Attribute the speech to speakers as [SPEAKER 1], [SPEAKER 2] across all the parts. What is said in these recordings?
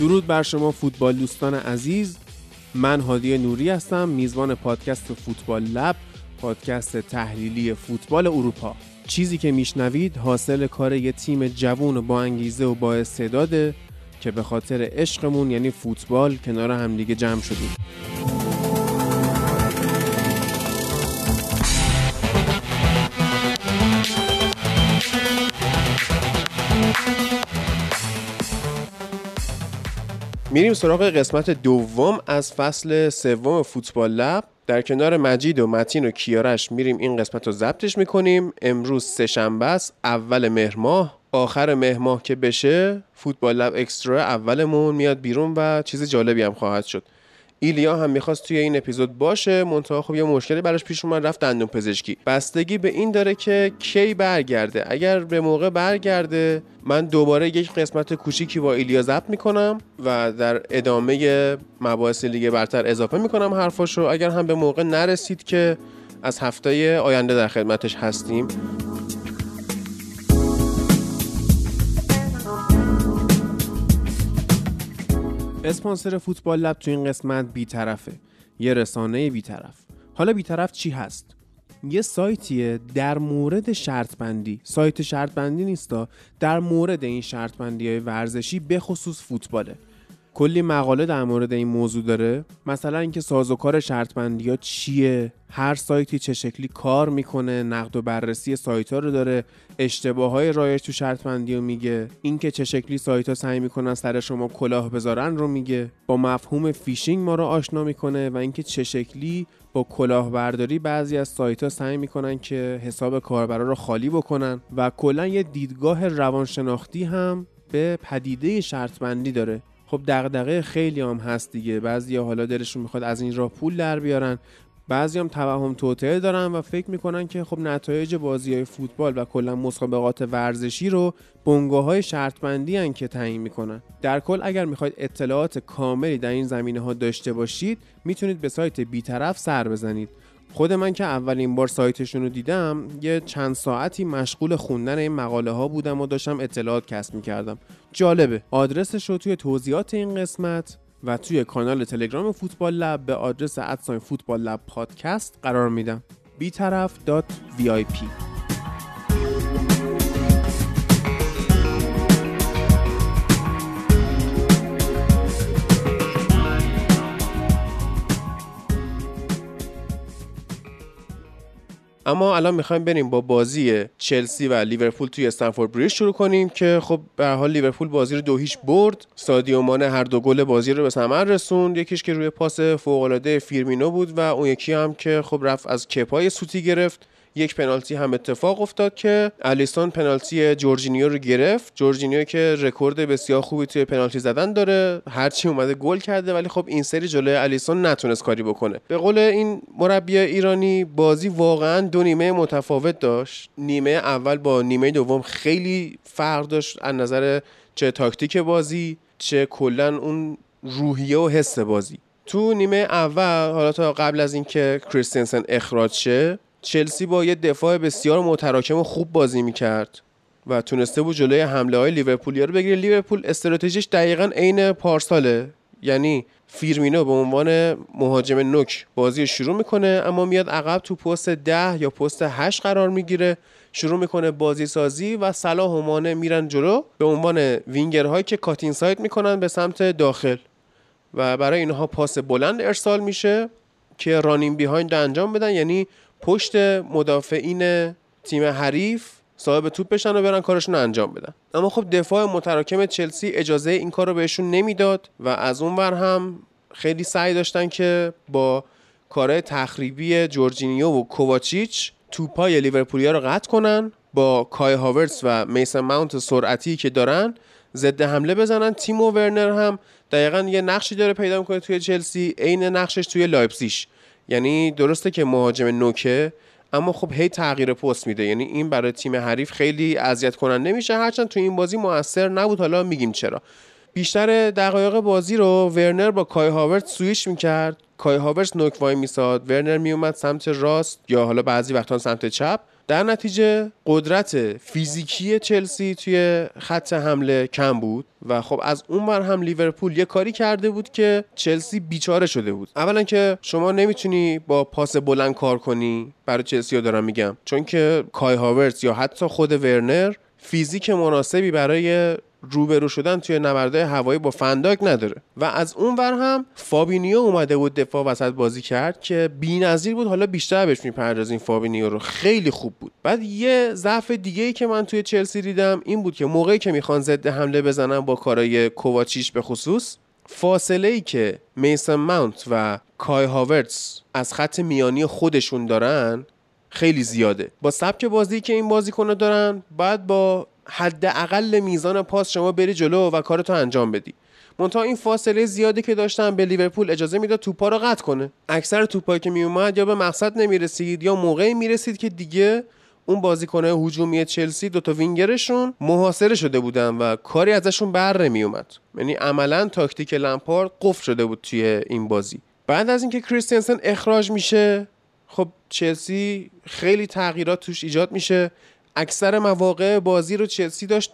[SPEAKER 1] درود بر شما فوتبال دوستان عزیز. من هادی نوری هستم، میزبان پادکست فوتبال لب، پادکست تحلیلی فوتبال اروپا. چیزی که میشنوید حاصل کار یه تیم جوون و با انگیزه و با استعداده که به خاطر عشقمون یعنی فوتبال کنار هم دیگه جمع شدیم. میریم سراغ قسمت دوم از فصل سوم فوتبال لب. در کنار مجید و متین و کیارش میریم این قسمت رو ضبطش میکنیم. امروز سه‌شنبه است، اول مهر ماه. آخر مهر ماه که بشه فوتبال لب اکسترا اولمون میاد بیرون و چیز جالبی هم خواهد شد. ایلیا هم میخواست توی این اپیزود باشه، منتها خب یه مشکلی براش پیش اومد، رفت دندون پزشکی. بستگی به این داره که کی برگرده. اگر به موقع برگرده من دوباره یک قسمت کوچیکی با ایلیا ضبط میکنم و در ادامه مباحث لیگ برتر اضافه میکنم حرفاشو. اگر هم به موقع نرسید که از هفته آینده در خدمتش هستیم. اسپانسر فوتبال لب تو این قسمت بی‌طرفه، یه رسانه بی‌طرف. حالا بی‌طرف چی هست؟ یه سایتیه در مورد شرط بندی. سایت شرط بندی نیستا، در مورد این شرط بندی‌های ورزشی به خصوص فوتباله. کلی مقاله در مورد این موضوع داره، مثلا اینکه سازوکار شرط بندی‌ها چیه، هر سایتی چه شکلی کار میکنه، نقد و بررسی سایت‌ها رو داره، اشتباهات رایج تو شرط بندی رو میگه، اینکه چه شکلی سایت‌ها سعی میکنن سر شما کلاه بذارن رو میگه، با مفهوم فیشینگ ما رو آشنا میکنه و اینکه چه شکلی با کلاهبرداری بعضی از سایت‌ها سعی میکنن که حساب کاربرا رو خالی بکنن و کلا یه دیدگاه روانشناختی هم به پدیده شرط بندی داره. خب دغدغه خیلی هم هست دیگه. بعضیا حالا دلشون میخواد از این راه پول در بیارن، بعضی هم توهم توطئه دارن و فکر میکنن که خب نتایج بازی‌های فوتبال و کلا مسابقات ورزشی رو بنگاه‌های شرط بندی ان که تعیین میکنن. در کل اگر میخواید اطلاعات کاملی در این زمینه‌ها داشته باشید میتونید به سایت بی‌طرف سر بزنید. خود من که اولین بار سایتشون رو دیدم یه چند ساعتی مشغول خوندن این مقاله ها بودم و داشتم اطلاعات کسب می‌کردم. جالبه. آدرسش رو توی توضیحات این قسمت و توی کانال تلگرام فوتبال لب به آدرس @فوتبال لب پادکست قرار میدم. بی‌طرف.vip. اما الان میخوایم بریم با بازی چلسی و لیورپول توی استنفورد بریج شروع کنیم که خب به هر حال لیورپول بازی رو 2-0 برد. سادیو مانه هر دو گل بازی رو به ثمر رسوند، یکیش که روی پاس فوق‌العاده فیرمینو بود و اون یکی هم که خب رفت از کپای سوتی گرفت. یک پنالتی هم اتفاق افتاد که الیسون پنالتی جورجینیو رو گرفت. جورجینیو که رکورد بسیار خوبی توی پنالتی زدن داره، هرچی اومده گل کرده، ولی خب این سری جلوی الیسون نتونست کاری بکنه. به قول این مربی ایرانی بازی واقعا دو نیمه متفاوت داشت. نیمه اول با نیمه دوم خیلی فرق داشت از نظر چه تاکتیک بازی چه کلا اون روحیه و حس بازی. تو نیمه اول حالا تا قبل از اینکه کریستنسن اخراج شه چلسی با یه دفاع بسیار متراکم و خوب بازی میکرد و تونسته بود جلوی حمله های لیورپولیا رو بگیره. لیورپول استراتژیش دقیقاً عین پارساله، یعنی فیرمینو به عنوان مهاجم نوک بازی شروع میکنه اما میاد عقب تو پست 10 یا پست 8 قرار میگیره، شروع میکنه بازی سازی و صلاح و مانع میرن جلو به عنوان وینگرهایی که کاتین سایت میکنن به سمت داخل و برای اینها پاس بلند ارسال میشه که رانینگ بیهایند انجام بدن، یعنی پشت مدافعین تیم حریف صاحب توپ بشن و برن کارشون رو انجام بدن. اما خب دفاع متراکم چلسی اجازه این کار رو بهشون نمیداد و از اون ور هم خیلی سعی داشتن که با کارهای تخریبی جورجینیو و کوواچیچ توپای لیورپولیا رو قطع کنن، با کای هاورتس و میسن ماونت سرعتی که دارن ضد حمله بزنن. تیمو ورنر هم دقیقاً یه نقشی داره پیدا میکنه توی چلسی، عین نقشش توی لایپزیگ. یعنی درسته که مهاجم نوکه اما خب هی تغییر پست میده، یعنی این برای تیم حریف خیلی اذیت کننده میشه، هرچند تو این بازی موثر نبود. حالا میگیم چرا. بیشتر دقایق بازی رو ورنر با کای هاورت سویش میکرد کای هاورتز نوک وای میساد، ورنر میومد سمت راست یا حالا بعضی وقتا سمت چپ. در نتیجه قدرت فیزیکی چلسی توی خط حمله کم بود و خب از اون ور هم لیورپول یه کاری کرده بود که چلسی بیچاره شده بود. اولا که شما نمیتونی با پاس بلند کار کنی، برای چلسی رو دارم میگم، چون که کای هاورتز یا حتی خود ورنر فیزیک مناسبی برای روبرو شدن توی نبردهای هوایی با فنداک نداره. و از اون ور هم فابینیو اومده بود دفاع وسط بازی کرد که بی‌نظیر بود. حالا بیشتر بهش میپردازیم فابینیو رو، خیلی خوب بود. بعد یه ضعف دیگه‌ای که من توی چلسی دیدم این بود که موقعی که میخوان ضد حمله بزنن با کارای کوواچیچ به خصوص، فاصله‌ای که میسن ماونت و کای هاورتز از خط میانی خودشون دارن خیلی زیاده. با سبک بازی که این بازیکن‌ها دارن بعد با حداقل میزان پاس شما بری جلو و کارتو انجام بدی. منتها این فاصله زیادی که داشتن به لیورپول اجازه میداد توپا رو قطع کنه. اکثر توپایی که میومد یا به مقصد نمیرسید یا موقعی میرسید که دیگه اون بازیکن‌های هجومی چلسی دوتا وینگرشون محاصره شده بودن و کاری ازشون بر نمیومد. یعنی عملاً تاکتیک لمپارد قفل شده بود توی این بازی. بعد از اینکه کریستنسن اخراج میشه، خب چلسی خیلی تغییرات توش ایجاد میشه. اکثر مواقع بازی رو چلسی داشت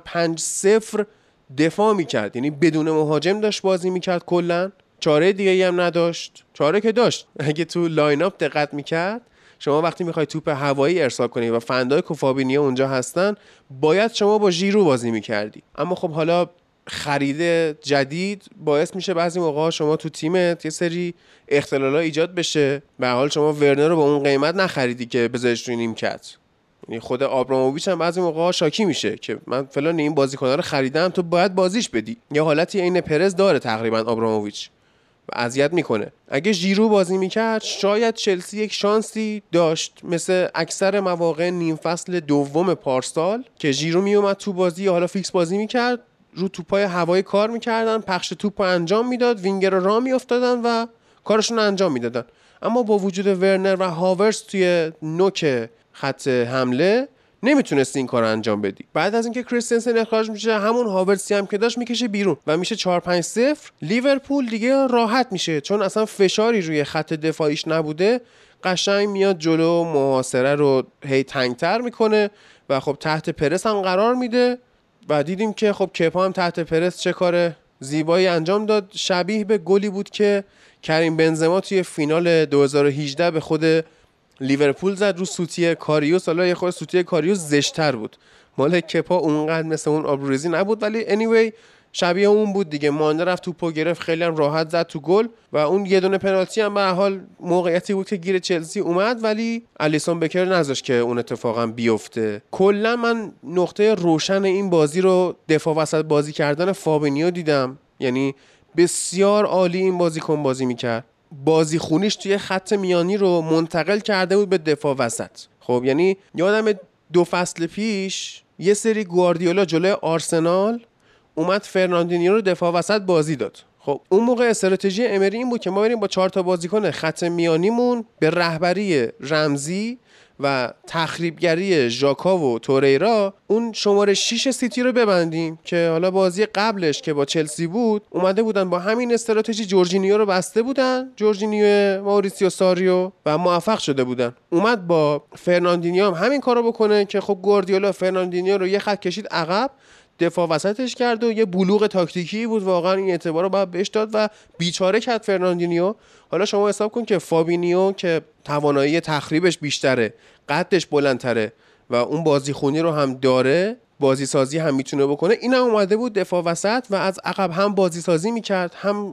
[SPEAKER 1] 4-5-0 دفاع میکرد، یعنی بدون مهاجم داشت بازی میکرد کلا. چاره دیگه‌ای هم نداشت. چاره که داشت، اگه تو لاین اپ دقت میکرد، شما وقتی میخوای توپ هوایی ارسال کنی و فندایک و فابینیو اونجا هستن، باید شما با ژیرو بازی میکردی. اما خب حالا خرید جدید باعث میشه بعضی موقع شما تو تیمت یه سری اختلالا ایجاد بشه. به هر حال شما ورنر رو با اون قیمت نخریدی که بذارش روی نیمکت. یعنی خود آبراموویچ هم بعضی موقع شاکی میشه که من فلان این بازیکن‌ها رو خریدم، تو باید بازیش بدی. یه حالتی عین پرز داره تقریبا آبراموویچ و اذیت میکنه. اگه ژیرو بازی میکرد شاید چلسی یک شانسی داشت، مثل اکثر مواقع نیم فصل دوم پارسال که ژیرو میومد تو بازی یا حالا فیکس بازی میکرد، رو توپای هوایی کار میکردن، پخش توپ انجام میداد، وینگر را میافتادن و کارشون انجام میدادن. اما با وجود ورنر و هاورتز توی نوک خط حمله نمیتونستی این کار انجام بدی. بعد از اینکه کریستنسن اخراج میشه، همون هاورتزی هم که داشت میکشه بیرون و میشه 4-5-0. لیورپول دیگه راحت میشه چون اصلا فشاری روی خط دفاعیش نبوده. قشنگ میاد جلو، محاصره رو هی تنگتر میکنه و خب تحت پرس هم قرار میده و دیدیم که خب کپا هم تحت پرس چه کار زیبایی انجام داد. شبیه به گلی بود که کریم بنزما توی فینال 2018 به خود لیورپول زد رو سوتی کاریوس. حالا یه خورده سوتی کاریوس زشت‌تر بود، مال کپا اونقدر مثل اون آبروریزی نبود، ولی anyway شبیه اون بود دیگه. مانده رفت توپو گرفت، خیلی هم راحت زد تو گل و اون یه دونه پنالتی هم به هر حال موقعیتی بود که گیر چلسی اومد ولی الیسون بکر نذاشت که اون اتفاقا بیفته. کلا من نقطه روشن این بازی رو دفاع وسط بازی کردن فابینیو دیدم. یعنی بسیار عالی این بازیکن بازی میکرد. بازی خونیش توی خط میانی رو منتقل کرده بود به دفاع وسط. خب یعنی یادم 2 فصل پیش یه سری گواردیولا جلوی آرسنال اومد فرناندینیو رو دفاع وسط بازی داد. خب اون موقع استراتژی امری این بود که ما بریم با 4 تا بازیکن خط میانیمون به رهبری رمزی و تخریبگری ژاکا و توریرا اون شماره 6 سیتی رو ببندیم که حالا بازی قبلش که با چلسی بود اومده بودن با همین استراتژی جورجینیو رو بسته بودن، جورجینیو ماوریسیو ساریو، و موفق شده بودن. اومد با فرناندینیو هم همین کارو بکنه که خب گواردیولا فرناندینیو رو یه خط کشید عقب، دفاع وسطش کرد و یه بلوغ تاکتیکی بود، واقعا این اعتبار رو باید بهش داد و بیچاره کرد فرناندینیو. حالا شما حساب کن که فابینیو که توانایی تخریبش بیشتره، قدش بلندتره و اون بازی خونی رو هم داره، بازی سازی هم میتونه بکنه، اینم اومده بود دفاع وسط و از عقب هم بازی سازی میکرد، هم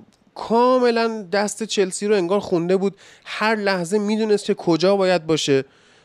[SPEAKER 1] کاملا دست چلسی رو انگار خونده بود، هر لحظه میدونست که کجا باید باشه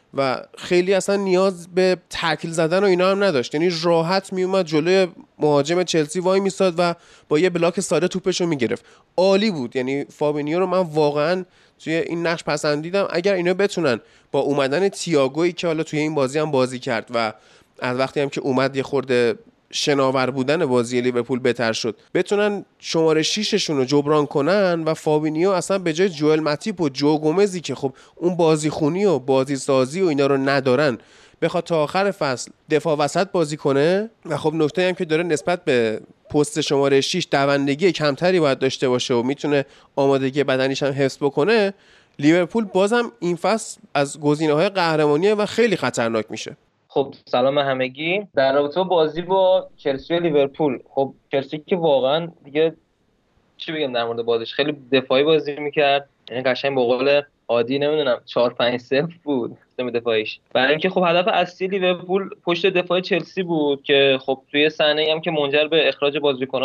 [SPEAKER 1] و خیلی اصلا نیاز به تکل زدن و اینا هم نداشت. یعنی راحت میومد جلوی مهاجم چلسی وای میستاد و با یه بلاک ساده توپشو میگرفت. عالی بود. یعنی فابینیو رو من واقعا توی این نقش پسندیدم. اگر اینا بتونن با اومدن تییاگویی که حالا توی این بازی هم بازی کرد و از وقتی هم که اومد یه خورده شناور بودن بازی لیورپول بهتر شد، بتونن شماره 6 رو جبران کنن و فابینیو اصلا به جای جوئل ماتیپ و جو گومزی که خب اون بازی خونی و بازی سازی و اینا رو ندارن بخواد تا آخر فصل دفاع وسط بازی کنه. و خب نکته هم که داره نسبت به پست شماره 6 دوندگی کمتری باید داشته باشه و میتونه آمادگی بدنیش هم حفظ بکنه، لیورپول بازم این فصل از گزینه‌های قهرمانیه و خیلی خطرناک میشه.
[SPEAKER 2] خب سلام همگی. در رابطه با بازی با چلسی و لیورپول، خب چلسی که واقعا دیگه چی بگم در مورد بازیش، خیلی دفاعی بازی میکرد، یعنی قشنگ به قول عادی نمیدونم 4-5-0 بود سیستم دفاعیش. برای اینکه خب هدف اصلی لیورپول پشت دفاع چلسی بود که خب توی صحنه‌ای هم که منجر به اخراج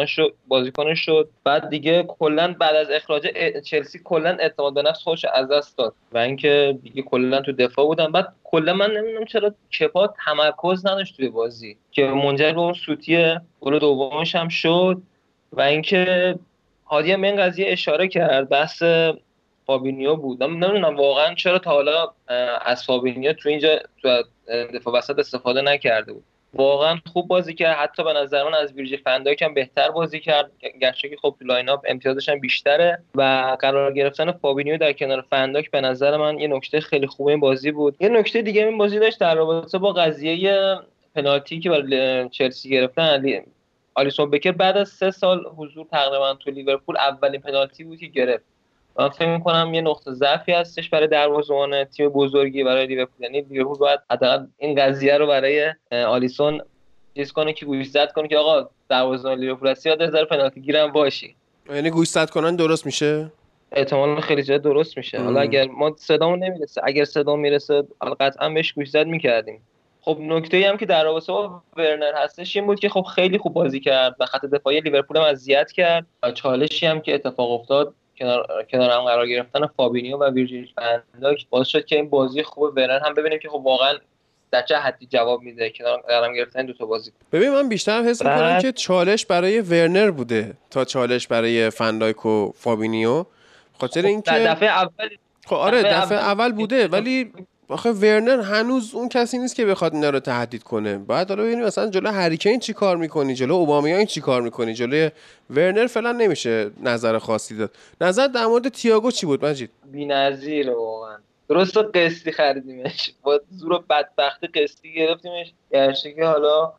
[SPEAKER 2] بازیکنش شد. بعد دیگه کلا بعد از اخراج چلسی کلا اعتماد به نفس خودش از دست داد و اینکه دیگه کلا تو دفاع بودن. بعد کلا من نمیدونم چرا کپا تمرکز نداشت توی بازی که منجر به اون سوتی گل دومش هم شد. و اینکه هادی هم به این قضیه اشاره کرد، بحث فابینیو بود. نمیدونم واقعا چرا تا حالا از فابینیو تو اینجا تو دفاع وسط استفاده نکرده بود. واقعا خوب بازی کرد، حتی به نظر من از ویرجیل فندایک هم بهتر بازی کرد، گرچه که خب تو لاین اپ امتیازش هم بیشتره. و قرار گرفتن فابینیو در کنار فندایک به نظر من یه نکته خیلی خوبه این بازی بود. یه نکته دیگه این بازی داشت در رابطه با قضیه پنالتی که برای چلسی گرفتن. آلیسون بکر بعد از 3 سال حضور تقریبا تو لیورپول اولین پنالتی بود که گرفت. من فکر می‌کنم یه نقطه ضعفی هستش برای دروازه‌بان تیم بزرگی برای لیورپول. یعنی لیورپول باید حداقل این قضیه رو برای آلیسون چیز کنه که گوشزد کنه که آقا دروازه‌بان لیورپول هستی یاد نذار پنالتی گیرم باشی.
[SPEAKER 1] یعنی گوشزد کنن درست میشه؟
[SPEAKER 2] احتمالاً خیلی زیاد درست میشه. حالا اگر ما صدامون نمیرسه، اگر صدام میرسه قطعا بهش گوشزد می‌کردیم. خب نکته‌ای هم که در رابطه با ورنر هستش این بود که خب خیلی خوب بازی کرد و خط دفاعی لیورپول هم اذیت کرد. و چالشی هم که اتفاق افتاد کنار هم قرار گرفتن فابینیو و ویرجیل فنداک باعث شد که این بازی خوب ورنر هم ببینیم که خب واقعا در چه حدی جواب میده کنار قرار گرفتن دو تا بازی.
[SPEAKER 1] ببین من بیشتر حس می‌کنم که چالش برای ورنر بوده تا چالش برای فندایک و فابینیو، خاطر اینکه
[SPEAKER 2] دفعه اول
[SPEAKER 1] خب آره دفعه اول بوده، ولی آخه ورنر هنوز اون کسی نیست که بخواد اینا رو تهدید کنه. بعد حالا ببینیم مثلا جلو هری کین چی کار میکنی، جلو اوبامیان چی کار میکنی، جلو ورنر فعلا نمیشه نظر خاصی داد. نظر در مورد تییاگو چی بود مجید؟
[SPEAKER 2] بی‌نظیره واقعا. درسته قسطی خریدیمش، با زور بدبختی قسطی گرفتیمش، گرچه که حالا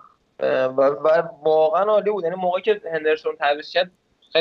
[SPEAKER 2] و واقعا عالی بود. یعنی موقعی که هندرسون تعویض شد خیلی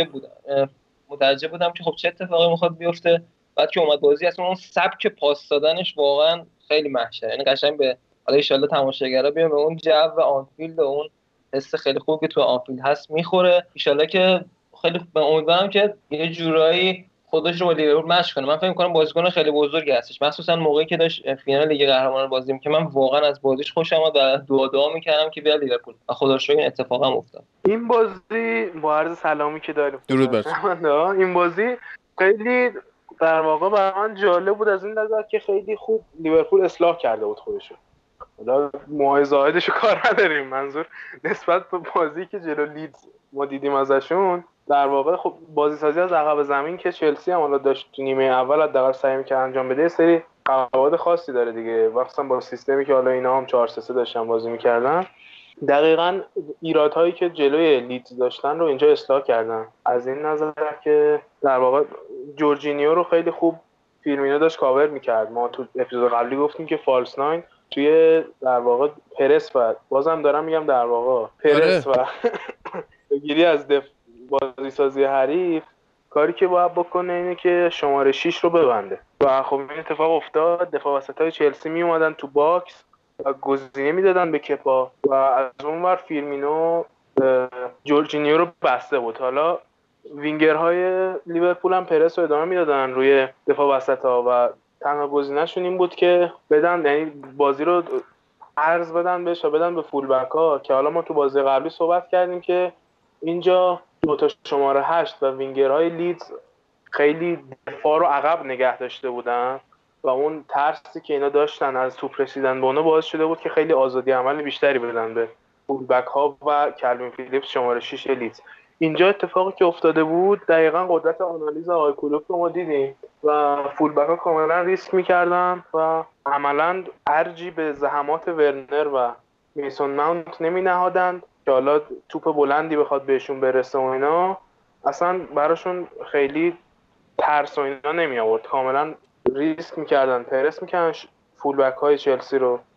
[SPEAKER 2] متعجب بودم که خب چه اتفاقی میخواد بیفته. بعد که اومد بازی اصلا اون سبک پاس دادنش واقعا خیلی محشره، یعنی قشنگ به حالا ان شاءالله تماشاگرا بیان به اون جو آنفیلد و اون حس خیلی خوب که تو آنفیلد هست میخوره. ان شاءالله که خیلی امیدوارم که یه جورایی خودش رو با لیورپول مچ کنه. من فکر می‌کنم بازیکن خیلی بزرگی هستش، مخصوصا موقعی که داشت فینال لیگ قهرمانان بازی می‌کرد. من واقعا از بازیش خوشم اومد و دعا می‌کردم که بیاد لیورپول و خدا رو شکر این اتفاق هم افتاد.
[SPEAKER 3] این بازی با عرض سلامی که داریم
[SPEAKER 1] درود بر
[SPEAKER 3] این بازی خیلی در واقع برای من جالب بود از این نظر که خیلی خوب لیورپول اصلاح کرده بود خودشو. حالا موهای زاهدشو کار نداریم، منظور نسبت به بازی که جلو لیدز ما دیدیم ازشون در واقع خب بازی سازی از عقب زمین که چلسی هم حالا داشت تو نیمه اول حداقل سعی می‌کرد انجام بده، سری قواعد خاصی داره دیگه، مثلا با سیستمی که حالا اینا هم 4-3-3 داشتن بازی می‌کردن. دقیقاً ایرادهایی که جلوی لیدز داشتن رو اینجا اصلاح کردن. از این نظر که در واقع جورجینیو رو خیلی خوب فیرمینو داشت کاور می‌کرد. ما تو اپیزود قبلی گفتیم که فالس ناین توی در واقع پرس و بازم دارم میگم در واقع پرس و گیری از بازی سازی حریف کاری که باید بکنه اینه که شماره 6 رو ببنده و خب این اتفاق افتاد. دفاع وسطای چلسی می اومدن تو باکس و گزینه میدادن به کپا و از اون ور فیرمینو جورجینیو رو بسته بود. حالا وینگرهای لیورپول هم پرس رو ادامه میدادن روی دفاع وسطا و تنها گزینه‌شون این بود که بدن، یعنی بازی رو عرض بدن بهش و بدن به فول بک ها که حالا ما تو بازی قبلی صحبت کردیم که اینجا دو تا شماره 8 و وینگرهای لیدز خیلی دفاع رو عقب نگه داشته بودن و اون ترسی که اینا داشتن از توپ رسیدن به اونا باعث شده بود که خیلی آزادی عمل بیشتری بدن به فول بک ها و کلوین فیلیپس شماره 6 لیدز. اینجا اتفاقی که افتاده بود دقیقاً قدرت آنالیز آقای کلوپ رو ما دیدیم و فول بک ها کاملا ریسک می‌کردن و عملاً ارجی به زحمات ورنر و میسون ماونت نمی‌نهادند که حالا توپ بلندی بخواد بهشون برسه و اینا اصلا براشون خیلی ترس و اینا نمی آورد، کاملا ریسک می‌کردن، پرس می‌کردن فول بک های چلسی رو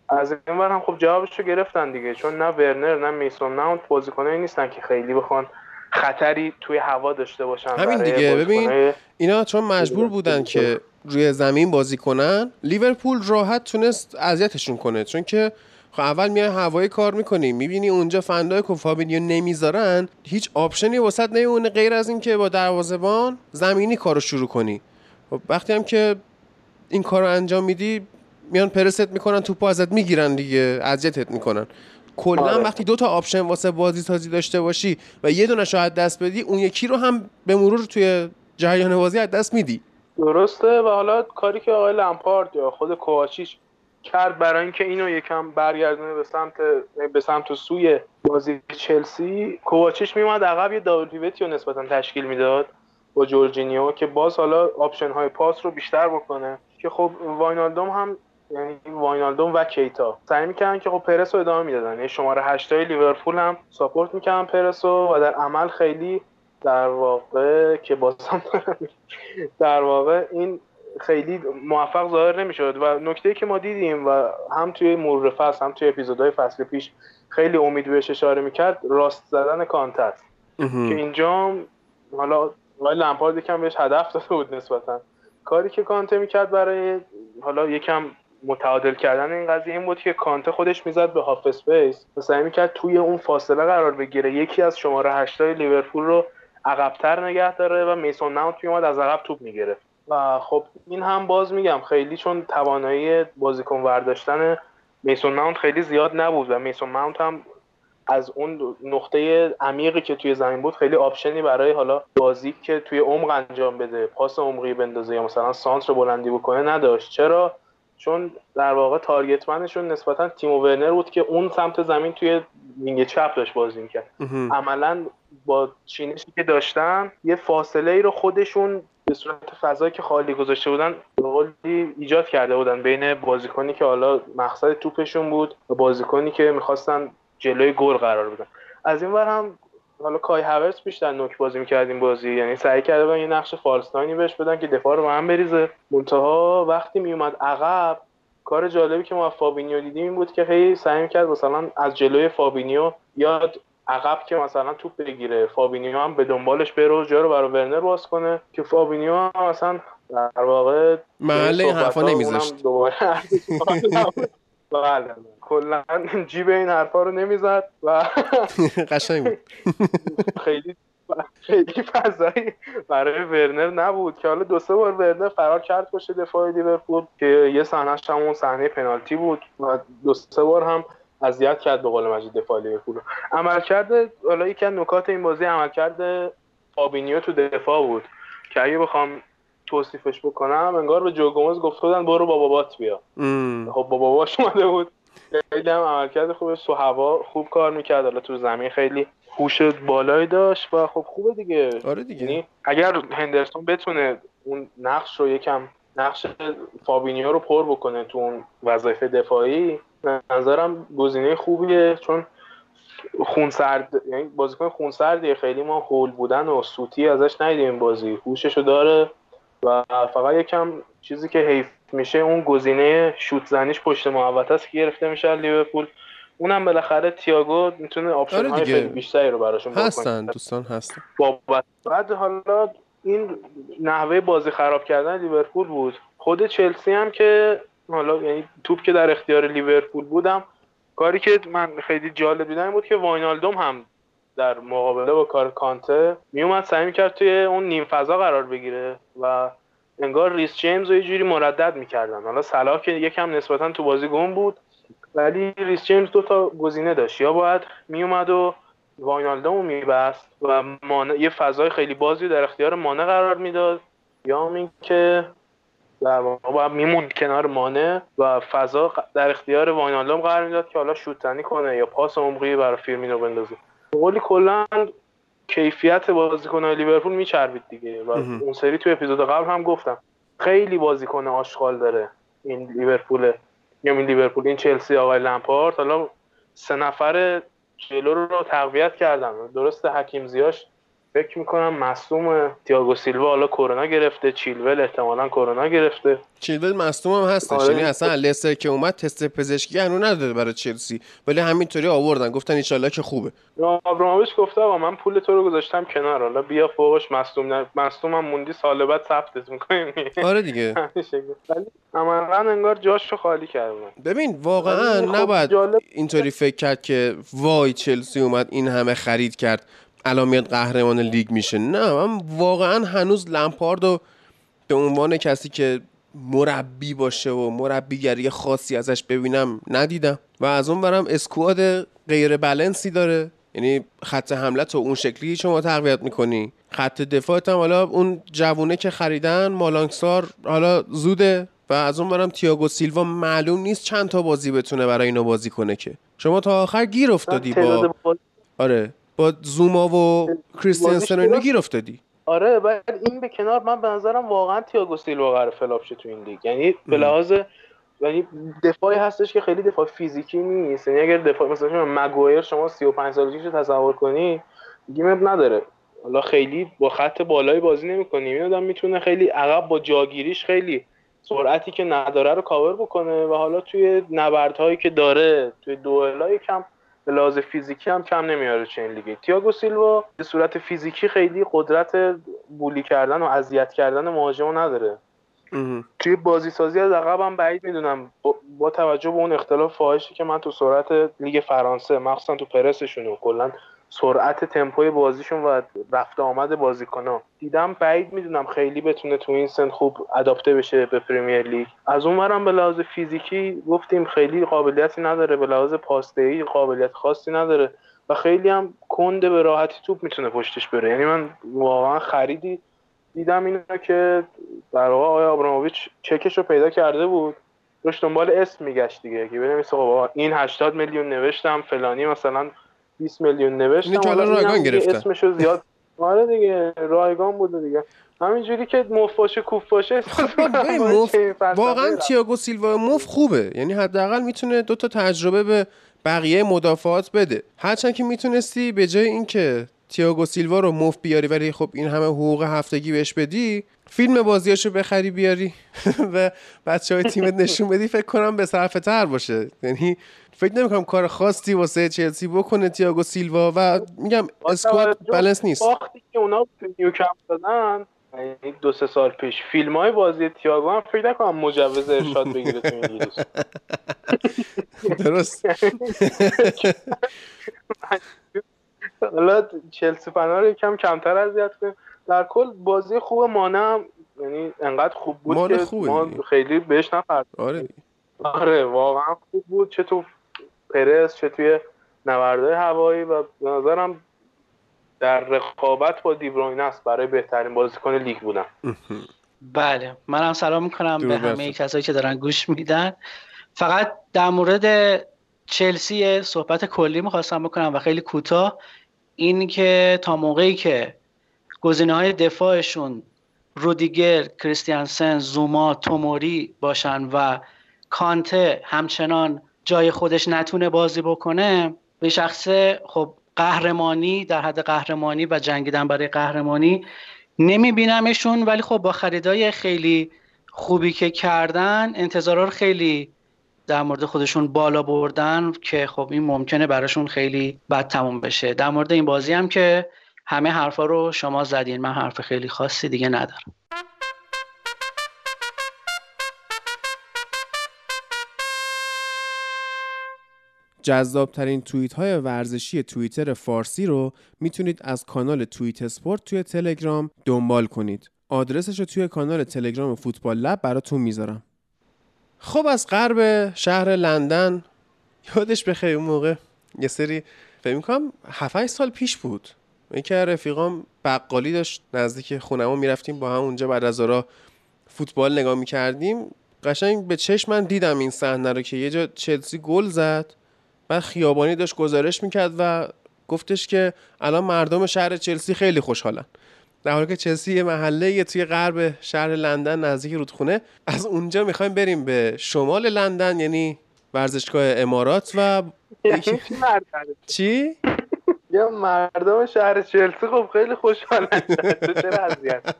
[SPEAKER 3] از این ور هم خب جوابشو گرفتن دیگه، چون نه ورنر نه میسون ماونت بازیکنایی نیستن که خیلی بخوان خطری توی هوا داشته باشن.
[SPEAKER 1] همین
[SPEAKER 3] برای
[SPEAKER 1] دیگه. ببین
[SPEAKER 3] بازیکنای
[SPEAKER 1] اینا چون مجبور بودن که روی زمین بازی کنن، لیورپول راحت تونست اذیتشون کنه، چون که خب اول میای هوایی کار میکنی، میبینی اونجا فندایک و فابینیو نمیذارن، هیچ آپشنی واسط نمیمونه غیر از این که با دروازه‌بان زمینی کارو شروع کنی. خب وقتی هم که این کارو انجام میدی، میان پرست میکنن، توپو ازت میگیرن دیگه، اذیتت میکنن. کلا وقتی دو تا آپشن واسه بازی سازی داشته باشی و یه دونه شاید دست بدی، اون یکی رو هم به مرور توی جریان بازی از دست میدی.
[SPEAKER 3] درسته. و حالا کاری که آقای لمپارد یا خود کوواچیچ کرد برای اینکه اینو یکم برگردونه به سمت سوی بازی چلسی، کوواچیچ میومد عقب یه دابل پیوتی رو نسبتا تشکیل میداد با جورجینیو که باز حالا آپشن های پاس رو بیشتر بکنه، که خب واینالدوم هم، یعنی واینالدوم و کیتا سعی میکردن که خب پرس رو ادامه میدادن، یعنی شماره 8 لیورپول هم ساپورت میکردن پرس رو، و در عمل خیلی در واقع که بازم در واقع این خیلی موفق ظاهر نمیشد. و نکته‌ای که ما دیدیم و هم توی مرور فصل هم توی اپیزودهای فصل پیش خیلی امید بهش اشاره میکرد، راست زدن کانته است که اینجا حالا آقای لمپارد یکم بهش هدف داده بود نسبتا. کاری که کانته میکرد برای حالا یکم متعادل کردن این قضیه این بود که کانته خودش میزد به هاف اسپیس و سعی میکرد توی اون فاصله قرار بگیره، یکی از شماره 8 لیورپول رو عقب‌تر نگه داره و میسون ماونت میومد از عقب توپ میگرفت. و خب این هم باز میگم خیلی چون توانایی بازیکن ورداشتن میسون ماونت خیلی زیاد نبود و میسون ماونت هم از اون نقطه عمیقی که توی زمین بود خیلی آپشنی برای حالا بازی که توی عمق انجام بده، پاس عمقی بندازه یا مثلا سانتر بلندی بکنه نداشت. چرا؟ چون در واقع تارگتمنشون نسبتا تیمو ورنر بود که اون سمت زمین توی وینگ چپ داشت بازی می‌کرد. عملاً با چینشی که داشتن یه فاصله ای رو خودشون به صورت فضایی که خالی گذاشته بودن قولی ایجاد کرده بودن بین بازیکنی که حالا مقصد توپشون بود و بازیکنی که می‌خواستن جلوی گل قرار بدن. از این ور هم حالا کای هاورتس بیشتر نوک بازی می‌کرد این بازی، یعنی سعی کرده بودن یه نقش فالس ناینی بهش بدن که دفاع رو به هم بریزه. منتها وقتی میومد عقب، کار جالبی که ما از فابینیو دیدیم این بود که خیلی سعی می‌کرد مثلا از جلوی فابینیو یاد عقب که مثلا توپ بگیره، فابینیو هم به دنبالش بره جا رو برای ورنر باز کنه که فابینیو هم مثلا در واقع
[SPEAKER 1] محل این حرفا نمیذاشت.
[SPEAKER 3] بله کلا جیب این حرفا رو نمیزد و
[SPEAKER 1] قشنگ بود.
[SPEAKER 3] خیلی فضایی برای ورنر نبود که حالا 2-3 بار ورنر فرار کرد پشت دفاع لیورپول که یه صحنه‌اش همون صحنه پنالتی بود و 2-3 بار هم اذیت کرد به قول مجید دفاع لیورپول. عملکرد حالا یکی از نکات این بازی عملکرد فابینیو تو دفاع بود که اگه بخوام توصیفش بکنم انگار به جو گومز گفت بودن برو با بابات بیا. خب با باباش اومده بود، خیلی هم عملکرد خوبش تو هوا خوب کار میکرد، حالا تو زمین خیلی هوش بالایی داشت و خب خوبه دیگه.
[SPEAKER 1] آره دیگه.
[SPEAKER 3] یعنی اگر هندرسون بتونه اون نقش رو یکم نقش فابینیو رو پر بکنه تو اون وظایف دفاعی، به نظرم گزینه خوبیه، چون خونسرد، یعنی بازیکن خونسردیه، خیلی ما هول بودن و سوتی ازش ندیدیم این بازی، هوششو داره و فقط یکم چیزی که حیف میشه اون گزینه شوت زنیش پشت محوطه است که گرفته میشه لیورپول. اونم بالاخره تییاگو میتونه آپشن های خیلی بیشتری رو براشون بکنه.
[SPEAKER 1] هستن دوستان هستن.
[SPEAKER 3] بعد حالا این نحوه بازی خراب کردن لیورپول بود. خود چلسی هم که حالا یعنی توپ که در اختیار لیورپول بودم، کاری که من خیلی جالب دیدم بود که واینالدوم هم در مقابله با کار کانته میومد سعی میکرد توی اون نیم فضا قرار بگیره و انگار ریس جیمز رو یه جوری مردد میکردن. حالا صلاح که یکم نسبتا تو بازی گم بود، ولی ریس جیمز دو تا گزینه داشت، یا باید میومد و واینالدوم میبست و یه فضای خیلی بازی در اختیار مانع قرار میداد، یا این که در واقع میموند کنار مانع و فضا در اختیار واینالدوم قرار میداد که حالا شوتنی کنه یا پاس عمقی برای فیرمینو بندازه. قولی کلا کیفیت بازیکن‌های لیورپول میچربید دیگه و اون سری تو اپیزود قبل هم گفتم خیلی بازیکن آشغال داره این لیورپول، این چلسی آقای لمپارد. حالا 3 نفر جلو رو تقویت کردن، درسته حکیم زیاش فکر میکنم مصدوم تییاگو سیلوا حالا کرونا گرفته، چیلول احتمالاً کرونا گرفته.
[SPEAKER 1] چیلول مصدوم هم هستش، یعنی اصلا لستر که اومد تست پزشکی هنوز نداده برای چلسی، ولی همینطوری آوردن گفتن ان شاءالله که خوبه.
[SPEAKER 3] ابراهیموویچ گفته آقا من پول تو رو گذاشتم کنار، حالا بیا فوقش مصدومم موندی سال بعد ثبتت می‌کنیم.
[SPEAKER 1] آره دیگه.
[SPEAKER 3] ولی عملاً انگار جاشو خالی کردن.
[SPEAKER 1] ببین واقعا نباید اینطوری فکر کرد که وای چلسی اومد این همه خرید کرد الان میاد قهرمان لیگ میشه. نه، من واقعا هنوز لمپاردو به عنوان کسی که مربی باشه و مربیگری خاصی ازش ببینم ندیدم و از اون برم اسکواد غیر بالانسی داره، یعنی خط حمله تو اون شکلی شما تقویت میکنی، خط دفاعت هم حالا اون جوونه که خریدن مالانگسار حالا زوده و از اون برم تییاگو سیلوا معلوم نیست چند تا بازی بتونه برای اینو بازی کنه که شما تا آخر گیر افتادی با زوما و کریستیانسن اینو گیر افتادی.
[SPEAKER 3] آره ولی این به کنار، من به نظرم واقعا تییاگو سیلوا قرار فلاپ شه تو این لیگ، یعنی به لحاظ یعنی دفاعی هستش که خیلی دفاع فیزیکی نیست، یعنی اگر دفاع مثلا مگوایر شما 35 سالگیشو تصور کنی گیم نداره، حالا خیلی با خط بالای بازی نمی‌کنه، این آدم میتونه خیلی عقب با جاگیریش خیلی سرعتی که نداره رو کاور بکنه و حالا توی نبردهایی که داره توی دوئلای کم به لحاظ فیزیکی هم کم نمیاره چه این لیگ. تییاگو سیلوا به صورت فیزیکی خیلی قدرت بولی کردن و اذیت کردن مهاجمو نداره. توی بازی سازی از عقب هم بعید میدونم با توجه به اون اختلاف فاحشی که من تو سرعت لیگ فرانسه مخصوصا تو پرسشون و کلا سرعت تمپوی بازیشون و رفت آمد بازیکن‌ها دیدم، بعید میدونم خیلی بتونه تو این سن خوب آداپته بشه به پرمیر لیگ. از اونورم به لحاظ فیزیکی گفتیم خیلی قابلیتی نداره، به لحاظ پاسدهی قابلیت خاصی نداره و خیلی هم کنده به راحتی توپ میتونه پشتش بره. یعنی من واقعا خریدی دیدم اینو که در واقع آقای ابراهیموویچ چکش رو پیدا کرده بود، داشت دنبال اسم میگشت دیگه که ببینیم آقا این 80 میلیون نوشتم، فلانی مثلا 20 میلیون نوشتم،
[SPEAKER 1] اینو که الان رایگان گرفتن
[SPEAKER 3] اسمشو زیاد. آره دیگه رایگان بوده دیگه، همینجوری که مف باشه کوف باشه.
[SPEAKER 1] واقعا تییاگو سیلوا مف خوبه، یعنی حداقل میتونه 2 تا تجربه به بقیه مدافعات بده، هرچند که میتونستی به جای اینکه تییاگو سیلوا رو مف بیاری ولی خب این همه حقوق هفتگی بهش بدی، فیلم بازیاشو بخری بیاری و بچهای تیمت نشون بدی، فکر کنم به صرفه تر باشه. یعنی فکر نمی‌کنم کار خاصی واسه چلسی بکنه تییاگو سیلوا و میگم اسکواد بالانس نیست.
[SPEAKER 3] وقتی که اونا تو نیوکمپ دادن یعنی 2-3 سال پیش فیلم‌های بازی تییاگو هم فکر نکنم مجوز ارشاد بگیره تو انگلیس.
[SPEAKER 1] درست.
[SPEAKER 3] حالا چلسی فنا رو یکم کمتر اذیت کنیم. در کل بازی خوب مانه، یعنی انقدر خوب بود که ما خیلی بهش نپرداختیم. آره واقعا خوب بود، چه تو پرس چه توی نبردهای هوایی و به نظرم در رقابت با دیبروینه است برای بهترین بازیکن لیگ بودن.
[SPEAKER 4] بله منم سلام میکنم به همه کسایی که دارن گوش میدن. فقط در مورد چلسی صحبت کلی میخواستم بکنم و خیلی کوتاه، این که تا موقعی که گزینه‌های دفاعشون رودیگر، کریستیانسن، زوما، توموری باشن و کانته همچنان جای خودش نتونه بازی بکنه، به شخصه خب قهرمانی در حد قهرمانی و جنگیدن برای قهرمانی نمیبینمشون، ولی خب با خریدای خیلی خوبی که کردن انتظارا رو خیلی در مورد خودشون بالا بردن که خب این ممکنه براشون خیلی بد تموم بشه. در مورد این بازی هم که همه حرفا رو شما زدین، من حرف خیلی خاصی دیگه ندارم.
[SPEAKER 1] جذابترین توییت های ورزشی توییتر فارسی رو میتونید از کانال توییت اسپورت توی تلگرام دنبال کنید. آدرسش رو توی کانال تلگرام فوتبال لب براتون میذارم. خب از غرب شهر لندن یادش بخیر اون موقع یه سری فکر می‌کنم 7-8 سال پیش بود، یکی از رفیقام بقالی داشت نزدیک خونمون، میرفتیم با هم اونجا بعد از ظهر فوتبال نگاه می‌کردیم. قشنگ به چشم من دیدم این صحنه رو که یه جا چلسی گل زد و خیابانی داشت گزارش میکرد و گفتش که الان مردم شهر چلسی خیلی خوشحالن، در حالی که چلسی یه محله توی غرب شهر لندن نزدیک رودخونه. از اونجا میخوایم بریم به شمال لندن، یعنی ورزشگاه امارات و
[SPEAKER 3] چی؟ یا مردم شهر چلسی خب خیلی خوشحالن. تو چرا اذیت؟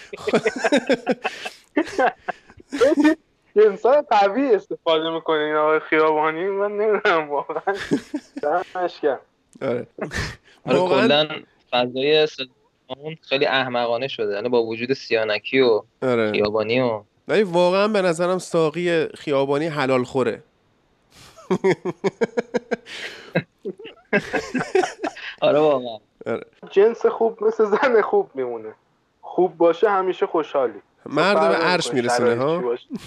[SPEAKER 3] یه انسان قوی استفاده میکنه این آقای خیابانی، من نمیدونم واقعا دمشکم.
[SPEAKER 1] آره
[SPEAKER 2] کلا فضای سلمان خیلی احمقانه شده، یعنی با وجود سیانکی و خیابانی و
[SPEAKER 1] ولی واقعا به نظرم ساقی خیابانی حلال خوره.
[SPEAKER 2] آره واقعا
[SPEAKER 3] جنس خوب مثل زن خوب میمونه، خوب باشه همیشه خوشحالی،
[SPEAKER 1] مرد به عرش میرسونه ها.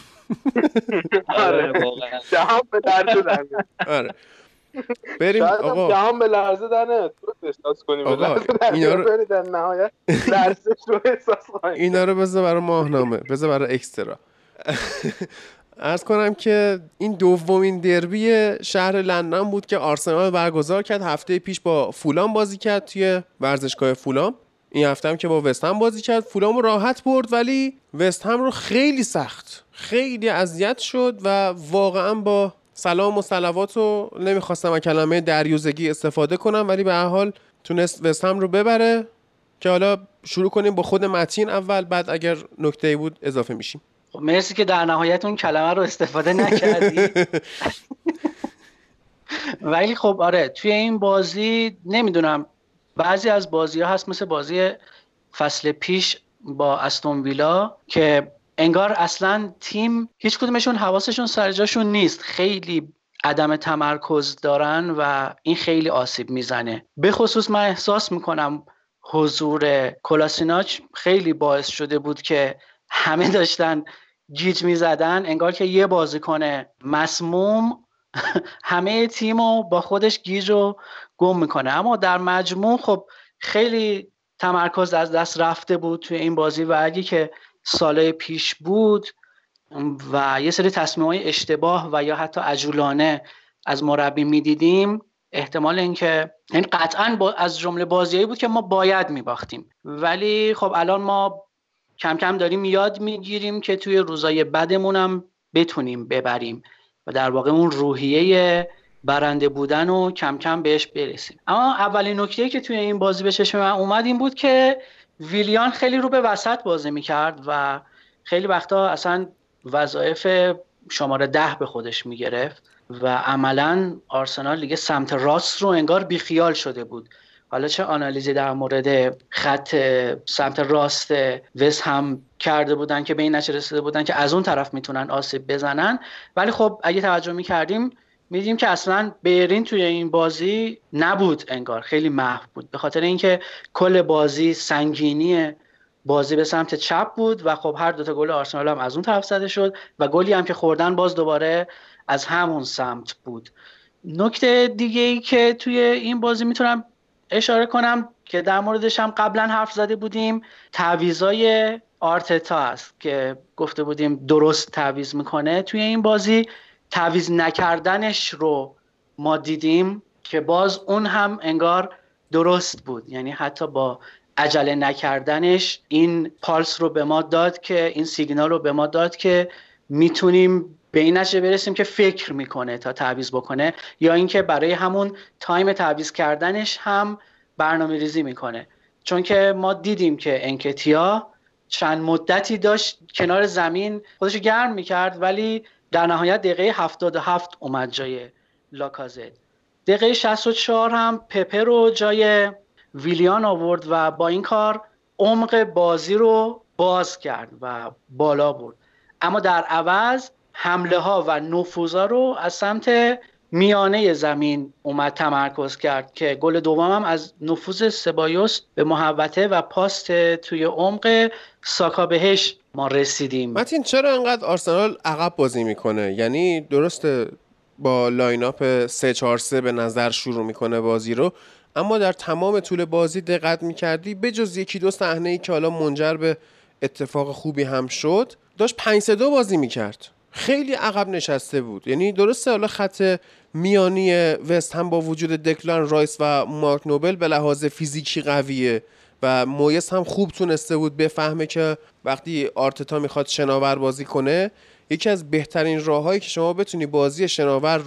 [SPEAKER 3] آره واقعا جهان به لرزه دنه.
[SPEAKER 1] آره بریم آقا،
[SPEAKER 3] جهان به لرزه دنه تو احساس کنیم به لرزه دنه، در نهایت لرزش رو احساس کنیم.
[SPEAKER 1] اینا رو بذار برای ماهنامه، بذار برای اکسترا. عرض کنم که این دومین دربی شهر لندن بود که آرسنال برگزار کرد. هفته پیش با فولام بازی کرد توی ورزشگاه فولام، این هفته هم که با وست هم بازی کرد. فولام رو راحت برد ولی وست هم رو خیلی سخت، خیلی اذیت شد و واقعا با سلام و صلوات رو نمیخواستم از کلمه دریوزگی استفاده کنم، ولی به هر حال تونست وست هم رو ببره. که حالا شروع کنیم با خود متین اول، بعد اگر نکته‌ای بود اضافه میشیم.
[SPEAKER 4] مرسی که در نهایت اون کلمه رو استفاده نکردی. ولی خب آره توی این بازی نمیدونم، بعضی از بازی ها هست مثل بازی فصل پیش با استون ویلا که انگار اصلا تیم هیچ کدومشون حواسشون سر جاشون نیست، خیلی عدم تمرکز دارن و این خیلی آسیب میزنه. به خصوص من احساس میکنم حضور کولاسیناچ خیلی باعث شده بود که همه داشتن گیج میزدن، انگار که یه بازیکن مسموم همه تیمو با خودش گیج و گم میکنه. اما در مجموع خب خیلی تمرکز از دست رفته بود توی این بازی و اگه که سال پیش بود و یه سری تصمیم‌های اشتباه و یا حتی عجولانه از مربی میدیدیم، احتمال اینکه این قطعاً از جمله بازیایی بود که ما باید میباختیم. ولی خب الان ما کم کم داریم یاد میگیریم که توی روزای بدمون هم بتونیم ببریم و در واقع اون روحیه برنده بودن رو کم کم بهش برسیم. اما اولین نکته‌ای که توی این بازی به چشم من اومد این بود که ویلیان خیلی رو به وسط بازی میکرد و خیلی وقتا اصلا وظایف شماره 10 به خودش میگرفت و عملاً آرسنال دیگه سمت راست رو انگار بیخیال شده بود. حالا چه آنالیزی در مورد خط سمت راست وست هم کرده بودن که به این نتیجه رسیده بودن که از اون طرف میتونن آسیب بزنن، ولی خب اگه توجه میکردیم میدیم که اصلا بیرین توی این بازی نبود، انگار خیلی محو بود، به خاطر اینکه کل بازی سنگینی بازی به سمت چپ بود و خب هر دوتا گل آرسنال هم از اون طرف زده شد و گلی هم که خوردن باز دوباره از همون سمت بود. نکته دیگه ای که توی این بازی میتونم اشاره کنم که در موردش هم قبلا حرف زده بودیم، تعویضای آرتتا است که گفته بودیم درست تعویض میکنه. توی این بازی تعویض نکردنش رو ما دیدیم که باز اون هم انگار درست بود، یعنی حتی با عجله نکردنش این پالس رو به ما داد که این سیگنال رو به ما داد که میتونیم به این نتیجه برسیم که فکر میکنه تا تعویض بکنه یا اینکه برای همون تایم تعویض کردنش هم برنامه ریزی میکنه. چون که ما دیدیم که انکتیا چند مدتی داشت کنار زمین خودشو گرم میکرد ولی در نهایت دقیقه 77 اومد جای لاکازت. دقیقه 64 هم پپه رو جای ویلیان آورد و با این کار عمق بازی رو باز کرد و بالا برد. اما در عوض حمله ها و نفوذا رو از سمت میانه زمین اومد تمرکز کرد که گل دوم هم از نفوذ سبایوس به محوطه و پاست توی عمق ساکا بهش ما رسیدیم.
[SPEAKER 1] متین چرا انقدر آرسنال عقب بازی میکنه؟ یعنی درسته با لاین اپ 3-4-3 به نظر شروع میکنه بازی رو، اما در تمام طول بازی دقت میکردی به جز یکی دو صحنه‌ای که حالا منجر به اتفاق خوبی هم شد داشت 5-3-2 بازی میکرد، خیلی عقب نشسته بود. یعنی درسته حالا خط میانی وست هم با وجود دکلان رایس و مارک نوبل به لحاظ فیزیکی قویه و مویس هم خوب تونسته بود بفهمه که وقتی آرتتا میخواد شناور بازی کنه یکی از بهترین راههایی که شما بتونی بازی شناور رو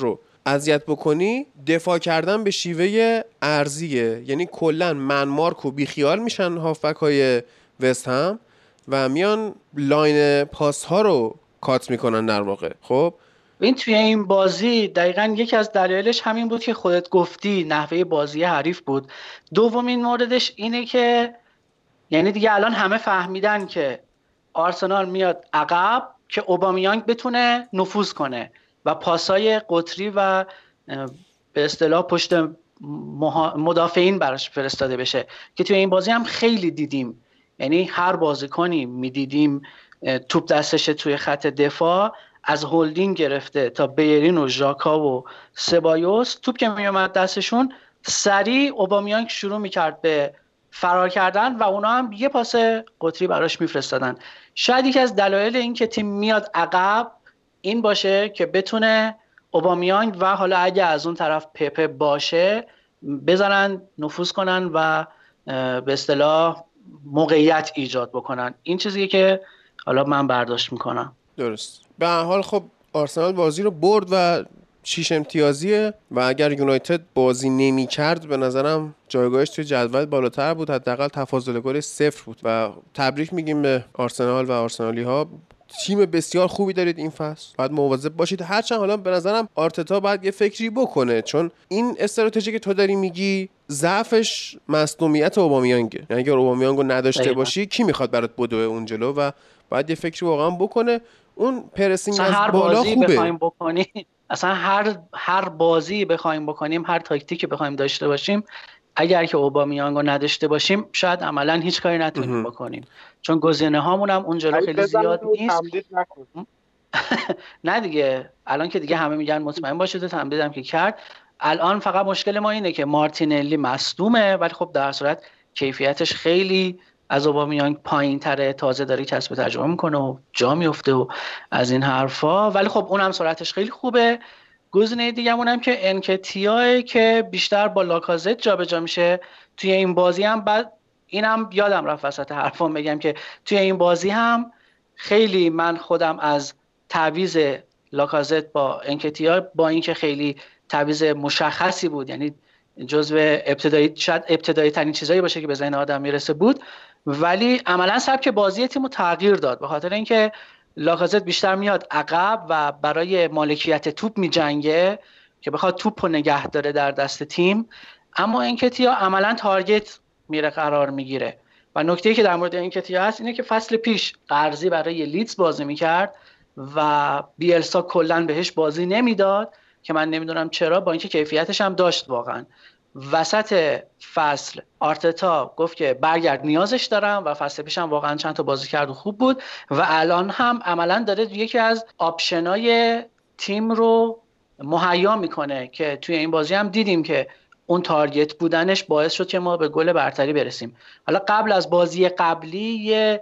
[SPEAKER 1] اذیت بکنی، دفاع کردن به شیوه ارضیه، یعنی کلا من مارکو بیخیال میشن هافبک‌های وست هم و میان لاین پاس ها رو کات میکنن در واقع. خب
[SPEAKER 4] این توی این بازی دقیقاً یکی از دلایلش همین بود که خودت گفتی، نحوه بازی حریف بود. دومین موردش اینه که یعنی دیگه الان همه فهمیدن که آرسنال میاد عقب که اوبامیانگ بتونه نفوذ کنه و پاسای قطری و به اصطلاح پشت مدافعین براش فرستاده بشه که توی این بازی هم خیلی دیدیم. یعنی هر بازیکنی میدیدیم توپ دستش توی خط دفاع، از هولدینگ گرفته تا بیرین و ژاکا و سبایوس، توپ که میومد دستشون سریع اوبامیانگ شروع میکرد به فرار کردن و اونا هم یه پاس قطری براش میفرستادن. شاید یکی از دلایل این که تیم میاد عقب این باشه که بتونه اوبامیانگ و حالا اگه از اون طرف پپه باشه بزنن، نفوذ کنن و به اصطلاح موقعیت ایجاد بکنن. این چیزیه که حالا من برداشت میکنم.
[SPEAKER 1] درست. به هر حال خب آرسنال بازی رو برد و 6 امتیازیه و اگر یونایتد بازی نمی کرد به نظرم جایگاهش توی جدول بالاتر بود، حداقل تفاضل گل 0 بود و تبریک میگیم به آرسنال و آرسنالی ها. تیم بسیار خوبی دارید این فصل، باید مواظب باشید. هرچند حالا به نظرم آرتتا باید یه فکری بکنه، چون این استراتژی که تو داری میگی ضعفش مصدومیت اوبامیانگه. یعنی اگر اوبامیانگو نداشته باشی کی میخواد برات بدوه اون جلو و باید یه فکری واقعا بکنه. اون پرسینگ از بالا خوبه.
[SPEAKER 4] اصلا هر بازی بخوایم بکنیم، هر تاکتیکی بخوایم داشته باشیم، اگر که اوبامیانگو نداشته باشیم شاید عملا هیچ کاری نتونیم بکنیم، چون گزینه هامون هم اون جلو خیلی زیاد نیست. نه دیگه الان که دیگه همه میگن مطمئن باشید و تمدیدم که کرد. الان فقط مشکل ما اینه که مارتینلی مصدومه، ولی خب در صورت کیفیتش خیلی از اوبامیانگ پایین تره، تازه داره کسب تجربه میکنه و جا میفته و از این حرفا، ولی خب اونم سرعتش خیلی خوبه. گزینه دیگه‌مون هم که انکتیاه که بیشتر با لاکازت جابجا میشه توی این بازی هم. بعد اینم یادم رفت وسط حرفام بگم که توی این بازی هم خیلی من خودم از تعویض لاکازت با انکتیاه، با اینکه خیلی تعویض مشخصی بود، یعنی جزو ابتدایی ترین چیزایی باشه که به ذهن آدم میرسه بود، ولی عملا سبک بازی تیمو تغییر داد به خاطر اینکه لاکازت بیشتر میاد عقب و برای مالکیت توپ میجنگه که بخواد توپو نگه داره در دست تیم، اما انکتیا عملا تارگت میره قرار میگیره. و نکته‌ای که در مورد انکتیا هست اینه که فصل پیش قرضی برای لیدز بازی میکرد و بیلسا کلا بهش بازی نمیداد که من نمیدونم چرا، با اینکه کیفیتش هم داشت واقعا. وسط فصل آرتتا گفت که برگرد نیازش دارم و فصل پیش هم واقعا چند تا بازی کرد و خوب بود و الان هم عملا داره یکی از آپشنای تیم رو مهیا میکنه که توی این بازی هم دیدیم که اون تارگت بودنش باعث شد که ما به گل برتری برسیم. حالا قبل از بازی قبلی یه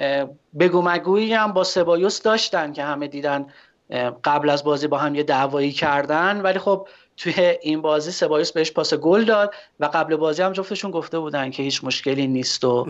[SPEAKER 4] بگو مگویی هم با سبایوس داشتن که همه دیدن قبل از بازی با هم یه دعوایی کردن، ولی خب توی این بازی سبایوس بهش پاس گل داد و قبل بازی هم جفتشون گفته بودن که هیچ مشکلی نیست و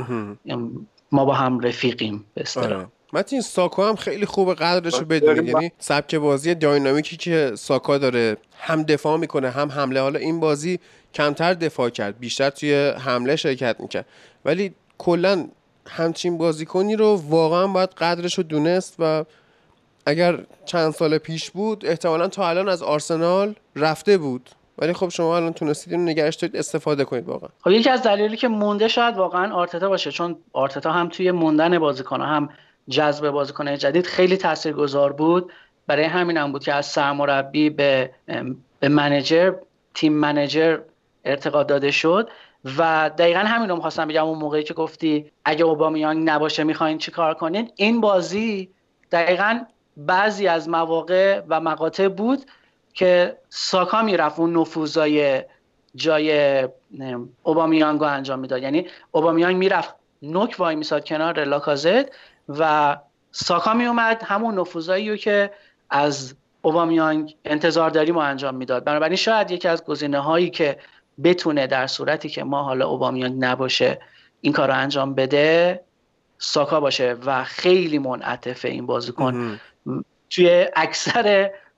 [SPEAKER 4] ما با هم رفیقیم به اصطلاح.
[SPEAKER 1] متین ساکا هم خیلی خوبه قدرشو بدونید، یعنی سبک بازی داینامیکی که ساکا داره، هم دفاع میکنه هم حمله. حالا این بازی کمتر دفاع کرد، بیشتر توی حمله شرکت میکرد، ولی کلا همچین بازیکنی رو واقعا باید قدرشو دونست و اگر چند سال پیش بود احتمالاً تا الان از آرسنال رفته بود، ولی خب شما الان تونستید اینو نگهش دارید، استفاده کنید واقعا.
[SPEAKER 4] خب یکی از دلایلی که مونده شاید واقعا آرتتا باشه، چون آرتتا هم توی موندن بازیکن‌ها هم جذب بازیکن‌های جدید خیلی تاثیرگذار بود. برای همین هم بود که از سرمربی به منیجر، تیم منیجر ارتقا داده شد و دقیقاً همین رو می‌خواستم بگم. اون موقعی که گفتی اگه اوبامیانگ نباشه می‌خواید چیکار کنین، این بازی دقیقاً بعضی از مواقع و مقاطع بود که ساکا میرفت اون نفوذای جای اوبامیانگو انجام میداد. یعنی اوبامیانگ میرفت نوک وای میساد کنار لاکازت و ساکا میومد همون نفوذایی رو که از اوبامیانگ انتظار داریم رو انجام میداد. بنابراین شاید یکی از گزینه هایی که بتونه در صورتی که ما حالا اوبامیانگ نباشه این کار رو انجام بده ساکا باشه و خیلی منعطف این بازیکن توی اکثر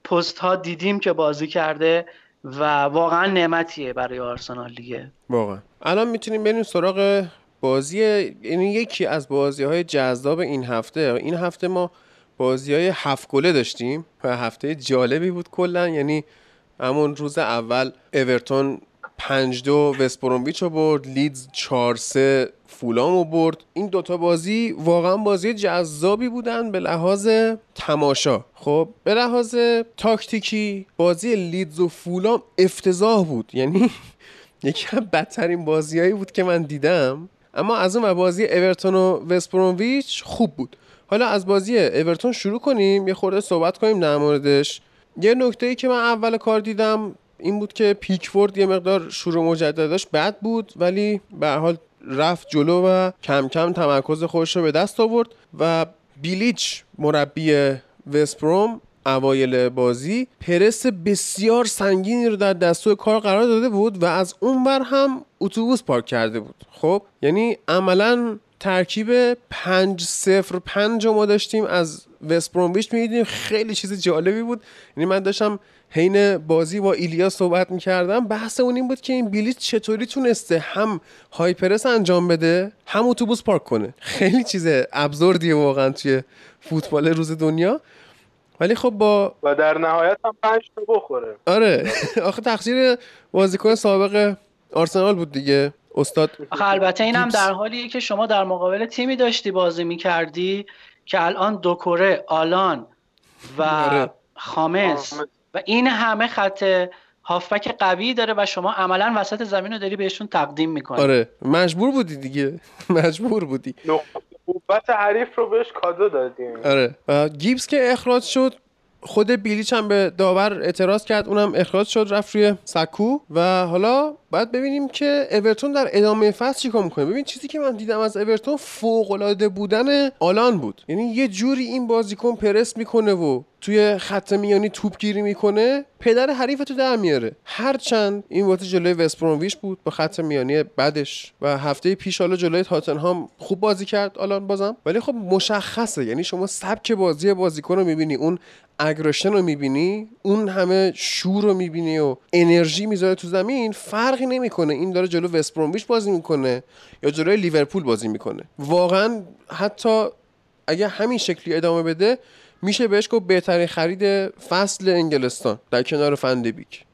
[SPEAKER 4] پست ها دیدیم که بازی کرده و واقعا نعمتیه برای آرسنال دیگه.
[SPEAKER 1] واقعا الان میتونیم بریم سراغ بازی، یعنی یکی از بازی‌های جذاب این هفته ما بازی‌های 7 گله داشتیم و هفته جالبی بود کلا. یعنی همون روز اول اورتون 5-2 وست برومویچ رو برد، لیدز 4-3 فولام رو برد. این دوتا بازی واقعا بازی جذابی بودن به لحاظ تماشا. خب به لحاظ تاکتیکی بازی لیدز و فولام افتضاح بود، یعنی یکی از بدترین بازیایی بود که من دیدم. اما از اون بازی اورتون و وست برومویچ خوب بود. حالا از بازی اورتون شروع کنیم، یه خورده صحبت کنیم در موردش. یه نکته‌ای که من اول کار دیدم این بود که پیکفورد یه مقدار شروع مجددش بد بود، ولی به هر حال رفت جلو و کم کم تمرکز خودش رو به دست آورد و بیلیچ مربی وست بروم اوایل بازی پرس بسیار سنگینی رو در دستور کار قرار داده بود و از اونور هم اتوبوس پارک کرده بود. خب یعنی عملاً ترکیب 5-0-5 ما داشتیم از وست برومویچ می‌دیدیم. خیلی چیز جالبی بود. یعنی من داشتم حین بازی با ایلیا صحبت می‌کردم، بحث اون این بود که این بیلیچ چطوری تونسته هم های پرس انجام بده هم اتوبوس پارک کنه. خیلی چیز ابزوردیه واقعا توی فوتبال روز دنیا. ولی خب
[SPEAKER 3] و در نهایت هم 5 تا بخوره.
[SPEAKER 1] آره آخه تقصیر بازیکن سابق آرسنال بود دیگه استاد.
[SPEAKER 4] آخه البته اینم در حالیه که شما در مقابل تیمی داشتی بازی می‌کردی که الان دوکوره، آلان و خامس و این همه خط هافبک قوی داره و شما عملاً وسط زمین رو داری بهشون تقدیم می‌کنی.
[SPEAKER 1] آره مجبور بودی دیگه مجبور بودی.
[SPEAKER 3] قوت حریف رو بهش کادو دادیم.
[SPEAKER 1] آره گیبس که اخراج شد، خود بیلیچ هم به داور اعتراض کرد، اونم اخراج شد رفت روی سکو و حالا باید ببینیم که اورتون در ادامه فصل چیکار میکنه. ببین چیزی که من دیدم از اورتون فوق‌العاده بودن آلان بود. یعنی یه جوری این بازیکن پرس میکنه و توی خط میانی توپ گیری میکنه، پدر حریفتو در میاره. هرچند این وقت جلوی وست برومویچ بود با خط میانی بعدش و هفته پیش حالا جلوی تاتنهام خوب بازی کرد آلان بازم، ولی خب مشخصه. یعنی شما سبک بازی بازیکن رو میبینی، اون اگریشن رو میبینی، اون همه شور رو میبینی و انرژی میذاره تو زمین، فرقی نمیکنه این داره جلو وست برومویچ بازی میکنه یا جلوی لیورپول بازی میکنه. واقعا حتی اگه همین شکلی ادامه بده میشه بهش گفت بهترین خرید فصل انگلستان در کنار فندبیک.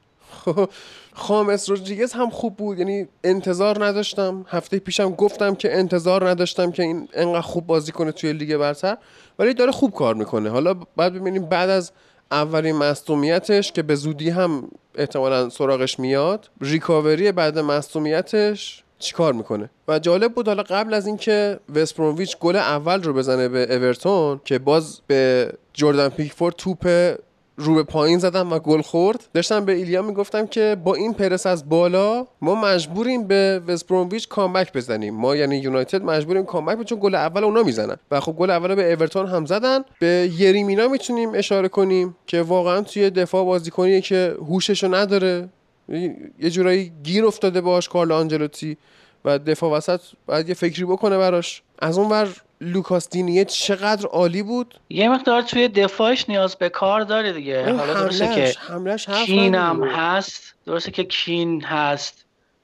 [SPEAKER 1] خامس رودریگز هم خوب بود، یعنی انتظار نداشتم، هفته پیشم گفتم که انتظار نداشتم که این انقدر خوب بازی کنه توی لیگ برتر، ولی داره خوب کار میکنه. حالا بعد ببینیم بعد از اولین مصدومیتش که به زودی هم احتمالاً سراغش میاد، ریکاوری بعد مصدومیتش چیکار میکنه. و جالب بود حالا قبل از اینکه وست برومویچ گل اول رو بزنه به اورتون که باز به جردن پیکفورد توپ رو به پایین زدم و گل خورد، داشتم به ایلیا میگفتم که با این پرس از بالا ما مجبوریم به وست برومویچ کامبک بزنیم. ما یعنی یونایتد مجبوریم کامبک بزنیم چون گل اول اونا میزنن و خب گل اول به اورتون هم زدن. به یریمینا میتونیم اشاره کنیم که واقعا توی دفاع بازیکنیه که هوششو نداره، یه جورایی گیر افتاده باش کارلو آنجلوتی و دفاع وسط باید یه فکری بکنه براش. از اون ور لوکاس دینیه چقدر عالی بود.
[SPEAKER 4] یه مقدار توی دفاعش نیاز به کار داره دیگه. حالا درسته که کین هم هست، درسته که کین هست،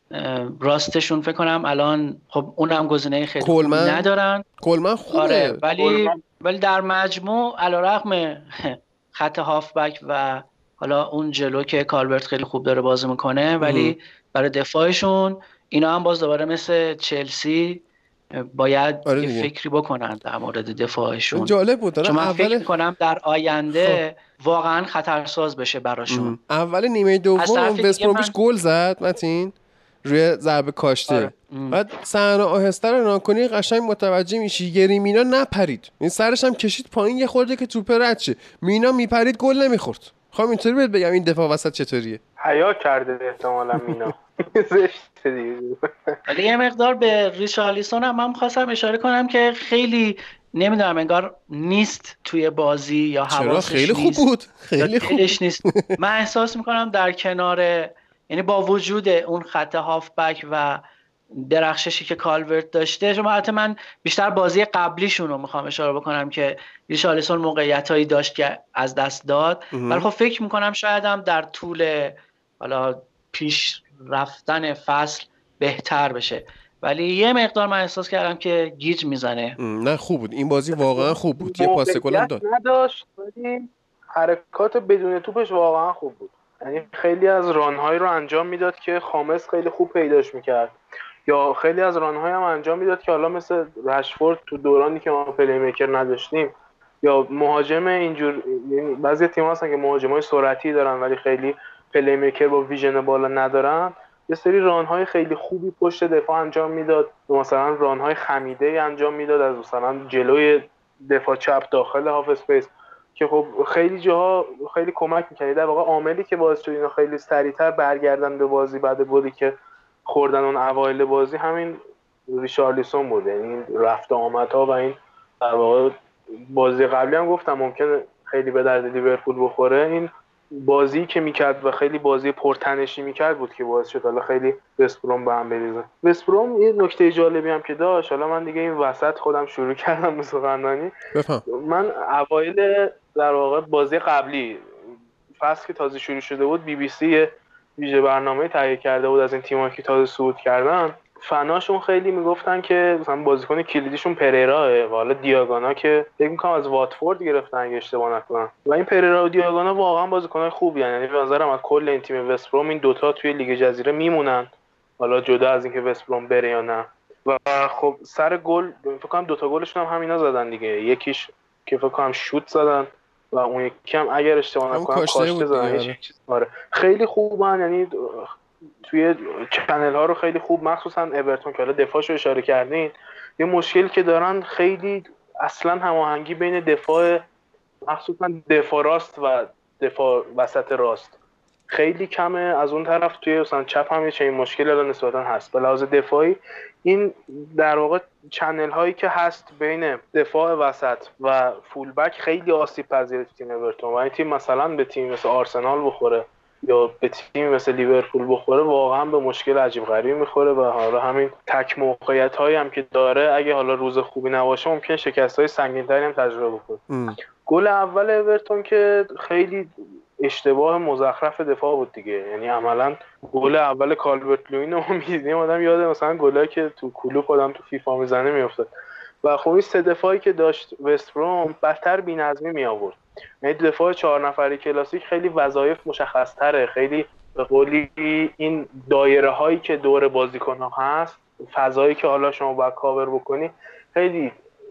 [SPEAKER 4] راستشون فکر کنم الان خب اونم گزینه خیلی خوبی ندارن.
[SPEAKER 1] کولمن خوبه.
[SPEAKER 4] آره ولی در مجموع علیرغم خط هافبک و حالا اون جلو که کالورت خیلی خوب داره بازی میکنه، ولی برای دفاعشون اینا هم باز دوباره مثل چلسی باید یه فکری بکنن در مورد دفاعشون.
[SPEAKER 1] جالب بود
[SPEAKER 4] چون من فکر میکنم در آینده واقعا خطرساز بشه براشون.
[SPEAKER 1] اول نیمه دوم وست برومویچ گل زد متین روی ضربه کاشته. بعد صحنه آهسته رو ناکنی قشنگ متوجه میشی یریمینا نپرید، این سرش هم کشید پایین یه خورده که توپ رد شه، مینا میپرید گل نمیخورد. خب اینطوری بهت بگم این دفاع وسط چطوریه.
[SPEAKER 3] حیا کرده احتمالاً مینا. زشت دیگه.
[SPEAKER 4] ولی یه مقدار به ریشارلیسون هم من خواستم اشاره کنم که خیلی نمیدونم انگار نیست توی بازی یا حواسش
[SPEAKER 1] خیلی خوب بود، خیلی خوب
[SPEAKER 4] نیست. من احساس میکنم در کنار، یعنی با وجود اون خط هافبک و درخششی که کالورت داشته. شما حتی من بیشتر بازی قبلیشون رو میخوام اشاره بکنم که ریشارلیسون موقعیتایی داشت که از دست داد، ولی خب فکر میکنم شاید هم در طول حالا پیش رفتن فصل بهتر بشه، ولی یه مقدار من احساس کردم که گیج میزنه.
[SPEAKER 1] نه خوب بود این بازی، واقعا خوب بود، یه پاس گل هم داد
[SPEAKER 3] نداشت ولی حرکات بدون توپش واقعا خوب بود. یعنی خیلی از ران‌هایی رو انجام میداد که خامس خیلی خوب پیداش میکرد، یا خیلی از ران‌های هم انجام میداد که حالا مثل رشفورد تو دورانی که ما پلی میکر نداشتیم، یا مهاجم اینجور، یعنی بعضی تیم‌ها هستن که مهاجمای سرعتی دارن ولی خیلی پلی میکر با ویژن بالا ندارن، یه سری ران‌های خیلی خوبی پشت دفاع انجام میداد، مثلا ران‌های خمیده انجام میداد از مثلا جلوی دفاع چپ داخل هاف اسپیس که خب خیلی جاها خیلی کمک می‌کرد. در واقع عاملی که باعث شد اینا خیلی سریعتر برگردن به بازی بعد گلی که خوردن اون اوایل بازی همین ریشارلیسون بود. یعنی رفت و آمدها و این در واقع بازی قبلی هم گفتم ممکنه خیلی به درد لیورپول بخوره، این بازی که میکرد و خیلی بازی پرتنشی میکرد بود که باعث شد حالا خیلی وست بروم به هم بریزه. وست بروم یه نکته جالبی هم که داشت، حالا من دیگه این وسط خودم شروع کردم به سخنرانی، من اوایل در واقع بازی قبلی فصل که تازه شروع شده بود بی بی سی ویژه برنامه تهیه کرده بود از این تیم‌ها که تازه صعود کردن، فناشون خیلی میگفتن که مثلا بازیکن کلیدیشون پریراه و حالا دیاگانا که فکر می‌کنم از واتفورد گرفتن اگه اشتباه نکنم، و این پریرا و دیاگانا واقعا بازیکن‌های خوبی ان. یعنی به نظرم از کل این تیم وست بروم این دوتا توی لیگ جزیره میمونن، حالا جدا از اینکه وست بروم بره یا نه. و خب سر گل فکر کنم دوتا گلشون هم همینا زدن دیگه، یکیش که فکر کنم شوت زدن و اون یکی هم اگر اشتباه نکنم کاشته زدن. آره خیلی خوبن، یعنی توی چنل ها رو خیلی خوب، مخصوصا اورتون که حالا دفاعشو اشاره کردین، یه مشکل که دارن خیلی اصلا هماهنگی بین دفاع، مخصوصا دفاع راست و دفاع وسط راست خیلی کمه. از اون طرف توی مثلا چپ هم یه چنین مشکلی الان نسبتا هست. به لحاظ دفاعی این در واقع چنل هایی که هست بین دفاع وسط و فول بک خیلی آسیب پذیره تیم اورتون، و این تیم مثلا به تیم مثل آرسنال بخوره یا به تیم مثل لیورپول بخوره واقعا به مشکل عجیب غریبی میخوره. و حالا همین تک موقعیت هایی هم که داره اگه حالا روز خوبی نباشه ممکنه شکست های سنگین تری هم تجربه کنه. گل اول اورتون که خیلی اشتباه مزخرف دفاع بود دیگه، یعنی عملا گل اول کالورت لوین رو می‌دیدیم آدم یاد مثلا گلایی که تو کلوب آدم تو فیفا میزنه میافتاد. و خب این سه دفاعی که داشت وست بروم بدتر بی‌نظمی می آورد. یعنی دفاع 4 نفری کلاسیک خیلی وظایف مشخص‌تره، خیلی به قولی این دایره هایی که دور بازیکن‌ها هست، فضایی که حالا شما باید کاور بکنی خیلی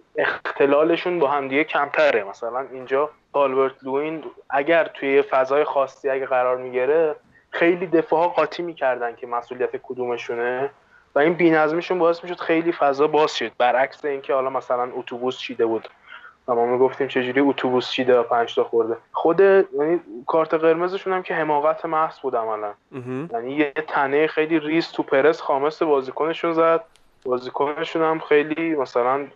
[SPEAKER 3] اختلالشون با هم دیگه کمتره. مثلا اینجا کالورت لوین اگر توی فضای خاصی اگه قرار میگیره خیلی دفاعها قاطی میکردن که مسئولیت کدومشونه و این بی‌نظمیشون باعث میشد خیلی فضا باز شد، برعکس اینکه حالا مثلا اتوبوس چیده بود و ما میگفتیم چجوری اتوبوس چیده و 5 تا خورده. خود یعنی کارت قرمزشون هم که حماقت محض بود عملا. یعنی یه تنه خیلی ریز تو پرس خامس بازیکنشون زد، بازیکنشون هم خیلی مثلا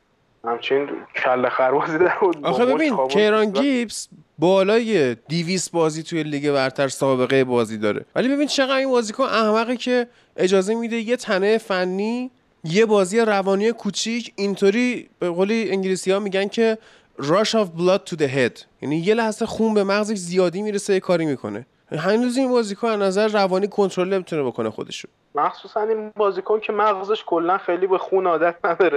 [SPEAKER 3] همچین کله خربازی در بود.
[SPEAKER 1] آخه ببین کیران گیبس بالای 200 بازی توی لیگ برتر سابقه بازی داره، ولی ببین چقدر این بازیکن احمقه که اجازه میده یه تنه فنی یه بازی روانی کوچیک اینطوری به قولی انگلیسی‌ها میگن که rush of blood to the head، یعنی یه لحظه خون به مغزش زیادی میرسه یه کاری میکنه. هنوز این بازیکن از نظر روانی کنترل نمیتونه بکنه خودشو،
[SPEAKER 3] مخصوصا این بازیکن که مغزش کلا خیلی به خون عادت نداره.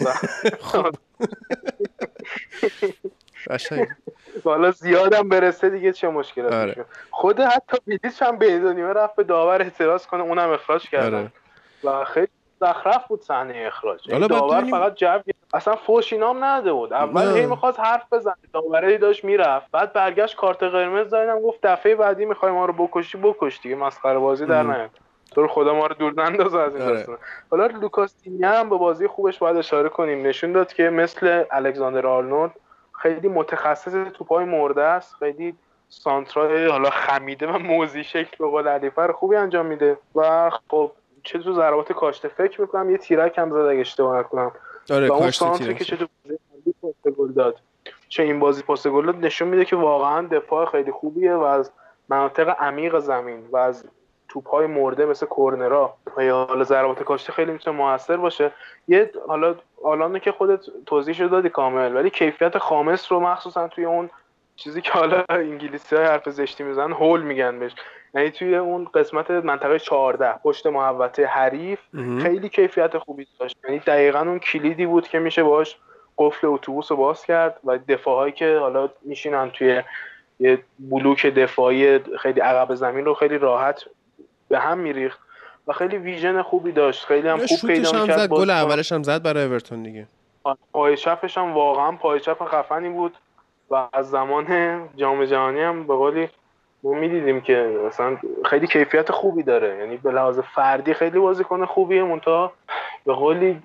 [SPEAKER 3] حالا زیادم برسه دیگه چه مشکلاتی میشه. خود حتی بیلیچ هم بدونیمه رفت به داور اعتراض کنه، اونم اخراج کردن و خیلی زخرف بود صحنه اخراج. داور فقط جو اصلا فوش اینام نده بود، اول هی می‌خواست حرف بزنه، داوری داشت میرفت، بعد برگشت کارت قرمز دادم گفت دفعه بعدی می‌خوای ما رو بکش دیگه، مسخره بازی در نیار، تو رو خدا ما رو دور ننداز از این داستان. حالا لوکاس دینیه هم به بازی خوبش باید اشاره کنیم، نشون داد که مثل الکساندر آرنولد خیلی متخصص توپای مرده است، خیلی سانترای حالا خمیده و موزی شکل به قول علیفر خوبی انجام میده و خب چه تو ضربات کاشته فکر میکنم یه تیرک هم زد اگه اشتباه نکنم. و اون سانتری که چه تو پاس گل داد، چه این بازی پاس گل داد، نشون میده که واقعا دفاع خیلی خوبیه و از مناطق عمیق زمین و از توپ‌های مرده مثل کورنرها و یا حالا ضربات کاشته خیلی میتونه موثر باشه. یه حالا آلانو که خودت توضیحش دادی کامل، ولی کیفیت خامس رو مخصوصا توی اون چیزی که حالا انگلیسی‌ها حرف زشتی میزنن هول میگن بهش، یعنی توی اون قسمت منطقه 14 پشت محوطه حریف خیلی کیفیت خوبی داشت. یعنی دقیقاً اون کلیدی بود که میشه باهاش قفل اتوبوس رو باز کرد و دفاعایی که حالا میشینن توی یه بلوک دفاعی خیلی عقب زمین رو خیلی راحت به هم میریخت و خیلی ویژن خوبی داشت. خیلی هم خوب پیدا می‌کرد.
[SPEAKER 1] گل اولش هم زد برای اورتون دیگه.
[SPEAKER 3] پای چپش هم واقعا پای چپ خفنی بود و از زمان جام جهانی هم به قولی ما می‌دیدیم که مثلا خیلی کیفیت خوبی داره. یعنی به لحاظ فردی خیلی بازیکن خوبیه، منتها به قولی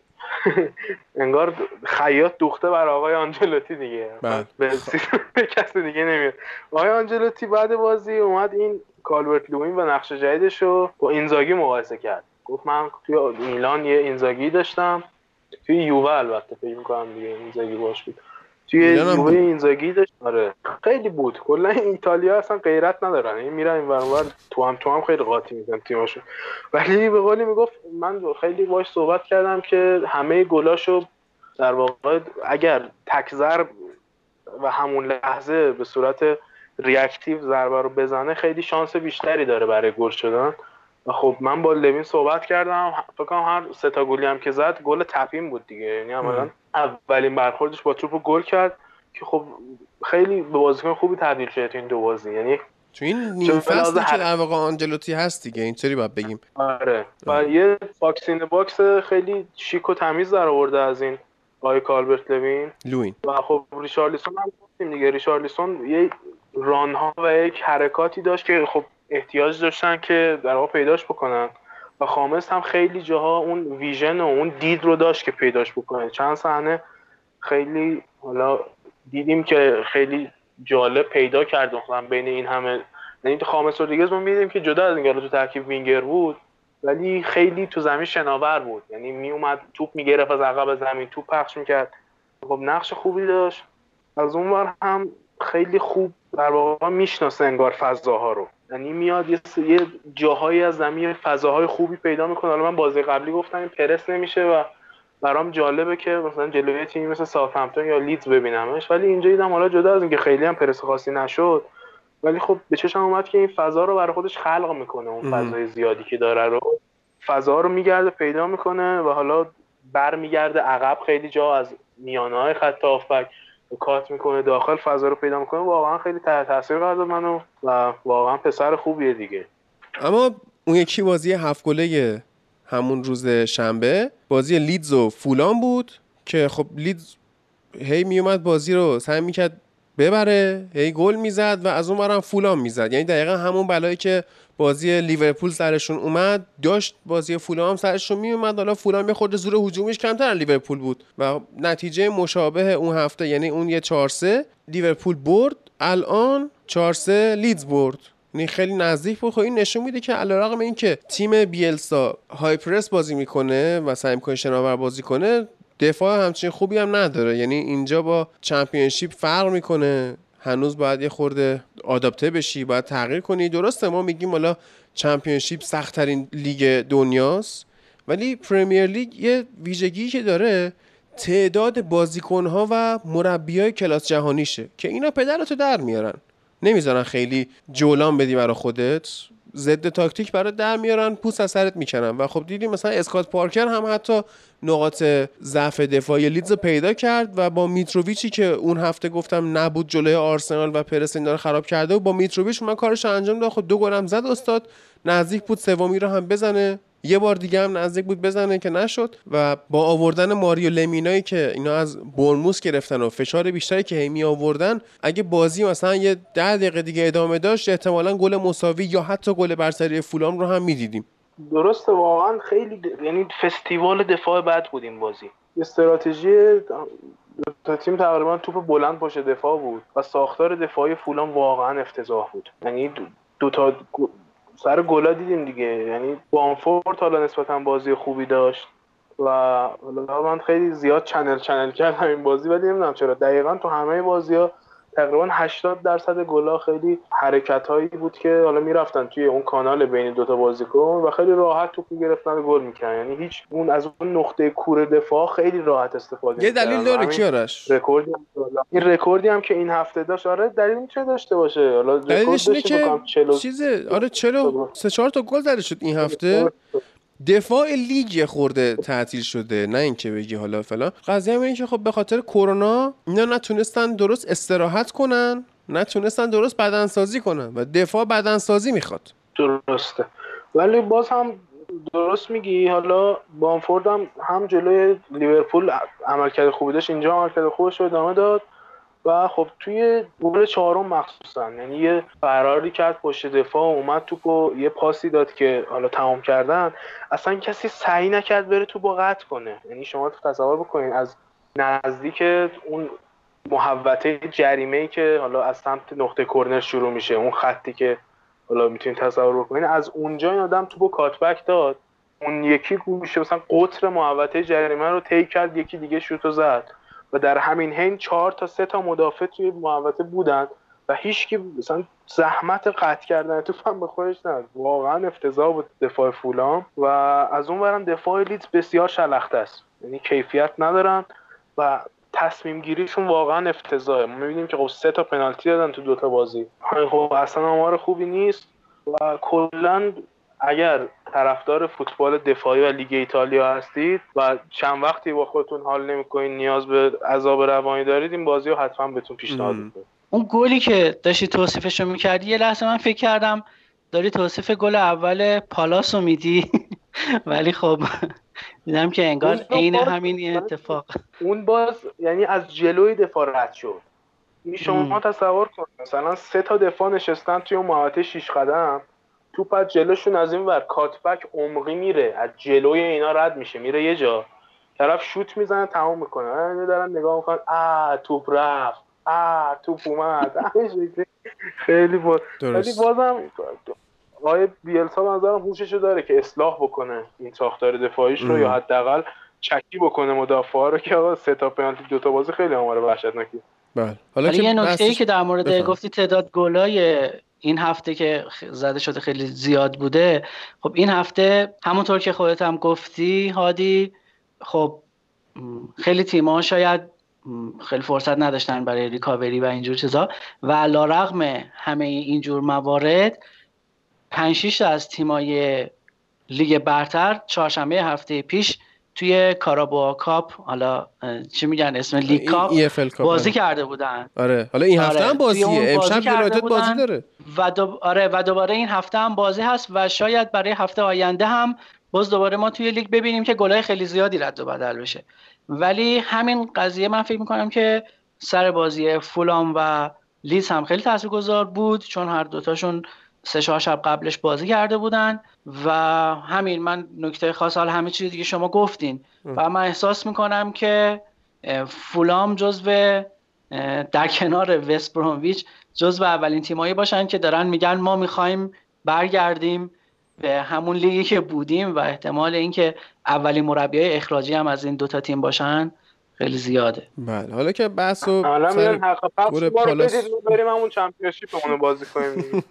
[SPEAKER 3] انگار خیاط دوخته بر آقای آنجلوتی دیگه. به کسی دیگه نمیاد. آقای آنجلوتی بعد بازی اومد این کالورت لوین و نقش جدیدش رو با اینزاگی مقایسه کرد. گفت من توی میلان یه اینزاگی داشتم، توی یووه البته فکر می‌کنم دیگه اینزاگی باش بود، توی یووه اینزاگی داشت. آره خیلی بود. کلا ایتالیا اصلا غیرت ندارن، این میرن این ور تو هم خیلی قاطی میزنن تیماشو. ولی به قولی میگفت من خیلی باهاش صحبت کردم که همه گلاشو در واقع اگر تک ضرب و همون لحظه به صورت ریاکتیو ضربه رو بزنه خیلی شانس بیشتری داره برای گل شدن. و خب من با لوین صحبت کردم، فکر کنم هر 3 تا گلی هم که زد گل تپین بود دیگه. یعنی عملاً اولین برخوردش با توپ گل کرد که خب خیلی به بازیکن خوبی تبدیل شده تو این دو بازی. یعنی
[SPEAKER 1] تو این نیم فصلی که در واقع آنجلوتی هست دیگه، اینطوری باید بگیم.
[SPEAKER 3] آره و یه باکس این باکس خیلی شیک و تمیز در آورده از این آقای کالورت لوین. و خب ریشارلیسون هم گفتیم دیگه، ریشارلیسون یه ران‌ها و یک حرکاتی داشت که خب احتیاج داشتن که در واقع پیداش بکنن و خامس هم خیلی جاها اون ویژن و اون دید رو داشت که پیداش بکنه. چند صحنه خیلی حالا دیدیم که خیلی جالب پیدا کرد مثلا بین این همه، یعنی تو خامس رودریگز ما می‌دیدیم که جدا از اینکه تو ترکیب وینگر بود ولی خیلی تو زمین شناور بود. یعنی میومد توپ میگرفت از عقب زمین توپ پخش میکرد، خب نقش خوبی داشت. از اونور هم خیلی خوب در واقع میشناسه انگار فضاها رو، یعنی میاد یه جاهایی از زمین فضاهای خوبی پیدا میکنه. حالا من بازی قبلی گفتم این پرس نمیشه و برام جالبه که مثلا جلوی تیمی مثل ساوثهمپتون یا لیدز ببینمش، ولی اینجا دیدم حالا جدا از اینکه خیلی هم پرس خاصی نشد ولی خب به چشم اومد که این فضا رو برای خودش خلق میکنه، اون فضای زیادی که داره رو فضا رو میگرده پیدا میکنه و حالا برمیگرده عقب خیلی جا از میانه‌های خط هافبک کات میکنه داخل فضا رو پیدا میکنه. واقعا خیلی تاثیر گذاشت منو و واقعا پسر خوبیه دیگه.
[SPEAKER 1] اما اون یکی بازی 7 گله همون روز شنبه بازی لیدز و فولام بود که خب لیدز هی میومد بازی رو سعی میکرد ببره، هی گل میزد و از اون برم فولام میزد. یعنی دقیقا همون بلایی که بازی لیورپول سرشون اومد داشت بازی فولام سرشون میومد. حالا فولام یه خورده زور هجومیش کمتر از لیورپول بود و نتیجه مشابه اون هفته یعنی اون یه 4-3 لیورپول برد، الان 4-3 لیدز برد. یعنی خیلی نزدیک بود. خب این نشون میده که علیرغم اینکه تیم بیلسا های پرس بازی میکنه و سعی میکنه شناور بازی کنه دفاع همچین خوبی هم نداره. یعنی اینجا با چمپیونشیپ فرق میکنه، هنوز باید یه خورده آداپته بشی، باید تغییر کنی. درسته ما میگیم حالا چمپیونشیپ سخت‌ترین لیگ دنیاست ولی پرمیر لیگ یه ویژگی که داره تعداد بازیکن‌ها و مربیای کلاس جهانیشه که اینا پدرتو در میارن، نمیذارن خیلی جولان بدی برای خودت، ضد تاکتیک برای در میارن، پوست از سرت میکنن. و خب دیدیم مثلا اسکات پارکر هم حتی نقاط ضعف دفاعی لیدز پیدا کرد و با میتروویچی که اون هفته گفتم نبود جلوی آرسنال و پرس اینا رو خراب کرده و با میتروویچ من کارش انجام داد. خب 2 گل هم زد استاد، نزدیک بود سومی رو هم بزنه، یه بار دیگه هم نزدیک بود بزنه که نشد. و با آوردن ماریو لمینایی که اینا از برنموث گرفتن و فشار بیشتری که هی می آوردن، اگه بازی مثلا یه 10 دقیقه دیگه ادامه داشت احتمالاً گل مساوی یا حتی گل برتری فولام رو هم می‌دیدیم.
[SPEAKER 3] درسته واقعا خیلی یعنی فستیوال دفاع بد بود این بازی. استراتژی تیم تقریبا توپ بلند پشت دفاع بود و ساختار دفاعی فولام واقعا افتضاح بود. یعنی دو تا سر گلا دیدیم دیگه. یعنی بامفورد حالا نسبتا بازی خوبی داشت و حالا من خیلی زیاد چنل کردم این بازی ولی نمیدونم چرا دقیقاً تو همه بازی‌ها تقریبا 80% گل‌ها خیلی حرکت‌هایی بود که حالا میرفتن توی اون کانال بین دوتا بازیکن و خیلی راحت توپ می‌گرفتن و گل می‌کردن. یعنی هیچ اون از اون نقطه کور دفاع خیلی راحت استفاده
[SPEAKER 1] یه دلیل داره کیارش؟
[SPEAKER 3] این رکوردی هم که این هفته داشت، آره دلیل می‌تونه داشته باشه. حالا
[SPEAKER 1] دلیلش اینه که چیزه 43-4 تا گل زده شد این هفته. دفاع لیگ خورده تعطیل شده، نه اینکه بگی حالا فلان. قضیه اینه که خب به خاطر کرونا اینا نتونستن درست استراحت کنن، نتونستن درست بدنسازی کنن و دفاع بدنسازی میخواد.
[SPEAKER 3] درسته، ولی باز هم درست میگی. حالا بامفورد هم جلوی لیورپول عملکرد خوبی داشت، اینجا عملکرد خوبش رو ادامه داد و خب توی گل چهارم مخصوصا یعنی یه فراری کرد پشت دفاع، اومد توپو یه پاسی داد که حالا تمام کردن، اصلا کسی سعی نکرد بره توپو قطع کنه. یعنی شما تصور بکنین از نزدیک اون محوطه جریمه‌ای که حالا از سمت نقطه کرنر شروع میشه، اون خطی که حالا میتونین تصور بکنین، از اونجا این آدم توپو کاتبک داد، اون یکی گوشه مثلا قطر محوطه جریمه رو طی کرد، یکی دیگه شوتو زد و در همین حین 4 تا 3 تا مدافع توی محوطه بودن و هیچکی مثلا زحمت قطع کردن توپ هم به خودش نداد. واقعا افتضاح بود دفاع فولام و از اون برم دفاع لیدز بسیار شلخته است، یعنی کیفیت ندارن و تصمیم گیریشون واقعا افتضاحه. ما می‌بینیم که خب 3 تا پنالتی دادن تو 2 تا بازی، خب اصلا آمار خوبی نیست و کلاً اگر طرفدار فوتبال دفاعی و لیگ ایتالیا هستید و چند وقتی با خودتون حال نمی‌کنید، نیاز به عذاب روانی دارید، این بازی رو حتما بهتون پیشنهاد می‌کنم.
[SPEAKER 4] اون گلی که داشتی توصیفش رو می‌کردی یه لحظه من فکر کردم داری توصیف گل اول پالاس رو میدی ولی خب دیدم که انگار عین همین اتفاق.
[SPEAKER 3] اون باز یعنی از جلوی دفاع رد شد. این شما تصور کن مثلا 3 تا دفاع نشستن توی اون محوطه 6 قدم، توپ از جلوشون از این ور کاتبک عمقی میره، از جلوی اینا رد میشه میره یه جا، طرف شوت میزنه تمام میکنه، اینا دارن نگاه میکنن توپ رفت، توپ اومد. خیلی ولی بازم آقای بیلسا به نظرم هوششو داره که اصلاح بکنه این ساختار دفاعیش رو یا حداقل چکی بکنه مدافعا رو که آقا 3 تا پنالتی 2 تا بازی خیلی آمار وحشتناکی.
[SPEAKER 1] بله.
[SPEAKER 4] حالا یه نکته‌ای که در مورد گفتی تعداد گلای این هفته که زده شده خیلی زیاد بوده. خب این هفته همونطور که خودت هم گفتی هادی، خب خیلی تیم‌ها شاید خیلی فرصت نداشتن برای ریکاوری و اینجور چیزا و علیرغم همه اینجور موارد 5-6 از تیم‌های لیگ برتر چهارشنبه هفته پیش توی کاراباو کاپ، حالا چی میگن اسم لیگ کاپ، بازی کرده بودن.
[SPEAKER 1] آره حالا این هفته هم بازیه، امشب یونایتد بازی داره
[SPEAKER 4] و دوباره این هفته هم بازی هست و شاید برای هفته آینده هم باز دوباره ما توی لیگ ببینیم که گلای خیلی زیادی رد و بدل بشه. ولی همین قضیه من فکر میکنم که سر بازی فولام و لیدز هم خیلی تاثیرگذار بود، چون هر دوتاشون 3-4 شب قبلش بازی کرده بودن و همین من نکته خاص، حال همه چیز دیگه شما گفتین و من احساس میکنم که فولام جزو در کنار وست برومویچ جزو اولین تیمایی باشن که دارن میگن ما میخوایم برگردیم به همون لیگی که بودیم و احتمال اینکه اولین مربیای اخراجی هم از این دوتا تیم باشن خیلی زیاده.
[SPEAKER 1] بله حالا که بحثو
[SPEAKER 3] گل پالاس بریم همون چمپیونشیپمون رو بازی کنیم.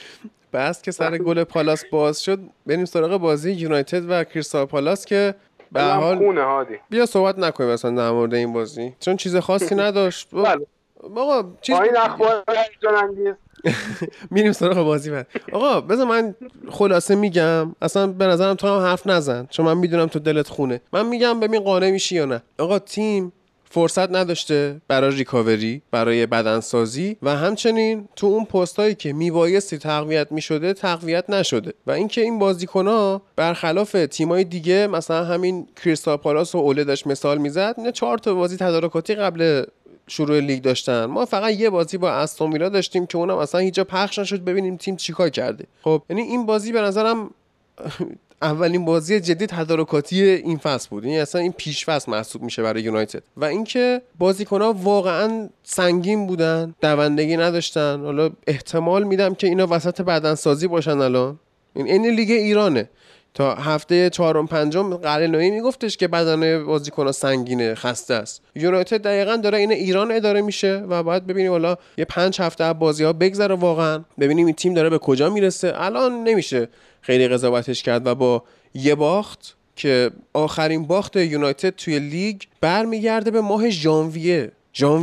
[SPEAKER 1] بحث که سر گل پالاس باز شد، بریم سراغ بازی یونایتد و کریستال پالاس که به هر حال بیا صحبت نکنیم مثلا در مورد این بازی چون چیز خاصی نداشت.
[SPEAKER 3] بله
[SPEAKER 1] آقا چیز
[SPEAKER 3] این اخبار هیجان انگیز.
[SPEAKER 1] میریم سراغ بازی بعد. آقا بذار من خلاصه میگم، اصلا به نظرم تو هم حرف نزن چون من میدونم تو دلت خونه. من میگم ببین قانع میشی یا نه. آقا تیم فرصت نداشته برای ریکاوری، برای بدنسازی و همچنین تو اون پستایی که میبایستی تقویت میشده تقویت نشده و اینکه این بازیکن‌ها برخلاف تیمای دیگه مثلا همین کریستال پالاس و اوله داشت مثال میزد، اینا 4 تا بازی تدارکاتی قبل شروع لیگ داشتن. ما فقط یه بازی با استون ویلا داشتیم که اونم اصلا هیچ جا پخش نشد ببینیم تیم چیکار کرده. خب یعنی این بازی به نظرم اولین بازی جدی تدارکاتی این فصل بود، یعنی اصلا این پیش فصل محسوب میشه برای یونایتد و اینکه بازیکن‌ها واقعا سنگین بودن، دوندگی نداشتن. حالا احتمال میدم که اینا وسط بدنسازی باشن الان، این لیگ ایرانه، تا هفته چهارم پنجم قرنویی میگفتش که بدن بازیکن‌ها سنگینه، خسته است. یونایتد دقیقاً داره این ایران اداره میشه و باید ببینیم حالا یه 5 هفته بازی‌ها بگذره واقعاً ببینیم این تیم داره به کجا میرسه. الان نمیشه خیلی قضاوتش کرد و با یه باخت که آخرین باخت یونایتد توی لیگ برمیگرده به ماه ژانویه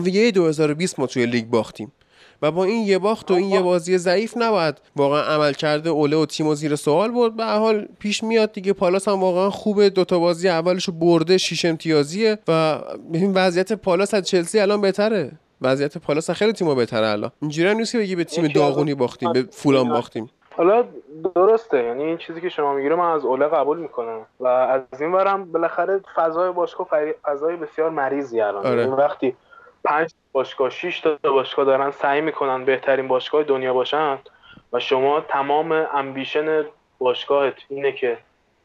[SPEAKER 1] 2020 ما توی لیگ باختیم و با این یه باخت و این یه بازی ضعیف نباید واقعا عملکرد اوله و تیم زیر سوال برد. به هر حال پیش میاد دیگه. پالاس هم واقعا خوبه، دوتا بازی اولشو برده، 6 امتیازیه و این وضعیت پالاس از چلسی الان بهتره. وضعیت پالاس خیلی تیم‌ها بهتره الان. اینجوری نیست که بگی به تیم داغونی باختیم، به فولان باختیم.
[SPEAKER 3] حالا درسته، یعنی این چیزی که شما میگیره من از اوله قبول میکنم و از این ورم بالاخره فضای باشگاه فضای بسیار مریضی الان.
[SPEAKER 1] آره.
[SPEAKER 3] یعنی وقتی 5 باشگاه 6 تا باشگاه دارن سعی میکنن بهترین باشگاه دنیا باشن و شما تمام امبیشن باشگاهت اینه که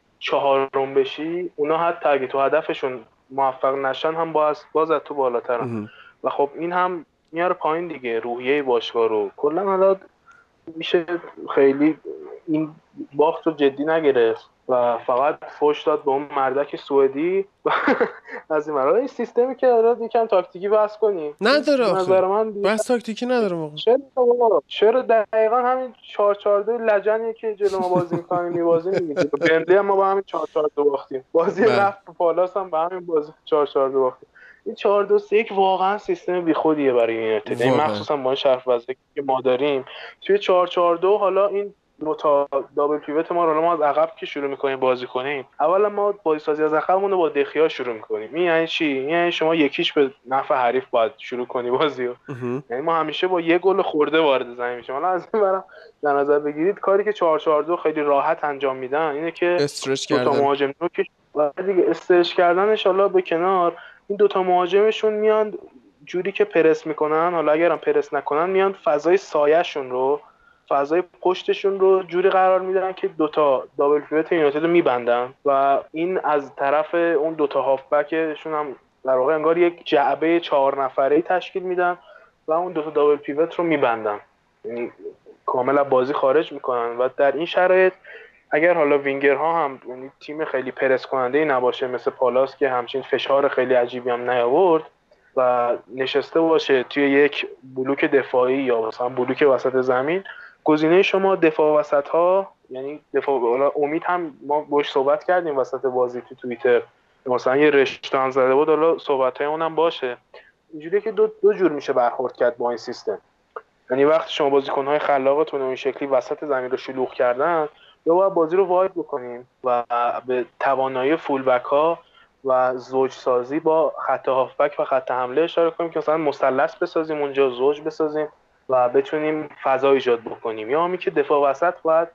[SPEAKER 3] 4م بشی، اونا حتی اگه تو هدفشون موفق نشن هم باز از تو بالاترن و خب این هم میاره پایین دیگه روحیه باشگاه رو. کلا حالا میشه خیلی این باخت رو جدی نگرفت و فقط فوش داد به اون مردک سوئدی از این مرحله. این سیستمی که داره یکم تاکتیکی بحث کنیم
[SPEAKER 1] نداره آخه.
[SPEAKER 3] نظر من
[SPEAKER 1] بس تاکتیکی نداره موقع.
[SPEAKER 3] چرا دقیقاً همین 4-4-2 لجنیه که جلو ما بازی می‌کنیم می‌بازیم دیگه. بنده ما با همین 4-4-2 باختیم. بازی رفت پالاس هم با همین بازی 4-4-2 باختیم. این 4-2-3-1 واقعا سیستم بیخودیه برای یونایتد. این مخصوصا با این شرف وزنی که ما داریم توی 4-4-2. حالا این دو تا دابل پیوت ما از عقب که شروع می‌کنیم بازی کنیم، اولا ما بازیسازی از عقبمون رو با دخیا شروع می‌کنیم. این یعنی چی؟ یعنی شما یکیش به نفع حریف باید شروع کنی بازیو. یعنی ما همیشه با یه گل خورده وارد زمین میشیم. حالا از این برام در نظر بگیرید کاری که 4-4-2 خیلی راحت انجام میدن اینه که
[SPEAKER 1] استرچ
[SPEAKER 3] دو تا
[SPEAKER 1] کردن.
[SPEAKER 3] مهاجم رو که دیگه استرچ کردن ان شاءالله به کنار، این دو تا مهاجمشون میان جوری که پرس میکنن، حالا اگرم پرس نکنن میان فضای سایه‌شون رو، فضای پشتشون رو جوری قرار میدن که دوتا دابل پیوت یونایتد رو میبندن و این از طرف اون دوتا هافبکشون هم در واقع انگار یک جعبه 4 نفره‌ای تشکیل میدن و اون دوتا دابل پیوت رو میبندن، یعنی کاملا بازی خارج میکنن. و در این شرایط اگر حالا وینگرها هم یعنی تیم خیلی پرس کننده نباشه مثل پالاس که همچین فشار خیلی عجیبی هم نیاورد و نشسته باشه توی یک بلوک دفاعی یا مثلا بلوک وسط زمین، گزینه شما دفاع وسط ها، یعنی دفاع امید هم ما باش صحبت کردیم وسط بازی تو توییتر، مثلا یه رشته هم زده بود، حالا صحبت‌های اونم باشه. اینجوریه که دو جور میشه برخورد کرد با این سیستم. یعنی وقتی شما بازیکن‌های خلاقتون این شکلی وسط زمین رو شلوغ کردن، یا باید بازی رو واید بکنیم و به توانایی فولبک ها و زوج سازی با خط هافبک و خط حمله اشاره کنیم که مثلا مثلث بسازیم اونجا، زوج بسازیم و بتونیم فضا ایجاد بکنیم. یا همین که دفاع وسط باید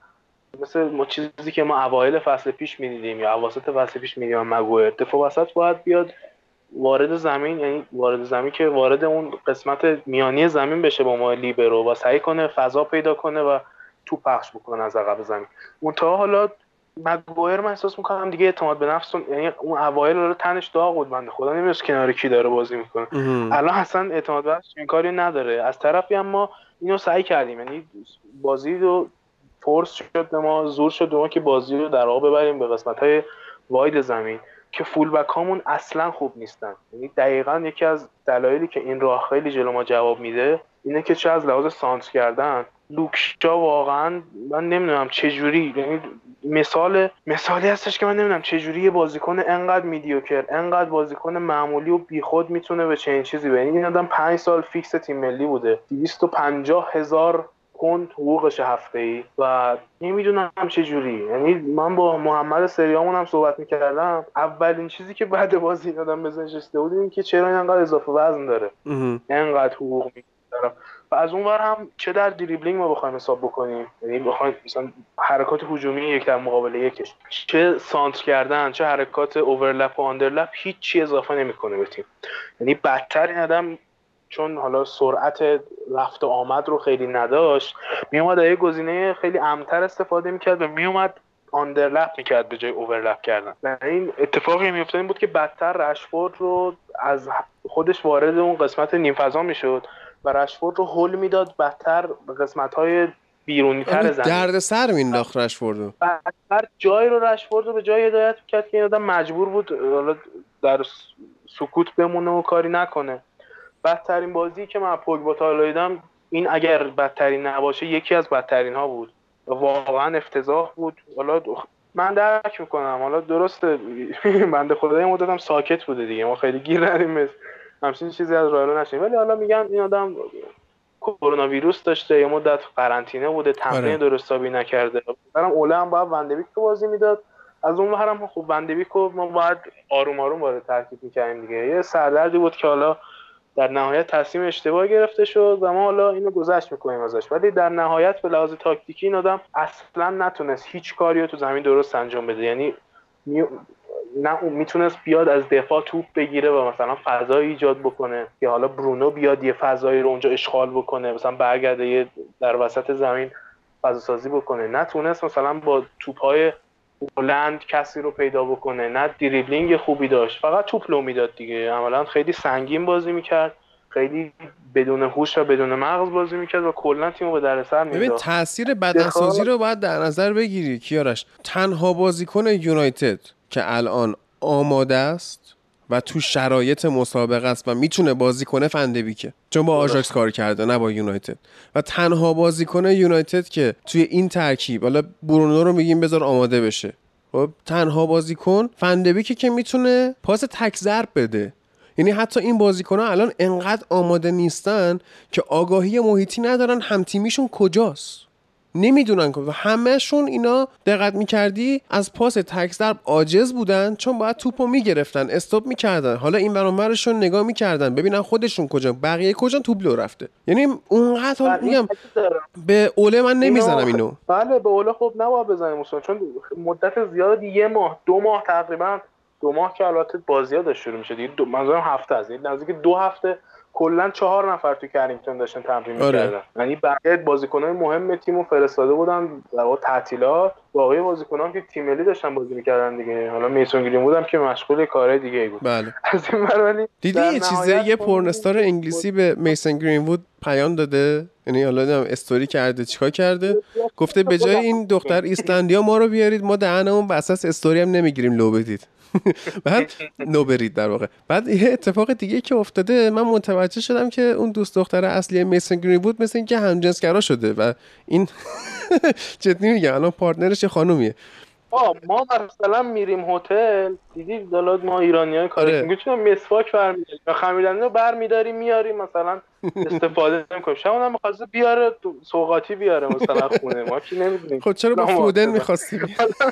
[SPEAKER 3] مثل چیزی که ما اوایل فصل پیش می‌دیدیم یا اواسط فصل پیش می‌دیدیم مگوئر، دفاع وسط باید بیاد وارد زمین، یعنی وارد زمین که وارد اون قسمت میانی زمین بشه با ما لیبرو و سعی کنه فضا پیدا کنه و توپ پخش بکنه از عقب زمین. منتها حالا مگوایر من احساس میکنم دیگه اعتماد به نفس، یعنی اون اوایل رو تنش داغ بود، بنده خدا نمیدونست کنار کی داره بازی میکنه. الان اصلا اعتماد به نفس این کاری نداره. از طرفی هم ما اینو سعی کردیم، یعنی بازی رو فورس شد ما، زور شد ما که بازی رو در واقع ببریم به قسمت‌های واید زمین که فول بک هامون اصلا خوب نیستن. یعنی دقیقاً یکی از دلایلی که این راه خیلی جلو ما جواب میده اینه که چه از لحاظ سانتر کردن لوکشا واقعا من نمیدونم چه جوری، یعنی مثالی هستش که من نمیدونم چه جوری یه بازیکن انقدر میدیوکر، انقدر بازیکن معمولی و بیخود میتونه به چنین چیزی برسه. این آدم 5 سال فیکس تیم ملی بوده، 250,000 پوند حقوقش هفته‌ای و نمیدونم چه جوری. یعنی من با محمد سریامون هم صحبت میکردم، اولین چیزی که بعد بازی آدم بزنشسته بود این که چرا اینقدر اضافه وزن داره، اینقدر حقوق میگیره. و از اون ور هم چه در دریبلینگ ما بخوایم حساب بکنیم، یعنی بخوایم مثلا حرکات هجومی یک در مقابل یکش، چه سانتر کردن، چه حرکات اوورلپ و آندرلپ، هیچ چی اضافه نمیکنه به تیم. یعنی بدتر این آدم چون حالا سرعت رفت و آمد رو خیلی نداشت، میومد یه گزینه خیلی امن‌تر استفاده میکرد و میومد آندرلپ میکرد به جای اوورلپ کردن. و این اتفاقی میافتاد این بود که بدتر رشفورد رو از خودش وارد اون قسمت نیم فضا میشد و رشفورد رو هول میداد بدتر به قسمت‌های بیرونی تر زمین
[SPEAKER 1] درد سر مینداخت رشفوردو.
[SPEAKER 3] هر جایی رو رشفوردو به جای هدایت کرد که این آدم مجبور بود حالا در سکوت بمونه و کاری نکنه. بدترین بازی که من پوگبا تا حالا دیدم، این اگر بدترین نباشه یکی از بدترین ها بود، واقعا افتضاح بود. حالا من درک میکنم، حالا درسته بنده خدای مدتم ساکت بوده دیگه، ما خیلی گیر ندیم همچین چیزی از رایلو نشیم، ولی حالا میگم این آدم کرونا ویروس داشته، یه مدت قرنطینه بوده، تمرین درست حسابی نکرده. برام اوله هم باید وندبیک رو بازی میداد، از اون ورم خب وندبیک رو ما باید آروم آروم وارد ترکیب می‌کردیم دیگه. یه سردردی بود که حالا در نهایت تصمیم اشتباه گرفته شد و ما حالا اینو گذشت می‌کنیم ازش، ولی در نهایت به لحاظ تاکتیکی این آدم اصلا نتونست هیچ کاری رو تو زمین درست انجام بده. یعنی نه میتونست بیاد از دفاع توپ بگیره و مثلا فضایی ایجاد بکنه یا حالا برونو بیاد یه فضایی رو اونجا اشغال بکنه، مثلا برگرده در وسط زمین فضا سازی بکنه، نتونست مثلا با توپ‌های بلند کسی رو پیدا بکنه، نه دریبلینگ خوبی داشت، فقط توپ لو میداد دیگه. عملاً خیلی سنگین بازی میکرد، خیلی بدون هوش و بدون مغز بازی میکرد و کلا تیمو به دردسر مینداخت.
[SPEAKER 1] ببین تاثیر بدنسازی رو باید در نظر بگیری کیارش. تنها بازیکن یونایتد که الان آماده است و تو شرایط مسابقه است و میتونه بازی کنه فندبیکه، چون با آژاکس کار کرده نه با یونایتد، و تنها بازیکن یونایتد که توی این ترکیب، حالا برونو رو میگیم بذار آماده بشه، خب تنها بازیکن فندبیکه که میتونه پاس تک ضرب بده. یعنی حتی این بازیکن‌ها الان انقدر آماده نیستن که آگاهی محیطی ندارن هم تیمیشون کجاست، نمیدونن و همهشون اینا دقت میکردی از پاس تک ضرب عاجز بودن، چون باید توپو میگرفتن استاپ میکردن، حالا این برانورشون نگاه میکردن ببینن خودشون کجا بقیه کجا توپ لو رفته. یعنی اونقدر حالا میگم به اوله من نمیزنم اینو.
[SPEAKER 3] بله به اوله خب نباید بزنیم اصلا، چون مدت زیادی یه ماه دو ماه تقریبا، دو ماه که البته بازی‌ها داشت شروع میشه دیگه، منظورم هفته است، نزدیک 2 هفته کلا 4 نفر تو کرینگتون داشتن تمرین می‌کردن. یعنی بقیه بازیکن‌های مهم تیمو فرستاده بودن در واقع تعطیلات، باقی بازیکنان که تیم ملی داشتن بازی می‌کردن دیگه. حالا میسون گرین بودم که مشغول کارهای دیگه بود.
[SPEAKER 1] بله.
[SPEAKER 3] از این ولی
[SPEAKER 1] دیدی یه چیزه، یه پورنستار انگلیسی به میسن گرین وود پیام داده، یعنی حالا نمیدونم استوری کرده چیکار کرده، گفته به جای این دختر ایسلندیا ما رو بیارید، ما دهنمون بساس استوری هم نمیگیریم لو بدید. بعد نو برید در واقع. بعد یه اتفاق دیگه که افتاده، من متوجه شدم که اون دوست دختر اصلی میسن گرین وود مثل اینکه همجنسگرا شده و این جدی میگم الان پارتنرش خانومیه.
[SPEAKER 3] ما مثلا میریم هتل، دیدی دالات ما ایرانیای کاری میگه چون مسواک برمی‌داریم یا خمیردندون رو برمی‌داریم میاریم مثلا استفاده نمی‌کنیم، شما هم می‌خواسته بیاره سوغاتی بیاره مثلا خونه ما که نمی‌دونیم.
[SPEAKER 1] خب چرا با فودن می‌خواستی؟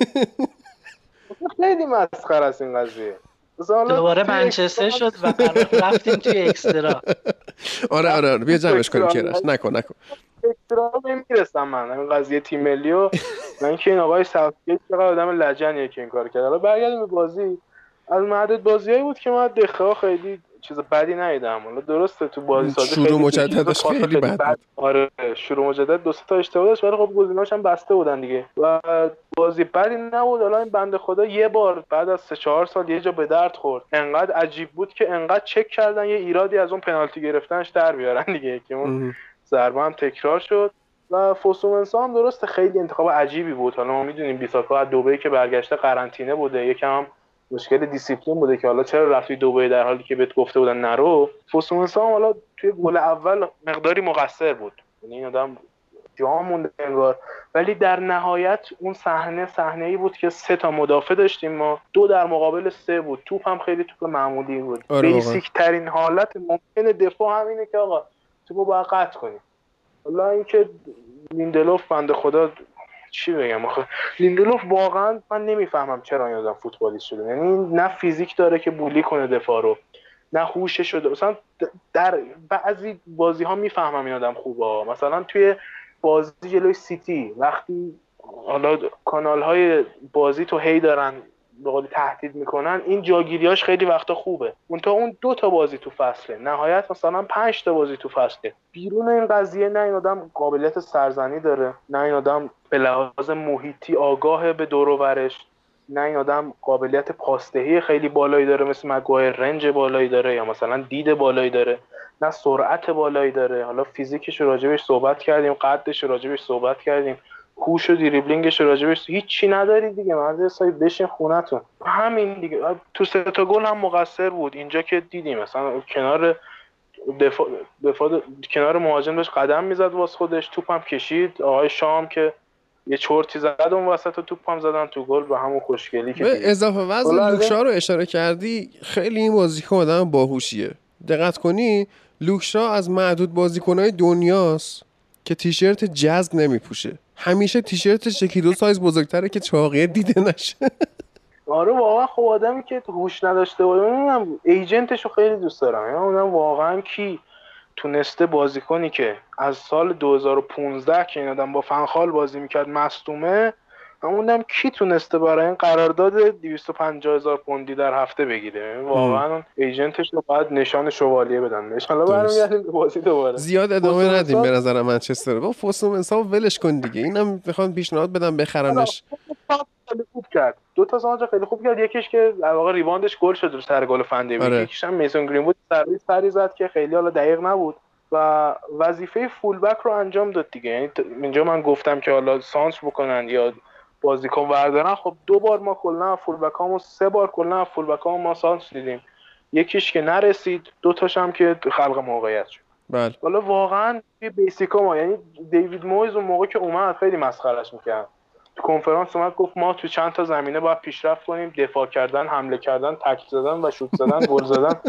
[SPEAKER 3] خیلی مسخره است این قضیه.
[SPEAKER 4] دوباره منچستر شد و قرار رفتیم توی اکسترا.
[SPEAKER 1] آره بیا جمعش کنیم کرش. نکن
[SPEAKER 3] اکسترا نمیرسم من این قضیه تیم ملی و من که این آقای ساوثگیت چقدر آدم لجنیه که این کار کرد. حالا برگردیم به بازی. از معدد بازیایی بود که من دقیقا خیلی چیز بدی ندیدم. حالا درسته تو بازی سازی
[SPEAKER 1] شروع مجددش خیلی بد بود.
[SPEAKER 3] آره شروع مجدد 2 تا اشتباه داشت، ولی خب گزینه‌هاش هم بسته بودن دیگه و بازی بدی نبود. حالا این بنده خدا یه بار بعد از 3-4 سال یه جا به درد خورد، انقدر عجیب بود که انقدر چک کردن یه ایرادی از اون پنالتی گرفتنش در بیارن دیگه که اون ضربه هم تکرار شد. و فوسومنسا هم درسته خیلی انتخاب عجیبی بود. حالا ما میدونیم بیساکا از دبی که برگشته قرنطینه بوده، یکم هم مشکل دیسیپلین بوده که حالا چرا رفتی دبی در حالی که بهت گفته بودن نرو. فوسومنسا هم حالا توی گل اول مقداری مقصر بود، یعنی این آدم جا مونده انگار، ولی در نهایت اون صحنه‌ای بود که 3 تا مدافع داشتیم ما، 2 در مقابل 3 بود، توپ هم خیلی توپ معمولی بود. بیسیک ترین حالت ممکن دفاع همینه که آقا توپو باید قطع کنی. حالا اینکه لیندلوف بنده خدا چی بگم آخه، لیندلوف واقعا من نمیفهمم چرا این آدم فوتبالیست شده. یعنی نه فیزیک داره که بولی کنه دفاع رو، نه هوش شده. مثلا در بعضی بازی ها میفهمم این آدم خوبه، مثلا توی بازی جلوی سیتی وقتی حالا کانال های بازی تو هی دارن به قولی تهدید میکنن، این جاگیریاش خیلی وقتا خوبه. اون 2 تا بازی تو فصله، نهایت مثلا 5 تا بازی تو فصله. بیرون این قضیه نه این آدم قابلیت سرزنی داره، نه این آدم به لحاظ محیطی آگاه به دور و برش، نه این آدم قابلیت پاسدهی خیلی بالایی داره مثل مگوایر، رنج بالایی داره یا مثلا دید بالایی داره، نه سرعت بالایی داره. حالا فیزیکش رو راجبش صحبت کردیم، قدش رو راجبش صحبت کردیم، هوش و دریبلینگش رو راجبش هیچی نداری دیگه. من سایه بشین خونتون همین دیگه. تو 3 تا گل هم مقصر بود. اینجا که دیدیم مثلا کنار کنار مهاجم داشت قدم میزد واسه خودش، توپم کشید. آقای شام که یه چرتی زد اون وسط و توپم زدن تو گل به همون خوشگلی که
[SPEAKER 1] به اضافه وزن لوکشا رو اشاره کردی، خیلی این بازیکن آدم باهوشیه. دقت کنی لوکشا از معدود بازیکن‌های دنیاست که تیشرت جذب نمیپوشه. همیشه تیشرتش 1-2 سایز بزرگتره که چاقیه دیده نشه.
[SPEAKER 3] آره واقعا. خب آدمی که هوش نداشته باشه، اونم ایجنتشو خیلی دوست دارم. یعنی اونم واقعا کی تونسته بازیکنی که از سال 2015 که این آدم با فنخال بازی میکرد مصدومه، همونم کی تونسته برای این قرارداد 250,000 پوندی در هفته بگیره. واقعا ایجنتش رو باید نشان شوالیه بدن بهش. حالا برمیگردیم به بازی دوباره.
[SPEAKER 1] زیاد ادامه ندیم به نظر منچستر. با فوسومنسا ولش کن دیگه. اینم میخوام پیشنهاد بدم بخرنش.
[SPEAKER 3] خیلی خوب کرد. 2 تا سانتر خیلی خوب کرد. یکیش که در واقع ریواندش گل شد سر گل فندی. یکیش هم میسون گرین بود سری زد که خیلی حالا دقیق نبود و وظیفه فول بک رو انجام داد دیگه. یعنی اینجا من گفتم که حالا سانس بکنن یا بازیکن وردارن. خب 2 بار ما کلا فول بکامو 3 بار کلا فول بکامو ما سانس دیدیم. یکیش که نرسید، 2 تاش هم که خلق موقعیت شد.
[SPEAKER 1] بله.
[SPEAKER 3] حالا واقعا بیسیکا ما، یعنی دیوید مویز اون موقع که اومد خیلی مسخرهش می‌کرد. تو کنفرانس اومد گفت ما تو چند تا زمینه باید پیشرفت کنیم، دفاع کردن، حمله کردن، تکل زدن و شوت زدن، گل زدن،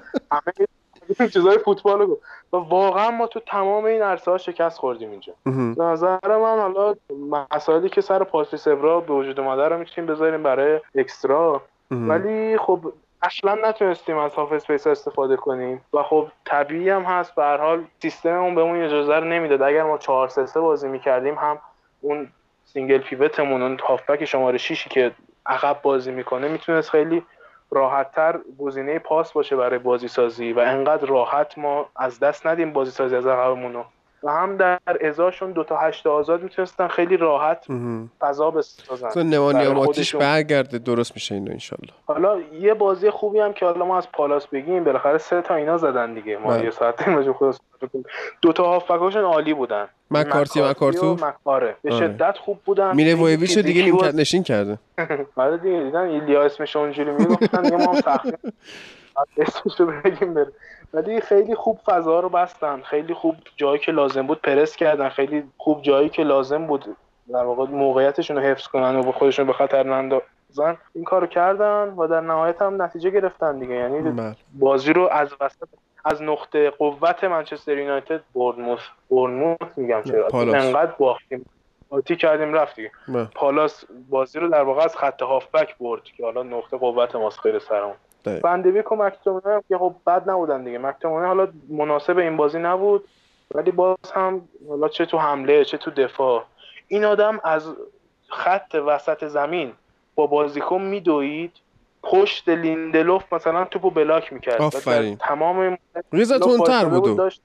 [SPEAKER 3] همه چیزای فوتبالو گفت. و واقعا ما تو تمام این عرصه‌ها شکست خوردیم اینجا. به نظر من حالا مسائلی که سر پاتریس اورا به وجود اومده رو میتونیم بذاریم برای اکسترا، ولی خب اصلا نتونستیم از هاف اسپیس استفاده کنیم و خب طبیعی هم هست. به هر حال سیستممون بهمون اجازه رو نمیداد. اگر ما 4-3-3 بازی می‌کردیم هم اون سینگل پیوتمون، اون هافبک شماره 6 که عقب بازی میکنه، میتونست خیلی راحت‌تر گزینه پاس باشه برای بازی سازی و انقدر راحت ما از دست ندیم بازی سازی از عقبمونو. و هم در ازاشون 2 تا 8 آزاد میتونستن خیلی راحت فضا بسازن.
[SPEAKER 1] مثلا نمانیا ماتیش برگرده درست میشه اینا انشالله.
[SPEAKER 3] حالا یه بازی خوبی هم که حالا ما از پالاس بگیم، بالاخره 3 تا اینا زدن دیگه. ما یه ساعت ماجو خودمون 2 تا هافبکاشون عالی بودن.
[SPEAKER 1] مکارتو
[SPEAKER 3] آره به شدت خوب بودن.
[SPEAKER 1] میلوویچ دیگه نیمکت نشین کرده.
[SPEAKER 3] آره دیگه دیدن ایلیا اسمش اونجوری میگفتن دیگه ما هم تخمین اسمش رو بگیم بره. ولی خیلی خوب فضا رو بستن، خیلی خوب جایی که لازم بود پرس کردن، خیلی خوب جایی که لازم بود در واقع موقعیتشون رو حفظ کنن و خودشون به خطر نندازن این کارو کردن و در نهایت هم نتیجه گرفتن دیگه. یعنی بازی رو از وسط، از نقطه قوت منچستر یونایتد بورنموث میگم چرا انقدر باختیم آتی کردیم رفت دیگه. پالاس بازی رو در واقع از خط هافبک برد که حالا نقطه قوت ماست خیلی سرمون. فندویک و مکتومنه که خب بد نبودن دیگه. مکتومنه حالا مناسب این بازی نبود ولی باز هم حالا چه تو حمله چه تو دفاع این آدم از خط وسط زمین با بازیکن میدوید پشت لیندلوف مثلا توپو بلاک میکرد.
[SPEAKER 1] آفرین.
[SPEAKER 3] تمام
[SPEAKER 1] ریزتون تر بود
[SPEAKER 3] داشت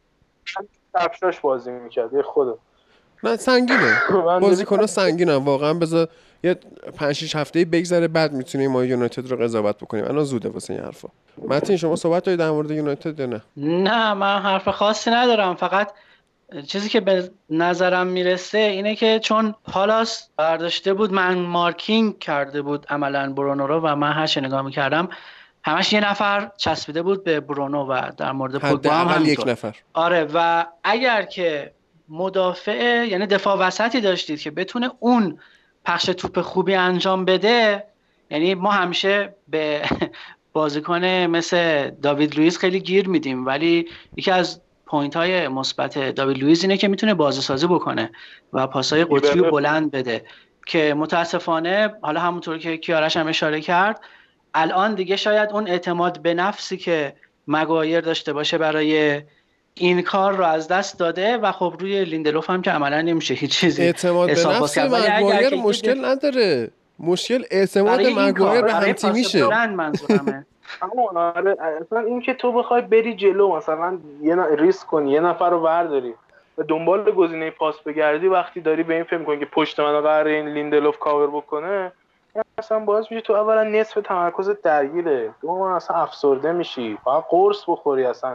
[SPEAKER 3] کفشاش بازی میکرد. یه خدا
[SPEAKER 1] نه سنگینه بازیکن‌ها سنگینن واقعا. بذار یه 5-6 هفته بگذره بعد میتونیم ما یونایتد رو قضاوت بکنیم. الان زوده واسه این حرفا. متین شما صحبت دارید در مورد یونایتد یا نه؟
[SPEAKER 4] نه من حرف خاصی ندارم. فقط چیزی که به نظرم میرسه اینه که چون پالاس برداشته بود من مارکینگ کرده بود عملاً برونو رو و من هر چه نگاه میکردم همش یه نفر چسبیده بود به برونو و در مورد پوگبا هم همینطور.
[SPEAKER 1] یک نفر.
[SPEAKER 4] آره و اگر که مدافع یعنی دفاع وسطی داشتید که بتونه اون پخش توپ خوبی انجام بده، یعنی ما همیشه به بازیکن مثل داوید لوئیس خیلی گیر میدیم ولی یکی از پوینت های مثبت داوید لوئیس اینه که میتونه بازی سازی بکنه و پاسای قطبی و بلند بده که متاسفانه حالا همونطور که کیارش هم اشاره کرد الان دیگه شاید اون اعتماد به نفسی که مگایر داشته باشه برای این کار رو از دست داده و خب روی لیندلوف هم که عملا نمیشه هیچ چیزی
[SPEAKER 1] اعتماد به نفس مگایر مشکل نداره. مشکل اعتماد مگایر به هم تیمیشه.
[SPEAKER 4] منظورمه
[SPEAKER 3] آره اصلا این که تو بخوای بری جلو مثلا ریسک کنی یه نفر رو برداری و دنبال گزینه پاس بگردی وقتی داری به این فکر می‌کنی که پشت منو قراره این لیندلوف کاور بکنه اصلا باعث میشه تو اولا نصف تمرکزت درگیره، دوم اصلا افسرده میشی، باید قرص بخوری اصلا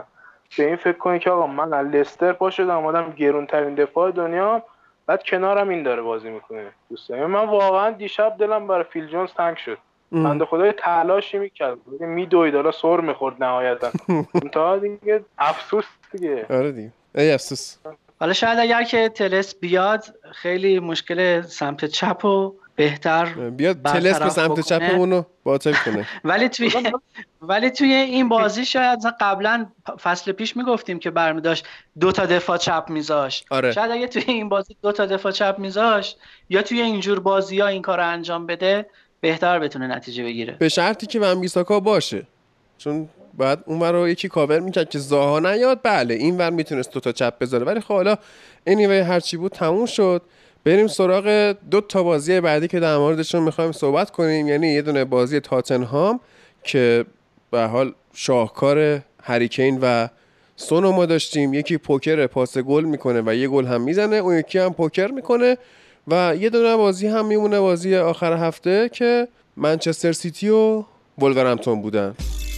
[SPEAKER 3] به این فکر کنید که آقا من از لستر پا شدم اومدم گرونترین دفاع دنیا، بعد کنارم این داره بازی میکنه. دوستان من واقعا دیشب دلم برای فیل جونز تنگ شد. بنده خدای تلاشی میکرد میدوید حالا سر میخورد نهایتا. تا دیگه افسوس دیگه.
[SPEAKER 1] آره دیگه ای افسوس.
[SPEAKER 4] حالا شاید اگر که تلس بیاد خیلی مشکل سمت چپو بهتر
[SPEAKER 1] بیاد تلس به سمت چپمونو باطل کنه.
[SPEAKER 4] ولی توی این بازی شاید قبلا فصل پیش میگفتیم که برمی داشت 2 تا دفاع چپ میذاشت.
[SPEAKER 1] آره.
[SPEAKER 4] شاید اگه توی این بازی 2 تا دفاع چپ میذاشت یا توی اینجور بازی ها این کار رو انجام بده بهتر بتونه نتیجه بگیره.
[SPEAKER 1] به شرطی که ون بیساکا باشه، چون بعد اون ور رو یکی کاور میکرد که زاها نیاد. بله این ور میتونست 2 تا چپ بذاره، ولی خب حالا anyway هرچی بود تموم شد. بریم سراغ 2 تا بازی بعدی که در موردشون میخوایم صحبت کنیم. یعنی یه دونه بازی تاتنهام که به حال شاهکار هری کین و سون ما داشتیم، یکی پوکر پاس گل میکنه و یه گل هم میزنه، اون یکی هم پوکر میکنه. و یه دونه بازی هم میمونه بازی آخر هفته که منچستر سیتی و وولورهمپتون بودن.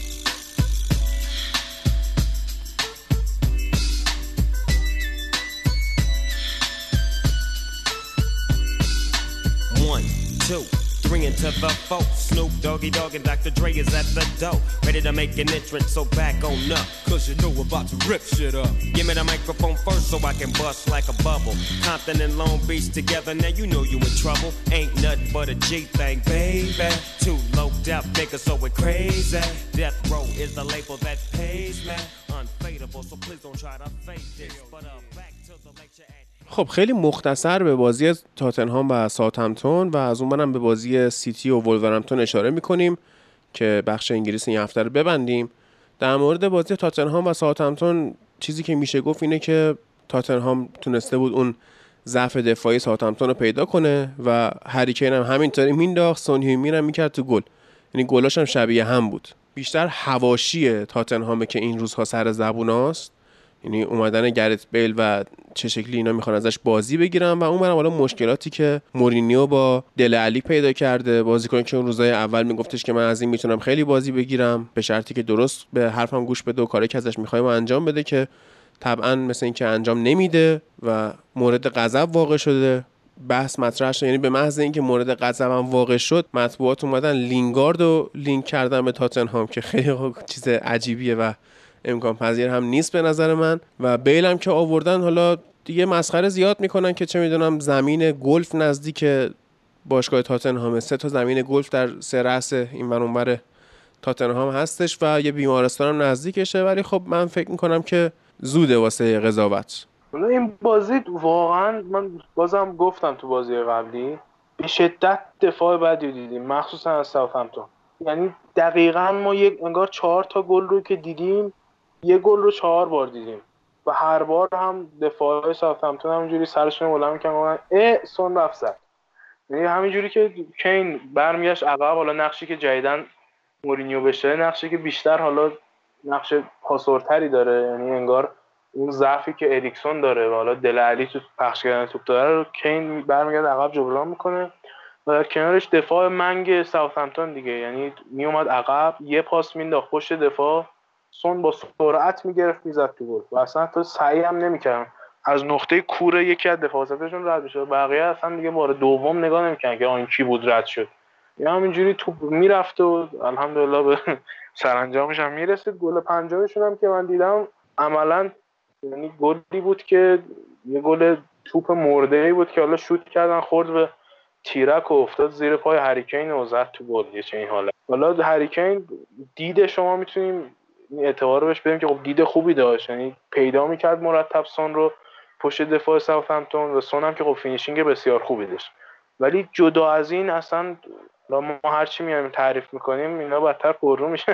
[SPEAKER 5] Bring it to the folks, Snoop Doggy Dogg and Dr. Dre is at the door, ready to make an entrance, so back on up, cause you know we're about to rip shit up. Give me the microphone first so I can bust like a bubble. Compton and Long Beach together, now you know you in trouble. Ain't nothing but a G thing, baby. Too loped out niggas so we're crazy. Death Row is the label that pays me. Unfadable, so please don't try to fake this. But back to the lecture at
[SPEAKER 1] خب خیلی مختصر به بازی تاتنهام و ساوثهمپتون و از اون برم به بازی سیتی و وولورهمپتون اشاره میکنیم که بخش انگلیسی این هفته رو ببندیم. در مورد بازی تاتنهام و ساوثهمپتون چیزی که میشه گفت اینه که تاتنهام تونسته بود اون ضعف دفاعی ساوثهمپتون رو پیدا کنه و هری کین هم همینطوری مینداخت، سون هیومین هم میکرد تو گل. یعنی گلاش هم شبیه هم بود. بیشتر حواشی تاتنهامه که این روزها سر زبوناست، یعنی اومدن گرت بیل و چه شکلی اینا میخوان ازش بازی بگیرن و اون برام حالا مشکلاتی که مورینیو با دل علی پیدا کرده، بازیکن که اون روزای اول میگفتش که من از این میتونم خیلی بازی بگیرم به شرطی که درست به حرفم گوش بده و کاری که ازش میخوایم انجام بده، که طبعا مثل این که انجام نمیده و مورد غضب واقع شده. بحث مطرح شد، یعنی به محض اینکه مورد غضبم واقع شد مطبوعات اومدن لینگارد رو لینک کردن به تاتنهام که خیلی چیز عجیبیه و امکان پذیر هم نیست به نظر من. و بیل هم که آوردن حالا دیگه مسخره زیاد میکنن که چه میدونم زمین گلف نزدیک باشگاه تاتنهام، 3 تا زمین گلف در 3 رأس این ور اون ور تاتنهام هستش و یه بیمارستان هم نزدیکشه، ولی خب من فکر میکنم که زوده واسه قضاوت.
[SPEAKER 3] این بازی واقعا من بازم گفتم تو بازی قبلی به شدت دفاع بدی دیدیم، مخصوصا از ساوثهمپتون. یعنی دقیقاً ما انگار 4 تا گل رو که دیدیم یه گل رو 4 بار دیدیم و هر بار هم دفاع ساوثهمپتون همونجوری سرشون بلند می‌کردن سون رفت زد. یعنی همینجوری که کین برمیگشت عقب، حالا نقشی که جدیدن مورینیو بشه نقشی که بیشتر حالا نقش پاسورتری داره، یعنی انگار اون ضعفی که اریکسون داره و حالا دل علی تو پخش کردن توپ داره رو کین برمیگرده عقب جبران میکنه و در کنارش دفاع منگ ساوثهمپتون دیگه، یعنی میومد عقب یه پاس مینداخت پشت دفاع، سون با سرعت میگرفت میزد تو گل و اصلا تو سعی هم نمیکردن از نقطه کوره یکی از دفاع وسطشون رد بشه، بقیه اصلا دیگه بار دوم نگاه نمیکنن که آن کی بود رد شد، یا همینجوری توپ میرفت و الحمدلله به سرانجامش هم میرسید. گل پنجمشون هم که من دیدم عملاً یعنی گلی بود که یه گل توپ مرده‌ای بود که حالا شوت کردن خورد به تیرک و افتاد زیر پای هری کین و زد تو گل. یه چنین حاله. حالا هری کین دید شما میتونیم اعتبار بهش بدیم که خب دید خوبی داشت، یعنی پیدا میکرد مرتب سون رو پشت دفاع ساوثهمپتون و سون هم که خب فینیشینگ بسیار خوبی داشت، ولی جدا از این اصلا ما هرچی میایم تعریف میکنیم اینا بدتر پررو میشن.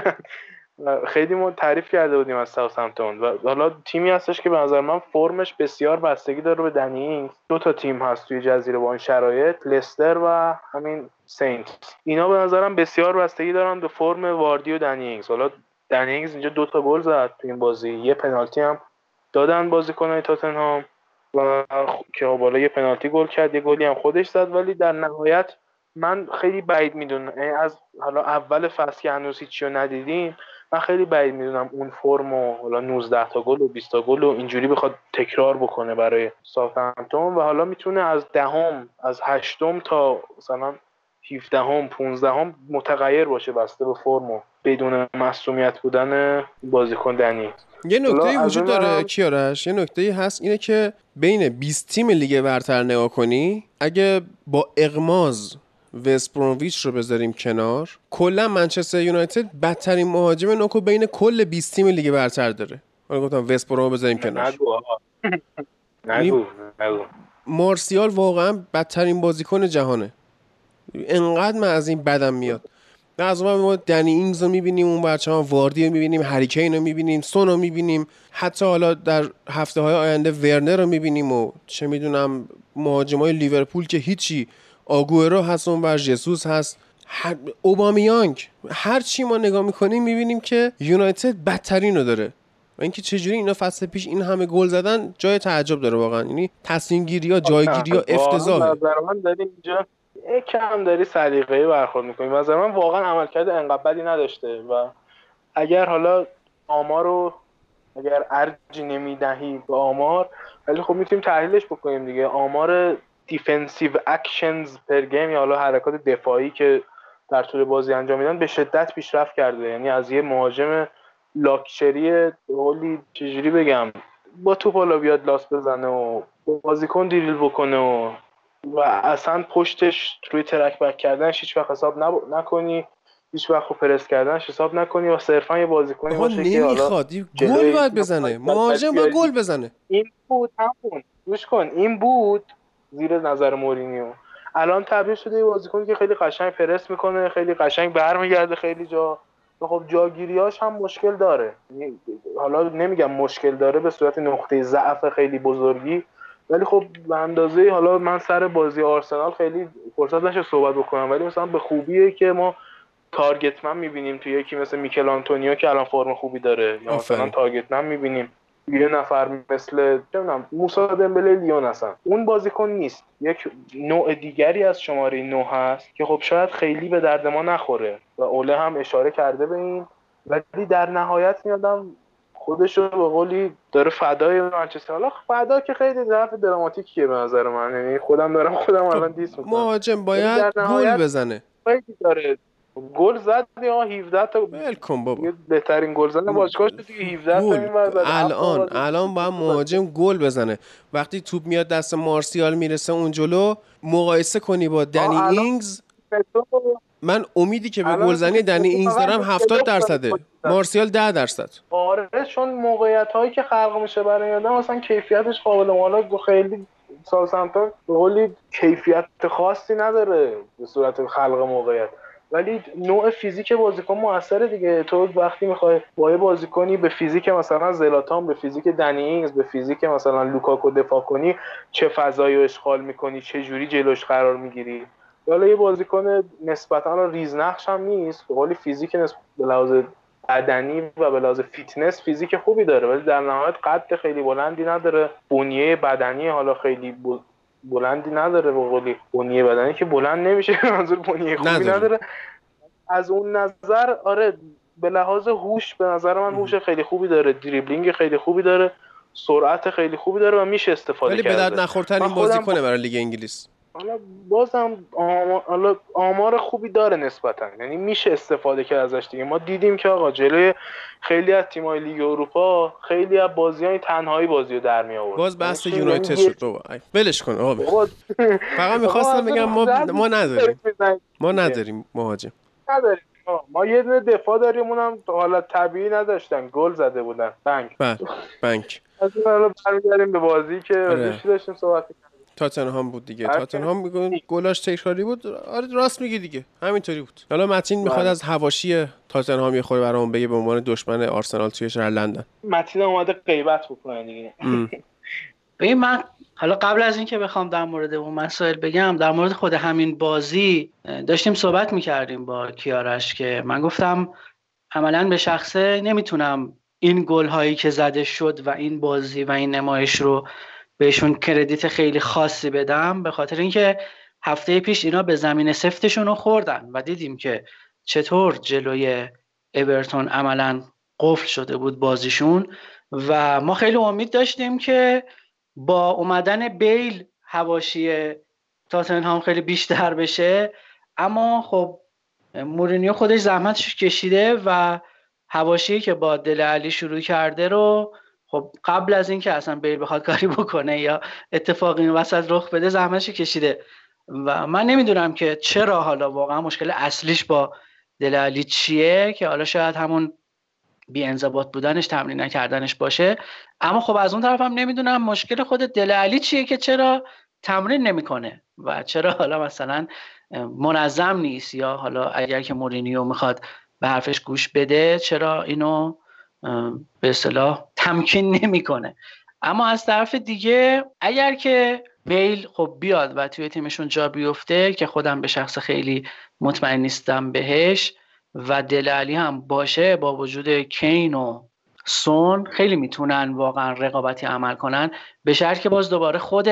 [SPEAKER 3] خیلی ما تعریف کرده بودیم از ساوثهمپتون و حالا تیمی هستش که به نظر من فرمش بسیار بستگی داره به دنی اینگز. 2 تا تیم هست توی جزیره با این شرایط، لستر و همین سینت، اینا به نظرم بسیار بستگی دارن به فرم واردی و دنی اینگز. حالا دنی اینگز اینجا 2 تا گل زد تو این بازی، یه پنالتی هم دادن بازیکنای تاتنهام و که بالا یه پنالتی گل کرد، یه گلی هم خودش زد، ولی در نهایت من خیلی بعید میدونم از حالا اول فصل که هنوز هیچی رو ندیدیم من خیلی بعید میدونم اون فرمو حالا 19 تا گل و 20 تا گل و اینجوری بخواد تکرار بکنه برای ساوثهمپتون و حالا میتونه از 10ام از 8م تا مثلا 17ام 15ام متغیر باشه بسته به فرمو بدون معصومیت بودن بازیکن دنی.
[SPEAKER 1] یه نکته وجود داره کیارش، یه نکته هست اینه که بین 20 تیم لیگ برتر نگاه کنی، اگه با اغماض وست برومویچ رو بذاریم کنار، کلا منچستر یونایتد بدترین مهاجم نوکو بین کل 20 تیم لیگ برتر داره. من گفتم وست بروم بذاریم کنار.
[SPEAKER 3] نگو.
[SPEAKER 1] مارسیال واقعا بدترین بازیکن جهانه. انقدر من از این بدم میاد. از اون ما دنی اینگز رو میبینیم، اون بچه‌ها واردی رو میبینیم، هری کین رو میبینیم، سون رو میبینیم، حتی حالا در هفته‌های آینده ورنر رو میبینیم و چه میدونم مهاجمای لیورپول که هیچی، آگوئرو هست، اون بر ژسوس هست، اوبامیانگ، هر چی ما نگاه میکنیم میبینیم که یونایتد بدترین رو داره. و اینکه چجوری اینا فصل پیش این همه گل زدن جای تعجب داره واقعا. یعنی تصمیم گیری ها، جایگیری ها افتضاحه.
[SPEAKER 3] من داریم اینجا کم داری سلیقه‌ای برخورد می‌کنی. مثلا من واقعا عملکرد انقدر بدی نداشته و اگر حالا آمارو اگر ارجی نمیدهی به آمار، ولی خب میتونیم تحلیلش بکنیم دیگه. آمار دیفنسیو اکشنز پر گیم یا حالا حرکات دفاعی که در طول بازی انجام میدن به شدت پیشرفت کرده. یعنی از یه مهاجم لاکچری هولی چجوری بگم با توپ حالا بیاد لاس بزنه و بازیکن دریبل بکنه و اصلا پشتش روی ترک بک کردنش هیچ وقت حساب نکنی، هیچ وقت پرس کردنش حساب نکنی و صرفا یه بازیکنی باشه که حالا
[SPEAKER 1] گل باید بزنه، مهاجم باید گل بزنه.
[SPEAKER 3] این بود همون گوش کن، این بود زیر نظر مورینیو. الان تبدیل شده یه بازیکنی که خیلی قشنگ پرس میکنه، خیلی قشنگ برمیگرده خیلی جا. خب جاگیریاش هم مشکل داره، حالا نمیگم مشکل داره به صورت نقطه ضعف خیلی بزرگی، ولی خب به اندازه حالا من سر بازی آرسنال خیلی فرصت نشه صحبت بکنم، ولی مثلا به خوبیه که ما تارگتمن میبینیم توی یکی مثل میکل آنتونیو که الان فرم خوبی داره، یا مثلا تارگتمن میبینیم یه نفر مثل موسی دمبله لیون هستن. اون بازیکن نیست، یک نوع دیگری از شماره 9 هست که خب شاید خیلی به درد ما نخوره و اوله هم اشاره کرده به این، ولی در نهایت میادم خودشو به قولی داره فدای منچستر. حالا فدا که خیلی ظرف دراماتیکیه به نظر من، یعنی خودم الان دیس میکنم.
[SPEAKER 1] مهاجم باید گل بزنه.
[SPEAKER 3] خیلی داره گل زد یا 17 تا
[SPEAKER 1] ولکن بابا،
[SPEAKER 3] بهترین گلزن باشگاهش دیگه 17 تا اینور زد.
[SPEAKER 1] الان باید مهاجم گل بزنه. وقتی توپ میاد دست مارسیال میرسه اون جلو، مقایسه کنی با دنی اینگز، من امیدی که به گلزنی دنی اینگز دارم 70%، مارسیال 10%.
[SPEAKER 3] آره چون موقعیت‌هایی که خلق میشه برای آدم مثلا کیفیتش قابل مقایسه، خیلی ساوثهمپتون به قولی کیفیت خاصی نداره به صورت خلق موقعیت، ولی نوع فیزیک بازیکن موثره دیگه. تو وقتی میخوای با یه بازیکنی به فیزیک مثلا زلاتان، به فیزیک دنی اینگز، به فیزیک مثلا لوکاکو دفاع کنی، چه فضایی رو اشغال میکنی، چه جوری جلوش قرار میگیری. حالا یه بازیکن نسبتا ریزنقش هم نیست، به قولی فیزیک به لحاظ بدنی و به لحاظ فیتنس فیزیک خوبی داره، ولی در نهایت قد خیلی بلندی نداره، بنیه بدنی حالا خیلی بلندی نداره، به قولی بنیه بدنی که بلند نمیشه، منظور بنیه خوبی نداره. از اون نظر آره به لحاظ هوش به نظر من هوش خیلی خوبی داره، دریبلینگ خیلی خوبی داره، سرعت خیلی خوبی داره و میشه استفاده کرد.
[SPEAKER 1] ولی به درد نخورترین بازیکنه برای لیگ انگلیس.
[SPEAKER 3] حالا بازم آمار خوبی داره نسبتا، یعنی میشه استفاده کرد ازش دیگه. ما دیدیم که آقا جلوی خیلی از تیم‌های لیگ اروپا خیلی از بازی‌های تنهایی بازیو در می آورد.
[SPEAKER 1] باز بحث یونایتد شد بابا، ولش کن آقا. فقط می‌خواستم بگم ما نداریم مهاجم،
[SPEAKER 3] نداریم. ما یه دونه دفاع داریم، اونم حالت طبیعی نداشتن، گل زده بودن بنک. از اون حالا برمیگردیم به بازی که ازش داشتیم صحبت
[SPEAKER 1] تاتنهام بود دیگه. تاتنهام میگن گلاش تکراری بود. آره راست میگی دیگه، همینطوری بود. حالا متین میخواد از حواشی تاتنهام یه خورده برامون بگه به عنوان دشمن آرسنال توی شهر لندن.
[SPEAKER 3] متین اومده غیبت بکنه دیگه.
[SPEAKER 4] ببین من حالا قبل از اینکه بخوام در مورد اون مسائل بگم، در مورد خود همین بازی داشتیم صحبت میکردیم با کیارش که من گفتم عملاً به شخصه نمیتونم این گل هایی که زده شد و این بازی و این نمایش رو بهشون کردیت خیلی خاصی بدم، به خاطر اینکه هفته پیش اینا به زمین سفتشون رو خوردن و دیدیم که چطور جلوی اورتون عملاً قفل شده بود بازیشون و ما خیلی امید داشتیم که با اومدن بیل حواشی تاتنهام خیلی بیشتر بشه، اما خب مورینیو خودش زحمتش کشیده و حواشی که با دل علی شروع کرده رو خب قبل از اینکه اصلا بیل بخواد کاری بکنه یا اتفاقی این وسط رخ بده زحمتش کشیده و من نمیدونم که چرا حالا واقعا مشکل اصلیش با دل علی چیه، که حالا شاید همون بی انضباط بودنش، تمرین نکردنش باشه، اما خب از اون طرف هم نمیدونم مشکل خود دل علی چیه که چرا تمرین نمیکنه و چرا حالا مثلا منظم نیست، یا حالا اگر که مورینیو میخواد به حرفش گوش بده چرا اینو به اصطلاح تمکین نمیکنه. اما از طرف دیگه اگر که بیل خب بیاد و توی تیمشون جا بیفته، که خودم به شخص خیلی مطمئن نیستم بهش، و دل علی هم باشه، با وجود کین و سون خیلی میتونن واقعا رقابتی عمل کنن، به شرط که باز دوباره خود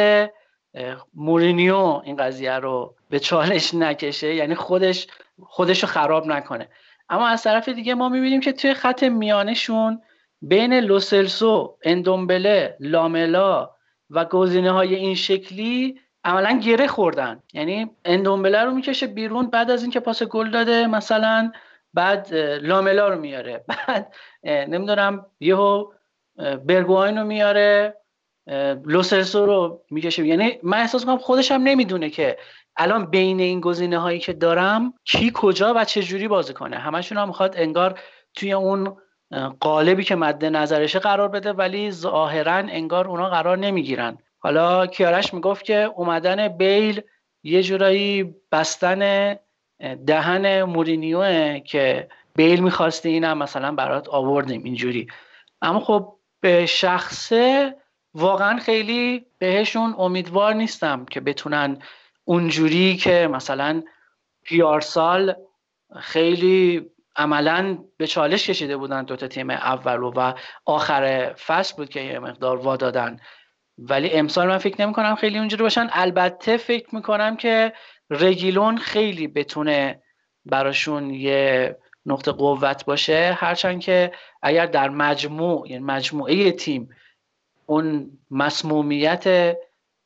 [SPEAKER 4] مورینیو این قضیه رو به چالش نکشه، یعنی خودش رو خراب نکنه. اما از طرف دیگه ما میبینیم که توی خط میانشون بین لوسلسو، اندومبله، لاملا و گزینه‌های این شکلی عملا گره خوردن. یعنی اندومبله رو میکشه بیرون بعد از اینکه پاس گل داده مثلا، بعد لاملا رو میاره، بعد نمیدونم یهو برگواین رو میاره، لوسلسو رو میکشه. یعنی من احساس میکنم خودش هم نمیدونه که الان بین این گزینه هایی که دارم کی کجا و چه جوری بازی کنه. همشون هم میخواد انگار توی اون قالبی که مد نظرشه قرار بده، ولی ظاهرا انگار اونا قرار نمیگیرن. حالا کیارش میگفت که اومدن بیل یه جورایی بستن دهن مورینیوه که بیل میخواسته اینم مثلا برات آوردیم اینجوری. اما خب به شخصه واقعا خیلی بهشون امیدوار نیستم که بتونن اونجوری که مثلا پیارسال خیلی عملاً به چالش کشیده بودن دوتا تیم اول و آخر فصل بود که یه مقدار وا دادن، ولی امسال من فکر نمی کنم خیلی اونجوری باشن. البته فکر میکنم که رگیلون خیلی بتونه براشون یه نقطه قوت باشه، هرچند که اگر در مجموع، یعنی مجموعه تیم، اون مسمومیت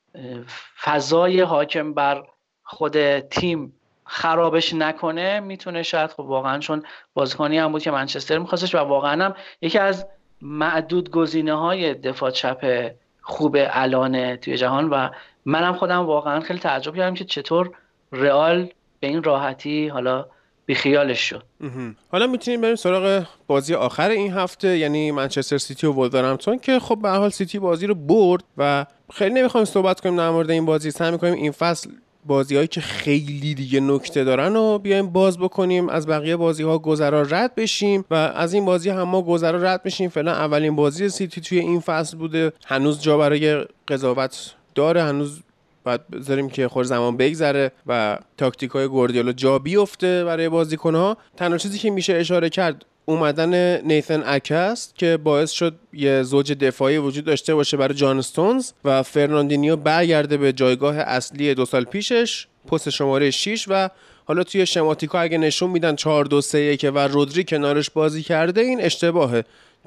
[SPEAKER 4] فضای حاکم بر خود تیم خرابش نکنه میتونه شاید خب واقعا، چون بازیکنی هم بود که منچستر میخواستش و واقعا هم یکی از معدود گزینه‌های دفاع چپ خوب الان توی جهان، و منم خودم واقعا خیلی تعجب کردم که چطور رئال به این راحتی حالا بیخیالش شد.
[SPEAKER 1] حالا میتونیم بریم سراغ بازی آخر این هفته، یعنی منچستر سیتی و ولورهمپتون، که خب به هر حال سیتی بازی رو برد و خیلی نمیخوایم صحبت کنیم در مورد این بازی. سعی می‌کنیم این فصل بازی‌هایی که خیلی دیگه نکته دارن رو بیایم باز بکنیم، از بقیه بازی‌ها گذرا رد بشیم و از این بازی هم ما گذرا رد بشیم. فعلا اولین بازی سیتی توی این فصل بوده، هنوز جا برای قضاوت داره، هنوز باید بذاریم که خود زمان بگذره و تاکتیک‌های گواردیولا جا بیفته برای بازیکن‌ها. تنها چیزی که میشه اشاره کرد اومدن نیثن اک است که باعث شد یه زوج دفاعی وجود داشته باشه برای جان استونز و فرناندینیو برگرده به جایگاه اصلی 2 سال پیشش، پست شماره 6. و حالا توی شماتیکا اگه نشون میدن 4-2-3-1 و رودری کنارش بازی کرده، این اشتباهه.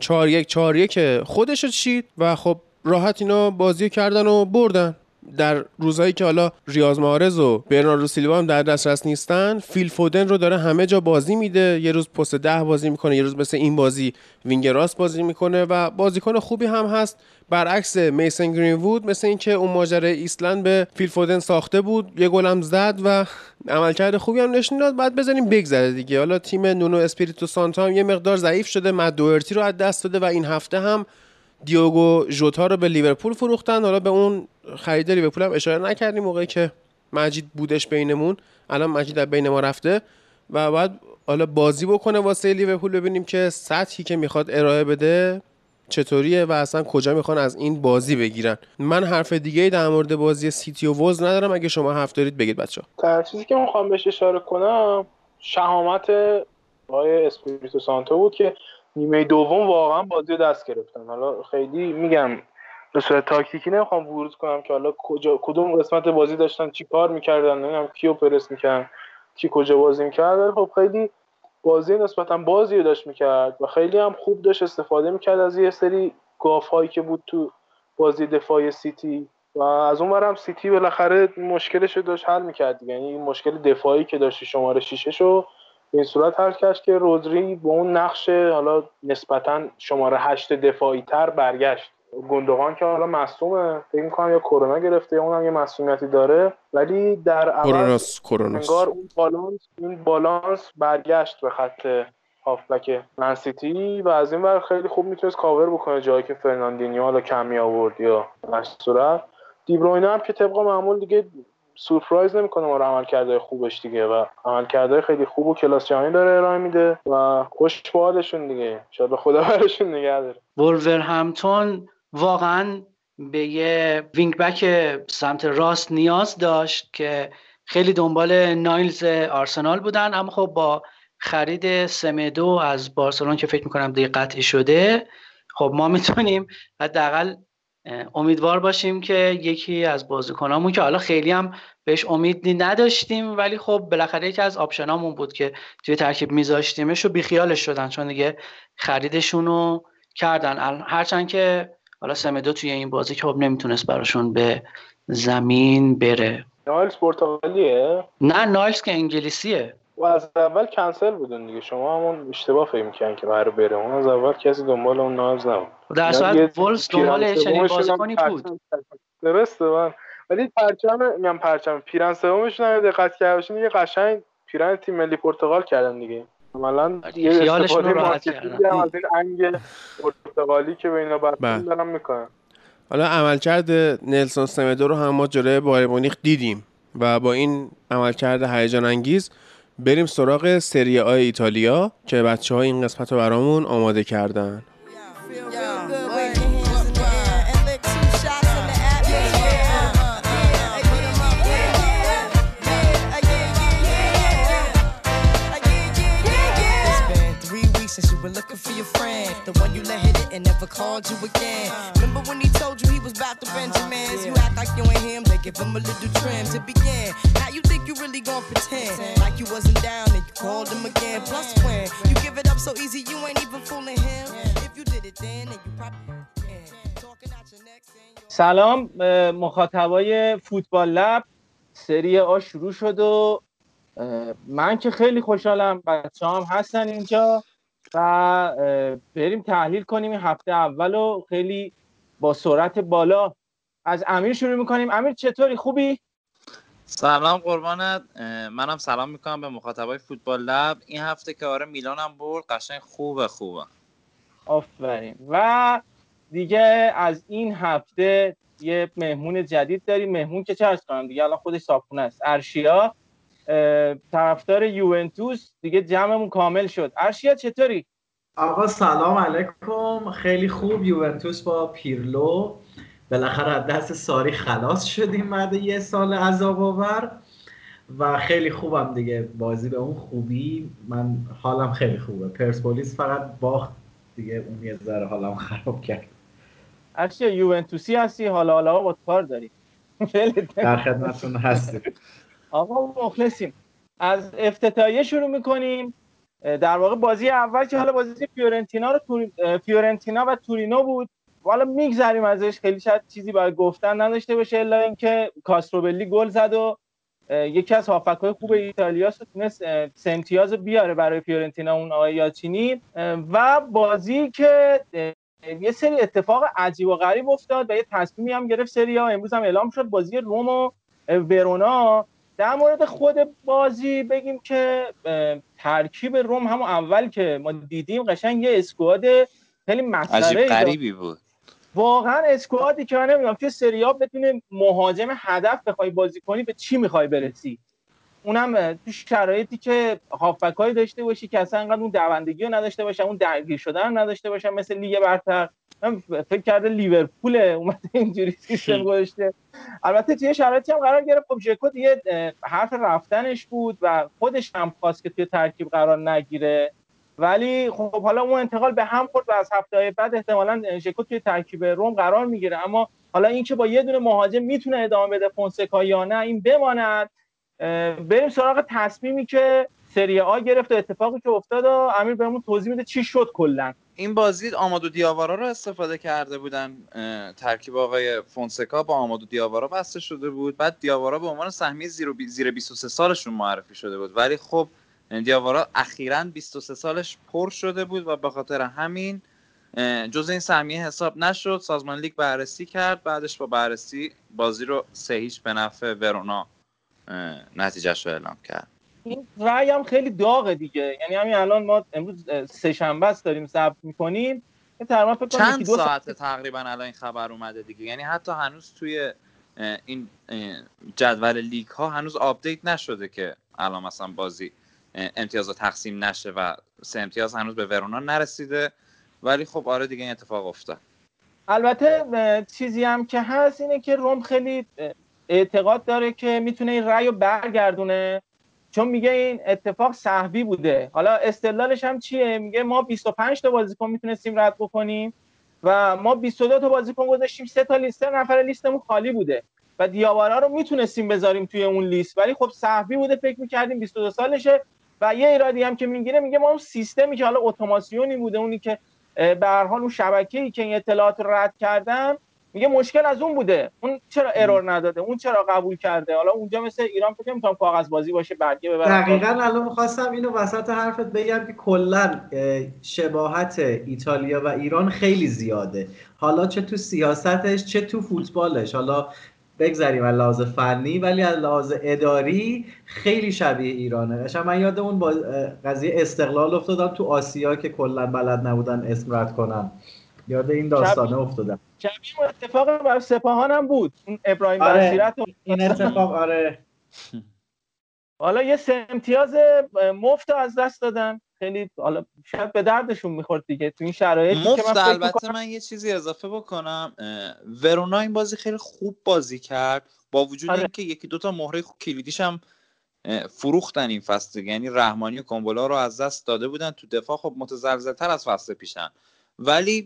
[SPEAKER 1] 4-1-4-1 خودش چید و خب راحت اینا بازی کردن و بردن. در روزهایی که حالا ریاض محرز و برناردو سیلوا هم در دسترس نیستن، فیل فودن رو داره همه جا بازی میده. یه روز پست 10 بازی میکنه، یه روز مثل این بازی وینگ راست بازی میکنه و بازیکن خوبی هم هست. برعکس میسن گرین‌وود، مثل این که اون ماجرای ایسلند به فیل فودن ساخته بود، یه گل هم زد و عملکرد خوبی هم نشون داد. بعد بزنیم بگذره دیگه. حالا تیم نونو اسپیریتو سانتو هم یه مقدار ضعیف شده، مد دوئرتی رو از دست داده و این هفته هم دیوگو ژوتا رو به لیورپول فروختن. حالا به اون خرید لیورپول هم اشاره نکردیم موقعی که مجید بودش بینمون، الان مجید از بین ما رفته و بعد حالا بازی بکنه واسه لیورپول، ببینیم که سطحی که میخواد ارائه بده چطوریه و اصلا کجا میخوان از این بازی بگیرن. من حرف دیگه‌ای در مورد بازی سیتی و وولز ندارم، اگه شما حرف دارید بگید بچه‌ها.
[SPEAKER 3] تا چیزی که میخوام بهش اشاره کنم شهامت آقای اسپیریتو سانتو بود که نیمه دوم واقعا بازی رو دست گرفتن. حالا خیلی میگم به صورت تاکتیکی نمیخوام ورود کنم که حالا کدوم قسمت بازی داشتن چی کار میکردن، نمیدونم کیو پرس میکردن کی کجا بازی میکرد. خب خیلی بازی نسبتا بازی رو داشت میکرد و خیلی هم خوب داشت استفاده میکرد از یه سری گاف‌هایی که بود تو بازی دفاعی سیتی و از اون برم سیتی بالاخره مشکلش رو داشت حل میکرد دیگه. یعنی مشکل دفاعی که داشت شماره 6 رو به این صورت حل کرد که رودری با اون نقش حالا نسبتا شماره 8 دفاعی تر برگشت. گوندوغان که حالا مصدومه، فکر می‌کنم یا کرونا گرفته یا اونم یه مصدومیتی داره، ولی در عوض انگار اون بالانس برگشت به خط هافبک منسیتی و از این ور خیلی خوب میتونست کاور بکنه جایی که فرناندینیو حالا کمی آورد یا در صورت دیبروینه هم که طبق معمول دیگه سورپرایز نمیکنه ما رو عملکردهای خوبش دیگه و عملکردهای خیلی خوب و کلاس جهانی داره ارائه میده و خوش به حالشون دیگه، ان شاءالله خدا برشون نگه داره.
[SPEAKER 4] وولورهمپتون واقعا به یه وینگ بک سمت راست نیاز داشت که خیلی دنبال نایلز آرسنال بودن، اما خب با خرید سمدو از بارسلون که فکر میکنم دیگه قطعی شده، خب ما میتونیم حداقل امیدوار باشیم که یکی از بازیکنامون که حالا خیلی هم بهش امیدی نداشتیم ولی خب بالاخره یکی از آپشنامون بود که توی ترکیب میذاشتیمش و بیخیالش شدن چون دیگه خریدشونو کردن. هرچند که حالا سمدو توی این بازی که خب نمیتونست براشون به زمین بره.
[SPEAKER 3] نایلز پرتغالیه؟
[SPEAKER 4] نه نایلز که انگلیسیه
[SPEAKER 3] و از اول کنسل بودن دیگه، شما همون اشتباه فکر می‌کنین که قرار بره، اون از اول کسی دنبال اون نایلز نبود.
[SPEAKER 4] در صورت وولز دنبال چنین بازیکنی بود.
[SPEAKER 3] درسته من ولی پرچم پیرن سومشون هم دقت کردین یه قشنگ پیرن تیم ملی پرتغال کردن دیگه. عملاً یه استفاده مارکتینگ هم از این انگ پرتغالی که به اینا بستن دارن میکنن.
[SPEAKER 1] حالا عملکرد نلسون سمدو رو هم ما جلوی بایر مونیخ دیدیم و با این عملکرد هیجان انگیز بریم سراغ سری آ ایتالیا که بچه‌ها این قسمت رو برامون آماده کردن.
[SPEAKER 6] Since you were looking for your friend, the one you let hit it and never called you again. Remember when he told you he was about to Benjamins? You act like you ain't him, they give him a little trim to begin. Now you think you really gon' pretend like you wasn't down and you called him again. Plus when you give it up so easy, you ain't even fooling him. If you did it then you probably talking out your neck saying.
[SPEAKER 7] سلام مخاطبای فوتبال لب، سری آ شروع شد و من که خیلی خوشحالم بچه‌ها هم هستن اینجا و بریم تحلیل کنیم این هفته اولو خیلی با سرعت بالا. از امیر شروع میکنیم. امیر چطوری، خوبی؟
[SPEAKER 8] سلام قربانت، منم سلام میکنم به مخاطبای فوتبال لب. این هفته که آره میلانم برد، قشنگ خوبه.
[SPEAKER 7] آفرین. و دیگه از این هفته یه مهمون جدید داریم، مهمون که چه عرض کنم دیگه الان خودش صاحبخونه است، ارشیا، طرفدار یوونتوس. دیگه جمعمون کامل شد. ارشیا چطوری؟
[SPEAKER 9] آقا سلام علیکم، خیلی خوب. یوونتوس با پیرلو بالاخره از دست ساری خلاص شدیم بعد یه سال عذاب آور و خیلی خوبم دیگه. بازی به اون خوبی، من حالم خیلی خوبه. پرسپولیس فقط باخت دیگه، اون یه ذره حالم خراب کرد.
[SPEAKER 7] ارشیا یوونتوسی هستی، حالا با کار داری.
[SPEAKER 9] در خدمتتون هستیم.
[SPEAKER 7] آقا مخلصیم. از افتتاحیه شروع میکنیم. در واقع بازی اول که حالا بازی فیورنتینا و تورینو بود، حالا میگذریم ازش، خیلی شاید چیزی برای گفتن نداشته باشه الا اینکه کاستروبلی گل زد و یکی از هافبک‌های خوب ایتالیاست، تونست سمتیاز بیاره برای فیورنتینا، اون آقای یاچینی. و بازی که یه سری اتفاق عجیب و غریب افتاد و یه تصمیمی هم گرفت سری آ، امروز هم اعلام شد، بازی روم و ورونا. در مورد خود بازی بگیم که ترکیب روم همون اول که ما دیدیم قشنگ یه اسکواد خیلی مسخره
[SPEAKER 8] غریبی بود.
[SPEAKER 7] واقعا اسکوادی که من نمیدونم توی سری آ بتونه مهاجم هدف بخوای بازی کنی به چی میخوای برسی، اونم تو شرایطی که هافبک‌های داشته باشی که اصلا انقدر اون دوندگی رو نداشته باشن، اون درگیر شدن نداشته باشن مثل لیگ برتر. من فکر کرده لیورپول اومده اینجوری سیستم گذاشته. البته توی شرایطی هم قرار گرفت خب ژکو دیگه حرف رفتنش بود و خودش هم خواست که توی ترکیب قرار نگیره، ولی خب حالا اون انتقال به هم خورد و از هفته‌های بعد احتمالاً ژکو توی ترکیب روم قرار میگیره. اما حالا این که با یه دونه مهاجم میتونه ادامه بده فونسکا یا نه این بماند. بریم سراغ تصمیمی که سری آ گرفت و اتفاقی که افتاد و امیر بهمون توضیح میده چی شد کلا.
[SPEAKER 8] این بازی آمادو دیاوارا رو استفاده کرده بودن، ترکیب آقای فونسکا با آمادو دیاوارا بسته شده بود. بعد دیاوارا به عنوان سهمیه زیر 23 سالشون معرفی شده بود، ولی خب دیاوارا اخیراً 23 سالش پر شده بود و به خاطر همین جز این سهمیه حساب نشد. سازمان لیگ بررسی کرد، بعدش با بررسی بازی رو 3-0 به نفع ورونا نتیجهش رو اعلام کرد.
[SPEAKER 7] این رأی هم خیلی داغه دیگه، یعنی همین الان ما امروز سه شنبه است داریم ضبط می‌کنیم، تقریبا فکر کنم
[SPEAKER 8] چند ساعت تقریبا الان این خبر اومده دیگه، یعنی حتی هنوز توی این جدول لیگ ها هنوز آپدیت نشده که الان مثلا بازی امتیازات تقسیم نشه و 3 امتیاز هنوز به ورونا نرسیده، ولی خب آره دیگه این اتفاق افتاد.
[SPEAKER 7] البته چیزی هم که هست اینه که روم خیلی اعتقاد داره که میتونه این رأی رو برگردونه، چون میگه این اتفاق سهوی بوده. حالا استدلالش هم چیه؟ میگه ما 25 تا بازیکن میتونستیم رد بکنیم و ما 22 تا بازیکن گذاشتیم، 3 تا لیست نفر لیستمون خالی بوده و دیاوارا رو میتونستیم بذاریم توی اون لیست، ولی خب سهوی بوده، فکر میکردیم 22 سالشه. و یه ایرادی هم که میگیره، میگه ما اون سیستمی که حالا اتوماسیونی بوده، اونی که به هر حال اون شبکه‌ای که این اطلاعات رو رد کردن، میگه مشکل از اون بوده، اون چرا ارور نداده، اون چرا قبول کرده. حالا اونجا مثل ایران فکر نمی‌کنم کاغذ بازی باشه برگه ببرن.
[SPEAKER 9] دقیقاً الان می‌خواستم اینو وسط حرفت بگم که کلاً شباهت ایتالیا و ایران خیلی زیاده، حالا چه تو سیاستش چه تو فوتبالش. حالا بگذاریم از لحاظ فنی، ولی از لحاظ اداری خیلی شبیه ایرانه. مثلا من یاد اون قضیه استقلال افتادم تو آسیا که کلاً بلد نبودن اسم رد کنن، یاد این داستانه افتادم.
[SPEAKER 7] شبیه اتفاق بر سپاهان هم بود، اون ابراهیم بصیرت
[SPEAKER 9] این اتفاق. آره
[SPEAKER 7] حالا یه 3 امتیاز مفت از دست دادن، خیلی حالا شاید به دردشون میخورد دیگه تو این شرایطی که من
[SPEAKER 8] البته من یه چیزی اضافه بکنم، ورونا این بازی خیلی خوب بازی کرد با وجود اینکه یکی دو تا مهره کلیدیش هم فروختن این فصل، یعنی رحمانی و کامبولا رو از دست داده بودن، تو دفاع خب متزلزل‌تر از فصل پیشن، ولی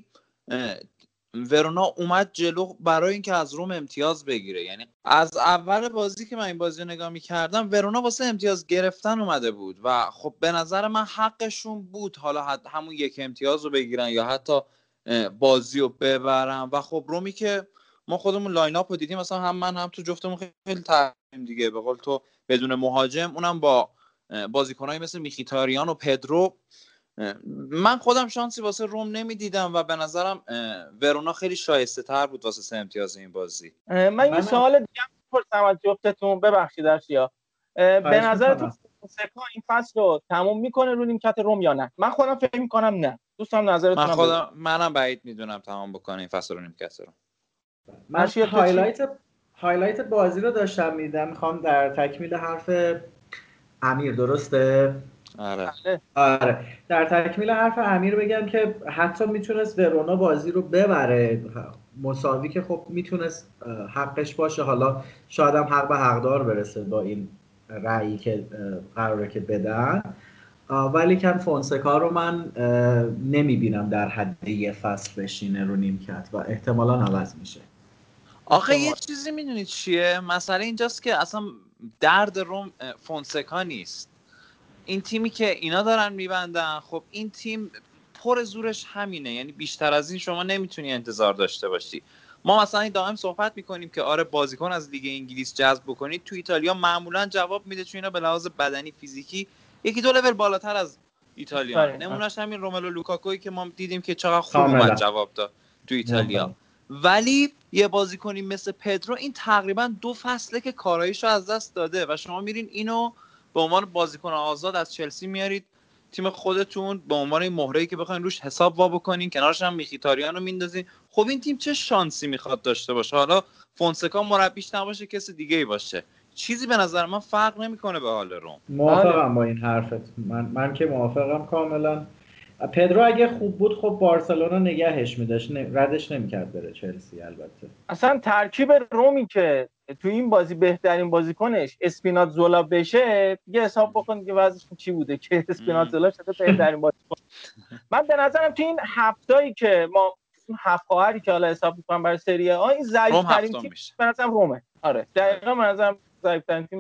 [SPEAKER 8] ورونا اومد جلو برای اینکه از روم امتیاز بگیره. یعنی از اول بازی که من این بازی رو نگاه می‌کردم ورونا واسه امتیاز گرفتن اومده بود و خب به نظر من حقشون بود حالا همون یک امتیاز رو بگیرن یا حتی بازی رو ببرن. و خب رومی که ما خودمون لاین اپ رو دیدیم، مثلا هم من هم تو جفتمون خیلی ترجیح دیگه، به قول تو بدون مهاجم، اونم با بازیکنایی مثل میخیتاریان و پدرو. من خودم شانسی واسه روم نمیدیدم و به نظرم ورونا خیلی شایسته تر بود واسه 3 امتیاز این بازی.
[SPEAKER 7] من یه سوال دیگه می‌پرسم از جفتتون، ببخشید ارشیا، به نظرتون فونسکا این فصل رو تموم میکنه رو نیمکت روم یا نه؟ من خودم فکر میکنم نه. دوستان نظرتون؟
[SPEAKER 8] منم بعید میدونم تمام بکنه این فصل رو نیمکت روم.
[SPEAKER 9] من هایلایت بازی رو داشتم میدم، میخوام در تکمیل حرف امیر، درسته؟ آره در تکمیل حرف امیر بگم که حتی میتونست ورونا بازی رو ببره مساوی، که خب میتونست حقش باشه، حالا شاید هم حق به حقدار برسه با این رأیی که قراره که بدن، ولی کن فونسکا رو من نمیبینم در حد یه فصل بشینه رو نیمکت و احتمالاً عوض میشه.
[SPEAKER 8] آخه یه چیزی میدونید چیه؟ مسئله اینجاست که اصلا درد روم فونسکا نیست، این تیمی که اینا دارن میبندن، خب این تیم پر زورش همینه، یعنی بیشتر از این شما نمیتونی انتظار داشته باشی. ما مثلا دائم صحبت میکنیم که آره بازیکن از لیگ انگلیس جذب بکنید، تو ایتالیا معمولا جواب میده، چون اینا به لحاظ بدنی فیزیکی یکی دو لول بالاتر از ایتالیا. نمونهش همین روملو لوکاکوی که ما دیدیم که چقدر خوب اومد جواب داد تو ایتالیا. ولی یه بازیکنی مثل پدرو این تقریبا 2 فصله که کاراییشو از دست داده و شما میرین اینو به عنوان بازیکن آزاد از چلسی میارید تیم خودتون، به عنوان این مهره‌ای که بخواید روش حساب وا بکنین، کنارش هم میخیتاریان رو میندازین. خب این تیم چه شانسی میخواد داشته باشه؟ حالا فونسکا مربیش نباشه، کسی دیگه ای باشه، چیزی به نظر من فرق نمیکنه به حال روم.
[SPEAKER 9] موافقم با این حرفت، من که موافقم کاملا. پدرو اگه خوب بود خب بارسلونا نگهش می‌داشت، ردش نمی‌کرد بره چلسی. البته
[SPEAKER 7] اصلا ترکیب رومی که تو این بازی بهترین بازیکنش اسپیناتزولا بشه، دیگه حساب بکن دیگه وضعش چی بوده که اسپیناتزولا شده بهترین بازیکن. من به نظرم تو این هفتایی که ما هفت خواهری که حالا حساب می‌کنم برای سری آ، این ضعیف‌ترین تیم به نظرم رومه. آره دقیقاً به نظرم ضعیف‌ترین تیم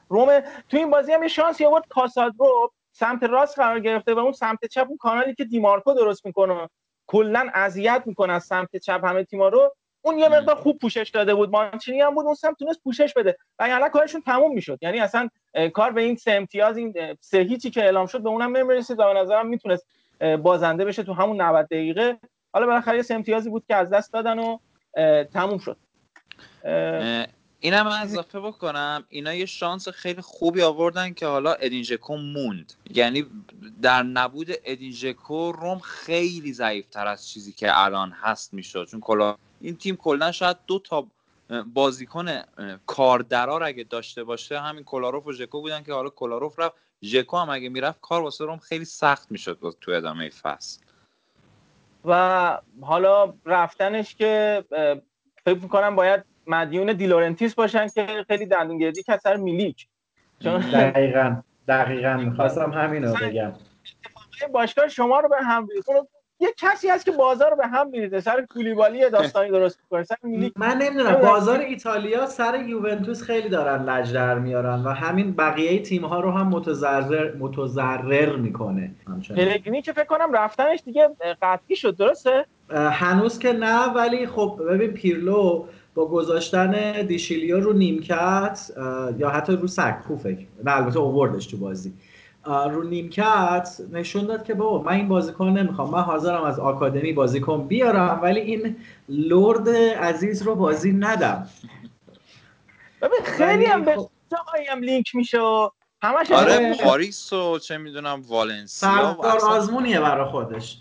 [SPEAKER 7] روم تو این بازی هم یه شانسی آورد، کاسادرو سمت راست قرار گرفته و اون سمت چپ اون کانالی که دیمارکو درست میکنه کلا اذیت میکنه از سمت چپ همه تیم‌ها رو، اون یه مقدار خوب پوشش داده بود. مانچینی هم بود اون سمت تونست پوشش بده و یعنی کارشون تموم میشد. یعنی اصلا کار به این 3 امتیاز، این 3-0 که اعلام شد به اونم نمیرسید و به نظرم میتونست بازنده بشه تو همون 90 دقیقه. حالا بالاخره 3 امتیازی بود که از دست دادن و تموم شد.
[SPEAKER 8] اینم من اضافه بکنم، اینا یه شانس خیلی خوبی آوردن که حالا ادین ژکو موند. یعنی در نبود ادین ژکو روم خیلی ضعیف‌تر از چیزی که الان هست میشد، چون این تیم کلا شاید 2 تا بازیکن کاردرار اگه داشته باشه همین کولاروف و ژکو بودن که حالا کولاروف رفت، ژکو هم اگه میرفت کار واسه روم خیلی سخت میشد تو ادامه فصل.
[SPEAKER 7] و حالا رفتنش که فکر می‌کنم باید مدیون دیلورنتیس باشن که خیلی دندونگردی کرد سر میلیک.
[SPEAKER 9] چون دقیقاً می‌خواستم همینو بگم.
[SPEAKER 7] باشگاه شما رو به هم ریخت. یه کسی هست که بازار رو به هم می‌ریزه، سر کولیبالی داستانی درست می‌کنه، سر میلیک.
[SPEAKER 9] من نمیدونم بازار ایتالیا سر یوونتوس خیلی دارن لج در میارن و همین بقیه تیم‌ها رو هم متضرر میکنه.
[SPEAKER 7] پلگرینی که فکر کنم رفتنش دیگه قطعی شد، درسته؟
[SPEAKER 9] هنوز که نه، ولی خب ببین پیرلو با گذاشتن دیشیلیو رو نیمکت یا حتی رو سکو فکر نه البته اووردش تو بازی رو نیمکت نشون داد که بابا من این بازیکن نمیخوام، من حاضرم از آکادمی بازیکن بیارم ولی این لرد عزیز رو بازی ندم.
[SPEAKER 7] ببین خیلی هم به جایی هم لینک میشه و همش
[SPEAKER 8] آره پاریس و چه میدونم والنسیا
[SPEAKER 9] سردار آزمونیه برای خودش.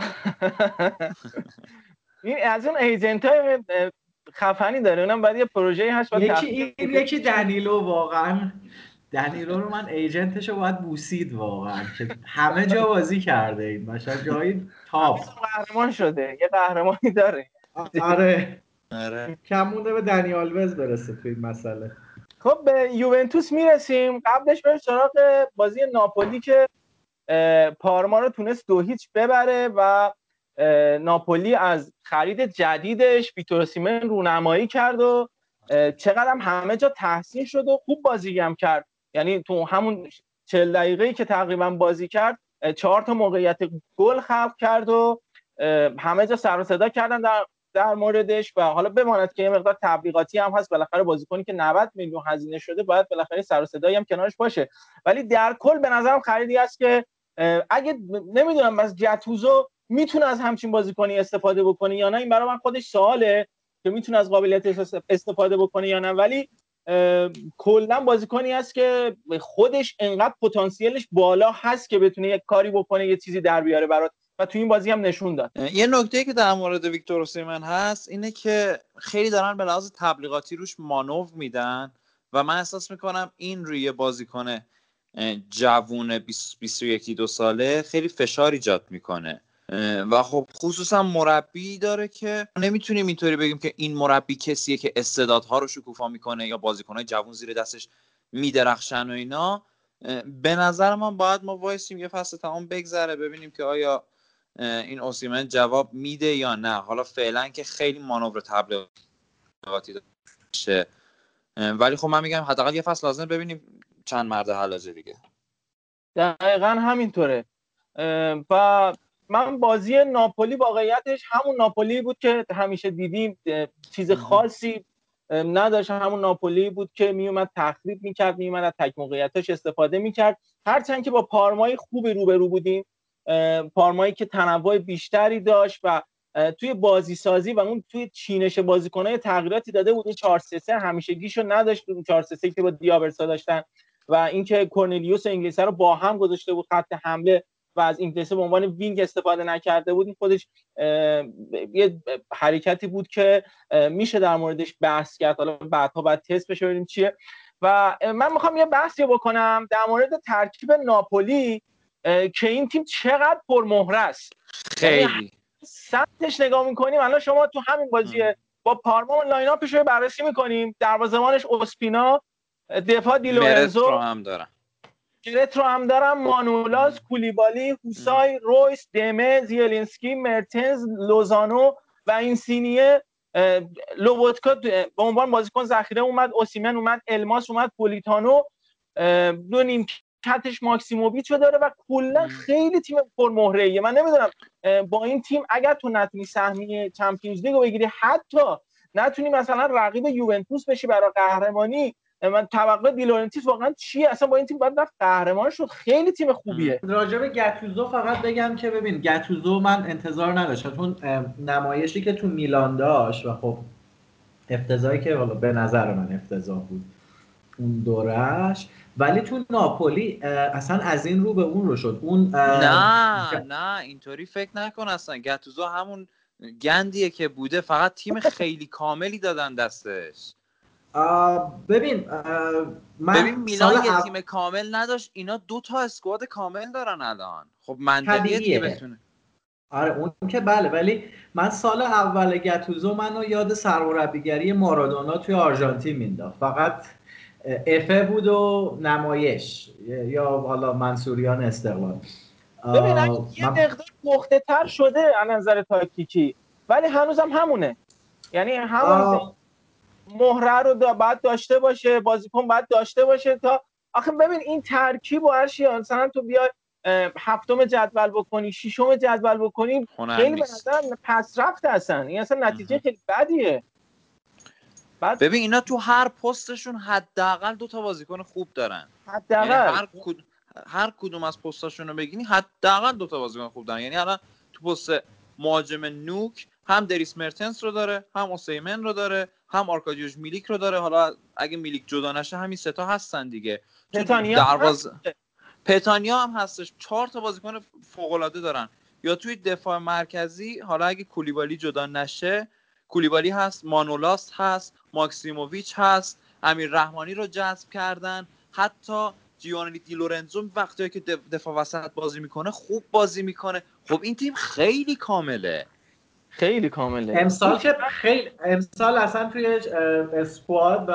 [SPEAKER 7] این از اون ایجنتای خفنی داره، اونم بعد یه پروژه‌ای هست
[SPEAKER 9] یکی دنیلو. واقعا دنیلو رو من ایجنتشو باید بوسید واقعا که همه جا بازی کرده، این مثلا جایی تاپ
[SPEAKER 7] قهرمان شده، یه قهرمانی داره.
[SPEAKER 9] آره کم مونده به دنی آلوز برسه تو این مسئله.
[SPEAKER 7] خب به یوونتوس میرسیم. قبلش بریم سراغ بازی ناپولی که پارما رو تونست 2-0 ببره و ناپولی از خرید جدیدش ویتور اوسیمن رونمایی کرد و چقدر همه جا تحسین شد و خوب بازی هم کرد. یعنی تو همون 40 دقیقه‌ای که تقریبا بازی کرد 4 تا موقعیت گل خلق کرد و همه جا سر و صدا کردن در موردش. و حالا بماند که یه مقدار تبلیغاتی هم هست، بالاخره بازیکنی که 90 میلیون هزینه شده باید بالاخره سر و صدایی هم کنارش باشه، ولی در کل به نظرم خریدی است که اگه نمیدونم از جاتوزو میتونه از همچین بازیکنی استفاده بکنه یا نه، این برای من خودش سواله که میتونه از قابلیت استفاده بکنه یا نه، ولی کلا بازیکنی است که خودش انقدر پتانسیلش بالا هست که بتونه یک کاری بکنه، یه چیزی در بیاره برات و تو این بازی هم نشون داد.
[SPEAKER 8] یه نکته که در مورد ویکتور اوسیمن هست اینه که خیلی دارن به لحاظ تبلیغاتی روش مانور میدن و من احساس میکنم این روی بازیکن جوون 21-22 ساله خیلی فشار ایجاد میکنه و خب خصوصا مربی داره که نمیتونیم اینطوری بگیم که این مربی کسیه که استعدادها رو شکوفا میکنه یا بازیکنای جوون زیر دستش میدرخشن و اینا. به نظر من باید ما وایسیم یه فصل تمام بگذره ببینیم که آیا این اوسیمن جواب میده یا نه. حالا فعلا که خیلی مانور تبلیغاتی داشته، ولی خب من میگم حداقل یه فصل لازم ببینیم چند مرد حلاجه دیگه.
[SPEAKER 7] دقیقاً همینطوره. و من بازی ناپولی واقعیتش همون ناپولی بود که همیشه دیدیم، چیز خاصی نداشت. همون ناپولی بود که میومد تخریب میکرد، میومد از تک موقعیتش استفاده میکرد، هرچند که با پارمای خوبی روبرو بودیم، پارمایی که تنوع بیشتری داشت و توی بازی سازی و اون توی چینش بازیکن‌های تغییراتی داده بود. این 4-3-3 همیشگیشو نداشت، اون 4-3-3 که با دیابرسا داشتن و اینکه کورنلیوس و انگلیسی رو با هم گذاشته بود خط حمله و از انگلیسی به عنوان وینگ استفاده نکرده بود، این خودش یه حرکتی بود که میشه در موردش بحث کرد. حالا بعدها باید تست بشه ببینیم چیه. و من میخوام یه بحثی بکنم در مورد ترکیب ناپولی که این تیم چقدر پرمهره است.
[SPEAKER 8] خیلی
[SPEAKER 7] سمتش نگاه میکنیم الان شما تو همین بازی با پارما لاین اپش رو بررسی میکنیم، دروازه‌بانش اوسپینا، دفاع دی لورنزو رو هم دارم، مانولاس، کولیبالی، هوسای، رویس، دمه، زیلینسکی، مرتنز، لوزانو و اینسینیه. لوبوتکا به عنوان بازیکن ذخیره اومد، اوسیمن اومد، الماس اومد، پولیتانو دو نیمکتش ماکسیموویچ رو داره و کلا خیلی تیم پرمهره‌ایه. من نمیدونم با این تیم اگر تو نتونی سهمیه چمپیونز لیگ رو بگیری، حتی نتونی مثلا رقیب یوونتوس بشی برای قهرمانی، من توقع دی لورنتیس واقعا چیه؟ اصلا با این تیم باید رفت قهرمان شد. خیلی تیم خوبیه.
[SPEAKER 9] راجع به گاتوزو فقط بگم که ببین گاتوزو من انتظار نداشتم، چون نمایشی که تو میلان داشت و خب افتضاحی که حالا به نظر من افتضاح بود اون دورش، ولی تو ناپولی اصلا از این رو به اون رو شد. اون
[SPEAKER 8] نه اینطوری فکر نکن. اصلا گاتوزو همون گندیه که بوده، فقط تیم خیلی کاملی دادن دستش.
[SPEAKER 9] ببین
[SPEAKER 8] میلان یه تیم کامل نداشت، اینا 2 تا اسکواد کامل دارن الان. خب منطقیه دیگه بتونه.
[SPEAKER 9] آره اون که بله، ولی من سال اول گاتوزو منو یاد سرمربیگری مارادونا توی آرژانتین مینداخت. فقط افه بود و نمایش، یا حالا منصوریان استقلال.
[SPEAKER 7] ببین یه مقدار پخته تر شده از نظر تاکتیکی، ولی هنوزم همونه. یعنی همون مهره رو باید داشته باشه، بازیکن باید داشته باشه تا آخه ببین این ترکیب و هرچی مثلا تو بیای 7م جدول بکنی 6م جدول بکنی خیلی به نظر پس رفته. اصلا این اصلا نتیجه خیلی بدیه.
[SPEAKER 8] ببین اینا تو هر پستشون حداقل 2 تا بازیکن خوب دارن.
[SPEAKER 7] حداقل
[SPEAKER 8] یعنی هر کدوم از پستاشون رو بگیری حداقل 2 تا بازیکن خوب دارن. یعنی الان تو پست مهاجم نوک هم دریس مرتنس رو داره، هم اوسیمن رو داره، هم آرکادیوش میلیک رو داره. حالا اگه میلیک جدا نشه همین 3 تا هستن دیگه. پتانیا هم هستش. 4 تا بازیکن فوق العاده دارن. یا توی دفاع مرکزی حالا اگه کولیبالی جدا نشه، کولیبالی هست، مانولاس هست، ماکسیموویچ هست، امیر رحمانی رو جذب کردن. حتی جیوانی دی لورنزو وقتی که دفاع وسط بازی میکنه خوب بازی میکنه. خب این تیم خیلی کامله.
[SPEAKER 9] امسال اصلا توی اسکواد و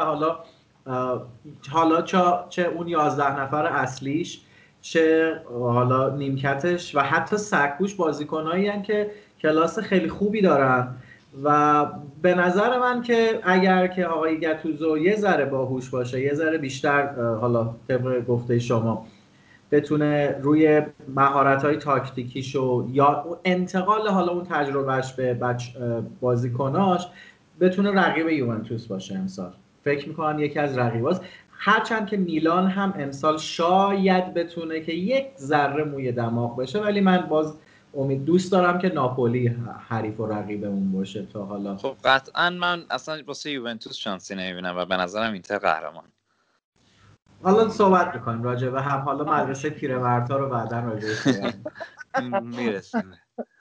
[SPEAKER 9] حالا چه اون 11 نفر اصلیش، چه حالا نیمکتش و حتی سکوش بازیکنایی هستن که کلاس خیلی خوبی دارن. و به نظر من که اگر که آقای گاتوزو یه ذره باهوش باشه، یه ذره بیشتر حالا طبق گفته شما بتونه روی مهارت‌های تاکتیکیشو یا انتقال حالا اون تجربهش به بازیکناش بتونه رقیب یوونتوس باشه امسال. فکر می‌کنم یکی از رقیباست. هرچند که میلان هم امسال شاید بتونه که یک ذره موی دماغ بشه، ولی من باز دوست دارم که ناپولی حریف و رقیبمون باشه تا حالا.
[SPEAKER 8] خب قطعا من اصلا واسه یوونتوس شانسی نمیبینم و به نظرم اینتر قهرمان.
[SPEAKER 9] حالا صحبت میکنیم راجع به هم، حالا مدرسه پیرمردها رو بعداً راجع به
[SPEAKER 8] میرسیم.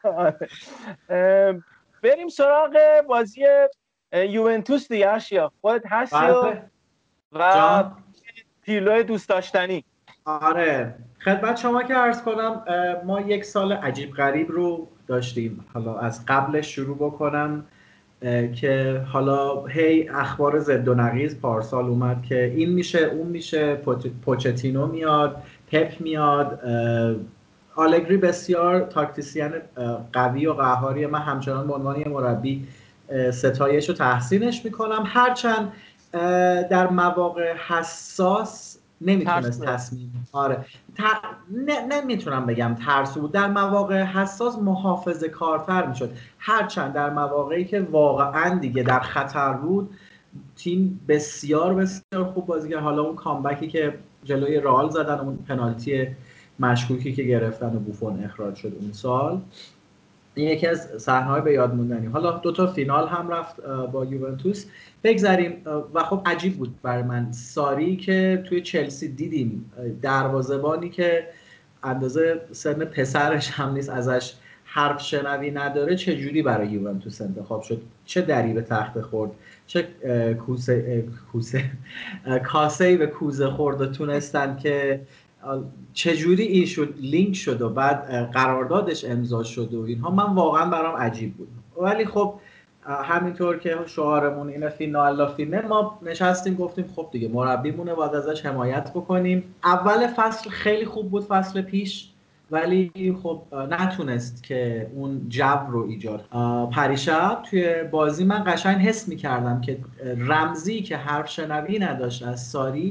[SPEAKER 7] بریم سراغ بازی یوونتوس دیگه. اشیا خودت هستی و پیرلو دوست داشتنی.
[SPEAKER 9] آره خدمت شما که عرض کنم ما یک سال عجیب غریب رو داشتیم. حالا از قبلش شروع بکنم که حالا هی اخبار ضد و نقیض پارسال اومد که این میشه اون میشه، پوچتینو میاد، پپ میاد. آلگری بسیار تاکتیسیان قوی و قهاریه. من همچنان به عنوان یه مربی ستایش و تحسینش میکنم، هرچند در مواقع حساس نمیتونست تصمیم نمیتونم بگم ترسو بود. در مواقع حساس محافظه کارتر میشد، هرچند در مواقعی که واقعا دیگه در خطر بود تیم بسیار بسیار خوب بازی کرد. حالا اون کامبکی که جلوی رئال زدن، اون پنالتی مشکوکی که گرفتن و بوفون اخراج شد اون سال، این یکی از صحنه‌های به یاد موندنی. حالا 2 تا فینال هم رفت با یوونتوس. بگذاریم و خب عجیب بود برای من ساری که توی چلسی دیدیم، دروازه‌بانی که اندازه سن پسرش هم نیست، ازش حرف شنوی نداره، چه جوری برای یوونتوس انتخاب شد، چه دری به تخت خورد، چه کاسه‌ای به کوزه خورد و تونستن که چجوری ایشون لینک شد و بعد قراردادش امضا شد و اینها. من واقعا برام عجیب بود. ولی خب همینطور که شعارمون اینه فینال لا فینه، ما نشستیم گفتیم خب دیگه مربیمونه باید ازش حمایت بکنیم. اول فصل خیلی خوب بود فصل پیش، ولی خب نتونست که اون جو رو ایجاد. پریشب توی بازی من قشنگ حس می‌کردم که رمزی که حرف شنوی نداشت از ساری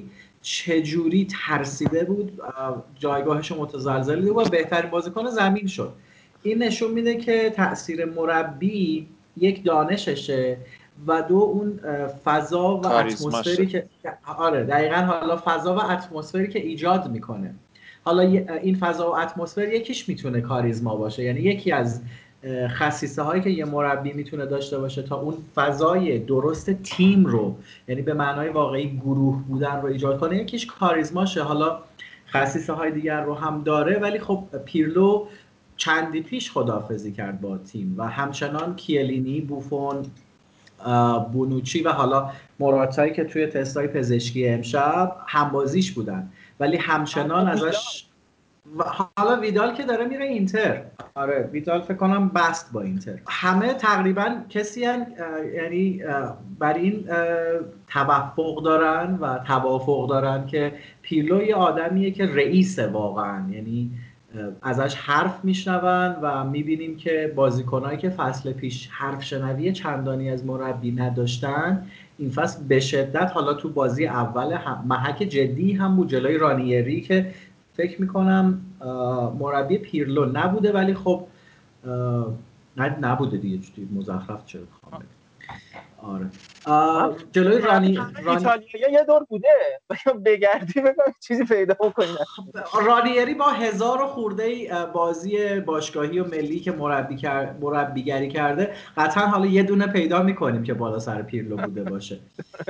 [SPEAKER 9] چجوری ترسیده بود جایگاهش متزلزل بود و بهترین بازیکن زمین شد. این نشون میده که تأثیر مربی یک دانششه و دو اون فضا و اتمسفری که آره دقیقاً، حالا فضا و اتمسفری که ایجاد میکنه. حالا این فضا و اتمسفر یکیش میتونه کاریزما باشه، یعنی یکی از خصیصه هایی که یه مربی میتونه داشته باشه تا اون فضای درست تیم رو، یعنی به معنای واقعی گروه بودن رو ایجاد کنه، یکیش کاریزماشه. حالا خصیصه های دیگر رو هم داره، ولی خب پیرلو چندی پیش خداحافظی کرد با تیم و همچنان کیلینی، بوفون، بونوچی و حالا مراتایی که توی تستای پزشکی امشب همبازیش بودن، ولی همچنان ازش حالا ویدال که داره میره اینتر. آره ویدال فکر کنم بست با اینتر. همه تقریبا کسی یعنی بر این توافق دارن و توافق دارن که پیرلو یه آدمیه که رئیسه واقعا، یعنی ازش حرف میشنون و میبینیم که بازیکنایی که فصل پیش حرف شنوی چندانی از مربی نداشتن این فصل به شدت، حالا تو بازی اول محک جدی هم بود جلوی رانیری که فکر میکنم مربی پیرلو نبوده، ولی خب نبوده دیگه، مزخرف چه بخوام بگم. آره جلوی
[SPEAKER 7] ایتالیا یه دور بوده بگردی بگم چیزی پیدا بکنی.
[SPEAKER 9] رانیری با 1000 خورده بازی باشگاهی و ملی که مربیگری کرده قطعا حالا یه دونه پیدا میکنیم که بالا سر پیرلو بوده باشه.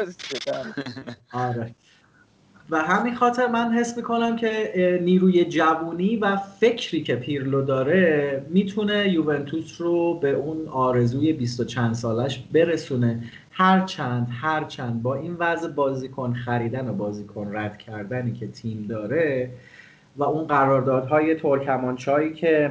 [SPEAKER 9] آره و همین خاطر من حس میکنم که نیروی جوونی و فکری که پیرلو داره میتونه یوونتوس رو به اون آرزوی 20 و چند سالش برسونه، هرچند با این وضع بازیکن خریدن و بازیکن رد کردنی که تیم داره و اون قراردادهای ترکمانچایی که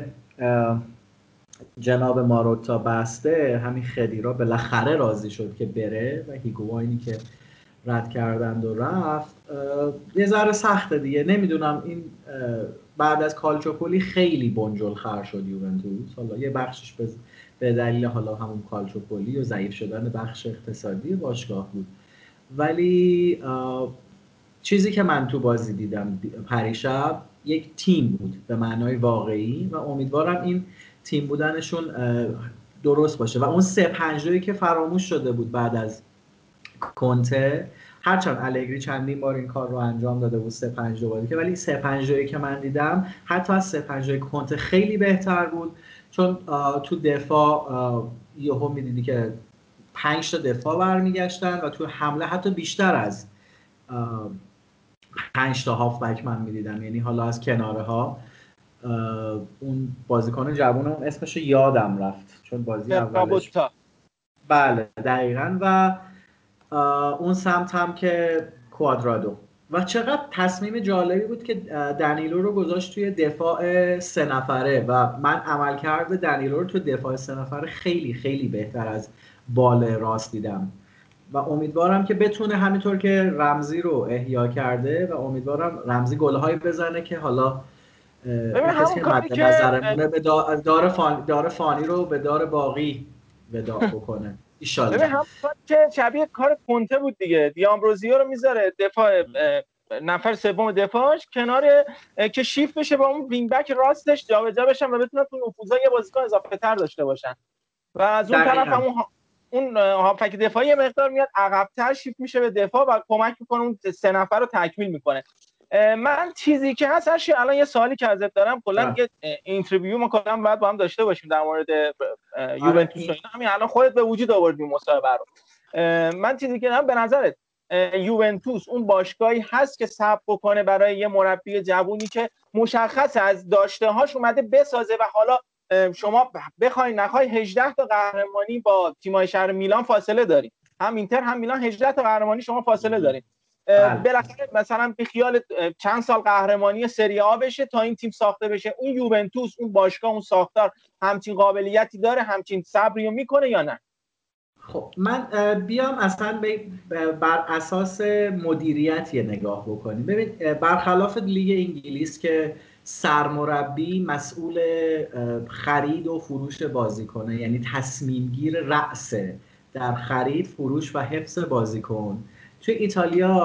[SPEAKER 9] جناب ماروتا بسته، همین خدیرا بالاخره راضی شد که بره و هیگواینی که رد کردند و رفت، یه ذره سخته دیگه. نمیدونم این بعد از کالچوپولی خیلی بنجل خر شد یوونتوس، حالا یه بخشش به دلیل حالا همون کالچوپولی و ضعیف شدن بخش اقتصادی باشگاه بود، ولی چیزی که من تو بازی دیدم پریشب یک تیم بود به معنای واقعی و امیدوارم این تیم بودنشون درست باشه و اون 3-5-2 که فراموش شده بود بعد از کنته، هرچند الگری چندین بار این کار رو انجام داده بود 3-5-2 بازی که، ولی 3-5-2 که من دیدم حتی از 3-5-2 کنته خیلی بهتر بود، چون تو دفاع یهو میدیدی که 5 تا دفاع برمیگشتن و تو حمله حتی بیشتر از 5 تا هافبک من میدیدم، یعنی حالا از کناره ها اون بازیکن جوون اون اسمش یادم رفت چون بازی اولش بله دقیقاً و اون سمت هم که کوادرادو و چقدر تصمیم جالبی بود که دنیلو رو گذاشت توی دفاع 3 نفره و من عملکرد دنیلو رو توی دفاع 3 نفره خیلی خیلی بهتر از بال راست دیدم و امیدوارم که بتونه همینطور که رمزی رو احیا کرده و امیدوارم رمزی گل‌هایی بزنه که حالا کسی که مد نظرمونه به دار فانی رو به دار باقی وداع بکنه ایشالله.
[SPEAKER 7] ببین هم که شبیه کار کنته بود دیگه، دیامبروزیو رو میذاره دفاع نفر سوم دفاعش کنار که شیفت بشه با اون وینگ بک راستش جابجا بشن و بتونن تو نفوذا یه بازیکن اضافه تر داشته باشن و از اون طرف هم اون هافک دفاعی مقدار میاد عقب‌تر شیفت میشه به دفاع و کمک میکنه اون 3 نفر رو تکمیل میکنه. من چیزی که هست الان یه سوالی که ازت دارم، کلا یه اینترویو ما کلا بعد با هم داشته باشیم در مورد یوونتوس و اینا، همین الان خودت به وجود آوردی مصاحبه رو. من چیزی که دارم، به نظرت یوونتوس اون باشگاهی هست که صبر بکنه برای یه مربی جوونی که مشخص از داشته‌هاش اومده بسازه و حالا شما بخوای نخوای 18 تا قهرمانی با تیم‌های شهر میلان فاصله دارید، هم اینتر هم میلان 18 تا قهرمانی شما فاصله دارید، بالاخره مثلا به خیال چند سال قهرمانی سری آ بشه تا این تیم ساخته بشه. اون یوونتوس اون باشگاه اون ساختار همچین قابلیتی داره، همچین صبریو میکنه یا نه؟
[SPEAKER 9] خب من بیام اصلا بر اساس مدیریتی نگاه بکنیم. ببین برخلاف لیگ انگلیس که سرمربی مسئول خرید و فروش بازیکنه، یعنی تصمیم گیر رأسه در خرید، فروش و حفظ بازیکن، توی ایتالیا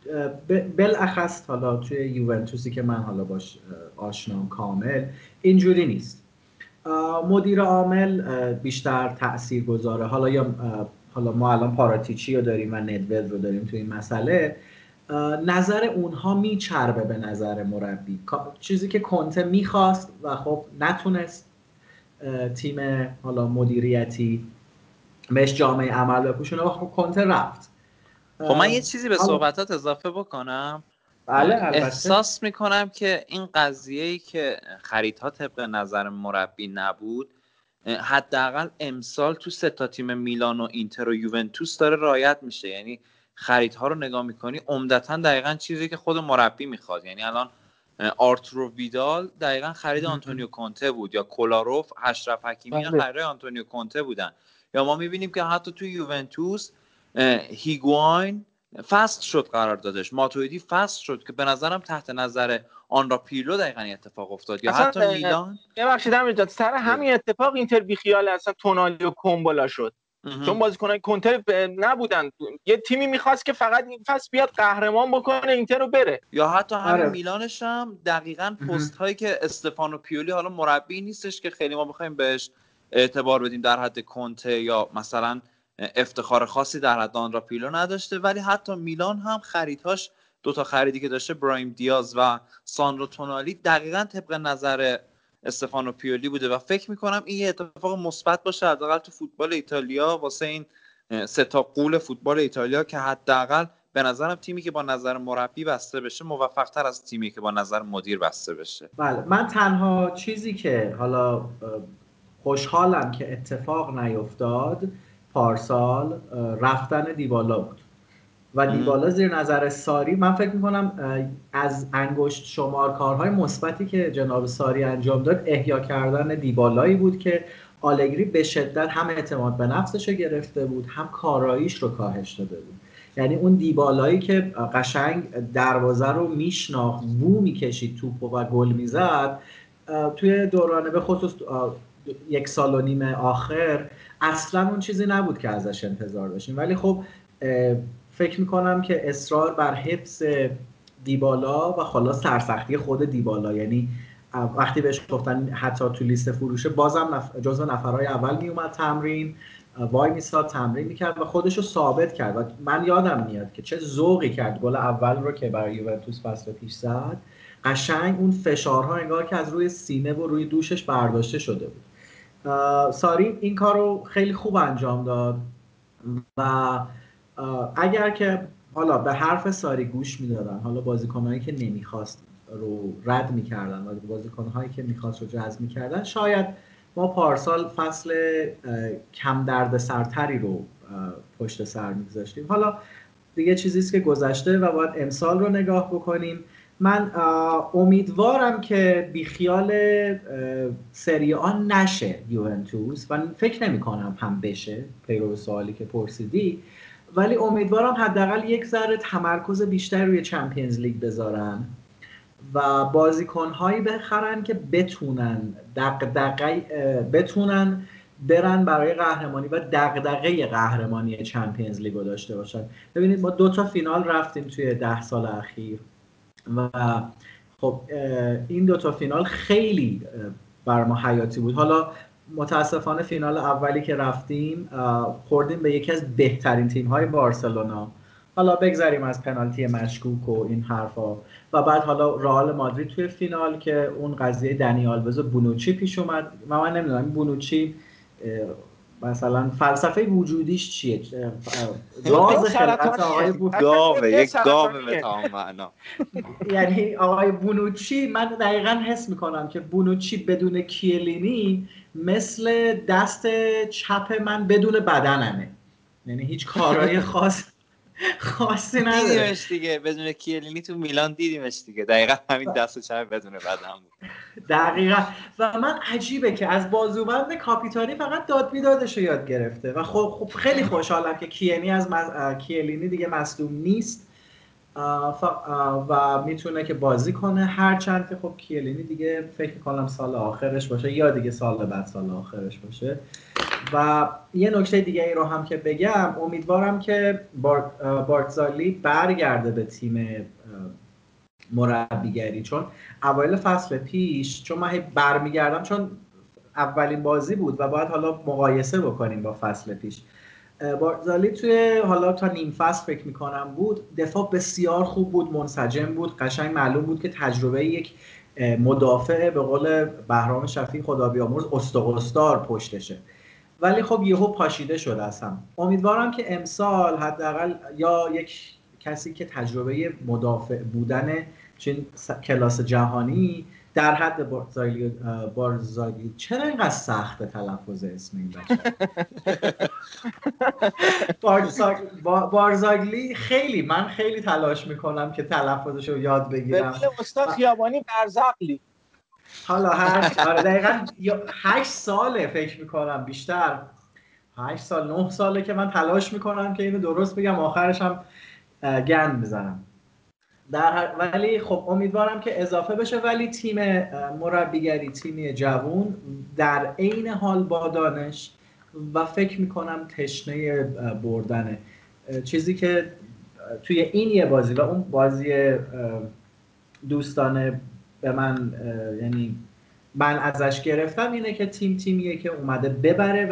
[SPEAKER 9] بالاخص حالا توی یوونتوسی که من حالا باش آشنام کامل اینجوری نیست. مدیر عامل بیشتر تأثیر گذاره. حالا ما الان پاراتیچی رو داریم و ندوید رو داریم توی این مسئله. نظر اونها میچربه به نظر مربی، چیزی که کنته میخواست و خب نتونست تیم حالا مدیریتی بهش جامعه عمل بپوشونه و خب کنته رفت.
[SPEAKER 8] خب من یه چیزی به صحبتات اضافه بکنم.
[SPEAKER 9] بله
[SPEAKER 8] احساس میکنم که این قضیه‌ای که خریدها طبق نظر مربی نبود حداقل امسال تو 3 تا تیم میلان و اینتر و یوونتوس داره رعایت میشه. یعنی خریدها رو نگاه میکنی عمدتاً دقیقاً چیزی که خود مربی میخواد. یعنی الان آرتورو ویدال دقیقاً خرید آنتونیو کونته بود، یا کولاروف، اشرف حکیمی خرید آنتونیو کونته بودن. یا ما میبینیم که حتی تو یوونتوس هیگواین فست شد قراردادش، ماتویدی فست شد که به نظرم تحت نظر آنرا پیرلو دقیقاً اتفاق افتاد. یا حتی میلان
[SPEAKER 7] ببخشید امیر سر همین اتفاق اینتر بیخیال اصلا تونالی و کومبولا شد. چون بازیکنان کنتر نبودن، یه تیمی میخواست که فقط این فصل بیاد قهرمان بکنه اینتر رو بره.
[SPEAKER 8] یا حتی همین میلانش هم دقیقاً پست هایی که استفانو پیولی حالا مربی نیستش که خیلی ما بخوایم بهش اعتبار بدیم در حد کنته یا مثلا افتخار خاصی در حد آنرا پیرلو نداشته، ولی حتی میلان هم خریدهاش 2 تا خریدی که داشته، برایم دیاز و ساندرو تونالی، دقیقاً طبق نظر استفانو پیولی بوده و فکر میکنم این یه اتفاق مثبت باشه حداقل تو فوتبال ایتالیا واسه این 3 تا غول فوتبال ایتالیا که حداقل به نظرم تیمی که با نظر مربی بسته بشه موفق‌تر از تیمی که با نظر مدیر بسته بشه.
[SPEAKER 9] بله، من تنها چیزی که حالا خوشحالم که اتفاق نیفتاد پارسال رفتن دیبالا بود و دیبالا زیر نظر ساری من فکر میکنم از انگشت شمار کارهای مثبتی که جناب ساری انجام داد احیا کردن دیبالایی بود که آلگری به شدت هم اعتماد به نفسش رو گرفته بود هم کاراییش رو کاهش داده بود. یعنی اون دیبالایی که قشنگ دروازه رو میشناخت، بو میکشید توپو و گل میزد توی دوران به خصوص 1.5 سال آخر اصلا اون چیزی نبود که ازش انتظار داشتیم. ولی خب فکر میکنم که اصرار بر حفظ دیبالا و خلاص سرسختی خود دیبالا، یعنی وقتی بهش گفتن حتی تو لیست فروشه بازم جزو نفرهای اول میومد تمرین، وای میساد تمرین میکرد و خودشو ثابت کرد و من یادم میاد که چه ذوقی کرد گل اول رو که برای یوونتوس فصل پیش زد. قشنگ اون فشارها انگار که از روی سینه و روی دوشش برداشته شده بود. ساری این کار رو خیلی خوب انجام داد و اگر که حالا به حرف ساری گوش میدادن، حالا بازیکنایی که نمیخواست رو رد میکردن و بازیکنهایی که میخواست رو جذب میکردن، شاید ما پارسال فصل کم درد سرتری رو پشت سر میگذاشتیم. حالا دیگه چیزیست که گذشته و باید امسال رو نگاه بکنیم. من امیدوارم که بیخیال سری آ نشه یوونتوس و فکر نمی کنم هم بشه پیرو سوالی که پرسیدی، ولی امیدوارم حداقل یک ذره تمرکز بیشتر روی چمپیونز لیگ بذارن و بازیکن‌هایی بخرن که بتونن برن برای قهرمانی و دغدغه قهرمانی چمپیونز لیگ رو داشته باشن. ببینید ما 2 تا فینال رفتیم توی 10 سال اخیر و خب این 2 تا فینال خیلی بر ما حیاتی بود. حالا متاسفانه فینال اولی که رفتیم خوردیم به یکی از بهترین تیم‌های بارسلونا، حالا بگذاریم از پنالتی مشکوک و این حرفا، و بعد حالا رئال مادرید توی فینال که اون قضیه دنی آلوز و بونوچی پیش اومد. من نمیدونم بونوچی مثلا فلسفه وجودیش چیه؟ راز خلقت آقای
[SPEAKER 8] گاوه، یک گاوه به تمام معنا.
[SPEAKER 9] یعنی آقای بونوچی من دقیقاً حس میکنم که بونوچی بدون کیلینی مثل دست چپ من بدون بدنمه، یعنی هیچ کارهای خاصی نداره.
[SPEAKER 8] دیدیمش دیگه بدون کیلینی تو میلان، دیدیمش دیگه دقیقاً همین دست چپ بدون بدن بود.
[SPEAKER 9] دقیقاً. و من عجیبه که از بازوبند کاپیتانی فقط داد بیدادش رو یاد گرفته و خب خیلی خوشحالم که کیلینی دیگه مصدوم نیست و میتونه که بازی کنه، هرچند که خب کیلینی دیگه فکر میکنم سال آخرش باشه یا دیگه سال بعد سال آخرش باشه. و یه نکته دیگه ای رو هم که بگم، امیدوارم که بارتزالی برگرده به تیم مربیگری، چون اوایل فصل پیش چون من برمیگردم چون اولین بازی بود و باید حالا مقایسه بکنیم با فصل پیش. بارتزالی توی حالا تا نیم فصل فکر میکنم بود، دفاع بسیار خوب بود، منسجم بود، قشنگ معلوم بود که تجربه یک مدافع به قول بهرام شفیع خدا بیامرز استقلستار پشتشه، ولی خب یهو پاشیده شد اصلا. امیدوارم که امسال حداقل یا یک کسی که تجربه مدافع بودن چون کلاس جهانی در حد بارزاگلی، چرا اینقدر سخته تلفظ اسم این بچه؟ بارزاگلی من خیلی تلاش میکنم که تلفظش رو یاد بگیرم.
[SPEAKER 7] به استاد خیابانی برزقلی.
[SPEAKER 9] حالا دقیقاً 8 ساله فکر میکنم، بیشتر 8 سال 9 ساله که من تلاش میکنم که اینو درست بگم، آخرش هم گند بزنم. ولی خب امیدوارم که اضافه بشه، ولی تیم مربیگری تیمی جوون در عین حال با دانش و فکر میکنم تشنه بردنه. چیزی که توی این یه بازی و اون بازی دوستانه به من یعنی من ازش گرفتم اینه که تیمیه که اومده ببره،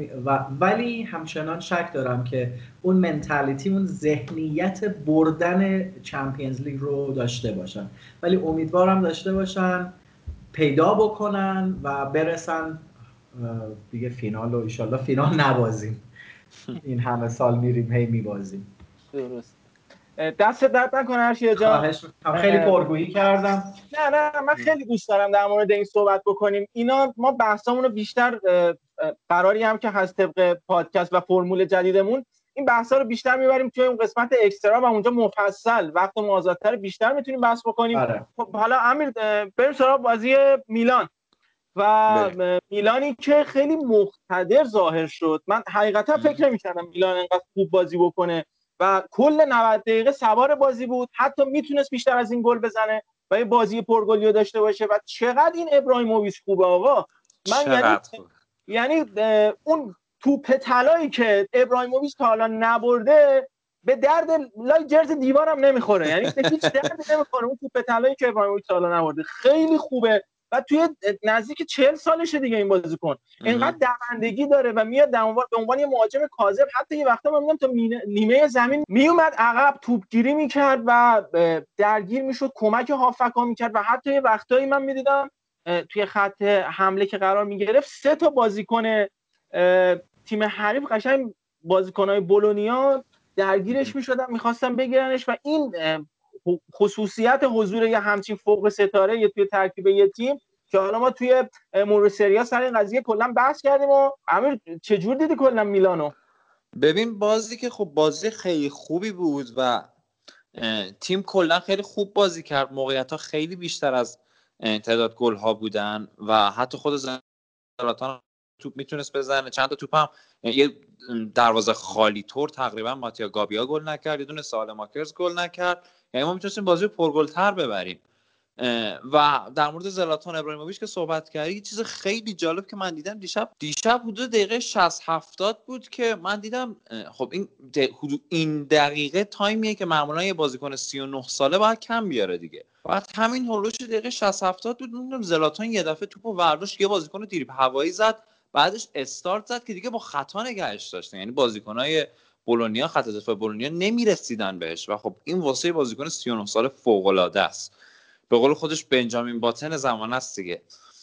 [SPEAKER 9] ولی همچنان شک دارم که اون منتالیتی، اون ذهنیت بردن چمپیونز لیگ رو داشته باشن، ولی امیدوارم داشته باشن، پیدا بکنن و برسن دیگه فینال. و ایشالله فینال نبازیم، این همه سال میریم هی میبازیم.
[SPEAKER 7] درست. دست درد نکنه هرشی جان،
[SPEAKER 9] خیلی پرگویی کردم.
[SPEAKER 7] نه من خیلی دوست دارم در مورد این صحبت بکنیم. اینا ما بحثامون رو بیشتر قراری هم که هست طبق پادکست و فرمول جدیدمون این بحثا رو بیشتر میبریم توی اون قسمت اکسترا و اونجا مفصل وقت مازادتر بیشتر میتونیم بحث بکنیم. خب حالا امیر بریم سراغ بازی میلان و میلانی که خیلی مقتدر ظاهر شد. من حقیقتا فکر نمی‌کردم میلان انقدر خوب بازی بکنه و کل 90 دقیقه سوار بازی بود، حتی میتونست بیشتر از این گل بزنه و یه بازی پرگلیو داشته باشه. و چقدر این ابراهیموویچ خوبه آقا. من یعنی اون توپ طلایی که ابراهیموویچ تا حالا نبرده به درد لای جرز دیوارم نمیخوره، یعنی به هیچ دردی نمیخوره. اون توپ طلایی که ابراهیموویچ تا حالا نبرده خیلی خوبه و توی نزدیک 40 سالشه دیگه این بازیکن، اینقدر دوندگی داره و میاد به عنوان یه مهاجم کاذب حتی یه وقتا من میگم تا نیمه زمین میومد عقب توپگیری میکرد و درگیر میشد، کمک هافکا میکرد و حتی یه وقتایی من میدیدم توی خط حمله که قرار میگرفت 3 تا بازیکن تیم حریف قشنگ بازیکنای بولونیا درگیرش میشدن، میخواستن بگیرنش و این خصوصیت حضور یه همچین فوق ستاره یه توی ترکیب یه تیم که حالا ما توی مورد سری آ سر این قضیه کلا بحث کردیم. و امیر چجور دیدی کلا میلانو؟
[SPEAKER 8] ببین بازی که خب بازی خیلی خوبی بود و تیم کلا خیلی خوب بازی کرد، موقعیت‌ها خیلی بیشتر از تعداد گل‌ها بودن و حتی خود زلاتان توپ میتونست بزنه، چند تا توپ هم یه دروازه خالی طور تقریبا ماتیا گابیا گل نکرد، یه دونه سالماکرز گل نکرد، یعنی ما میتونستیم بازی رو پرگل‌تر ببریم. و در مورد زلاتان ابراهیموویچ که صحبت کردی، یه چیز خیلی جالب که من دیدم دیشب حدود دقیقه 60-70 بود که من دیدم خب این دقیقه تایمیه که معمولا یه بازیکن 39 ساله باید کم بیاره دیگه. بعد همین هولوش دقیقه 60-70 بود میدونم زلاتان یه دفعه توپو ورداشت، یه بازیکن دریبل هوایی زد، بعدش استارت زد که دیگه با خطا نگهش داشتن، یعنی بازیکنای بولونیا، خط دفاع بولونیا نمیرسیدن بهش و خب این واسه بازیکن 39 ساله فوق العاده است. به قول خودش بنجامین باتن زمان است دیگه.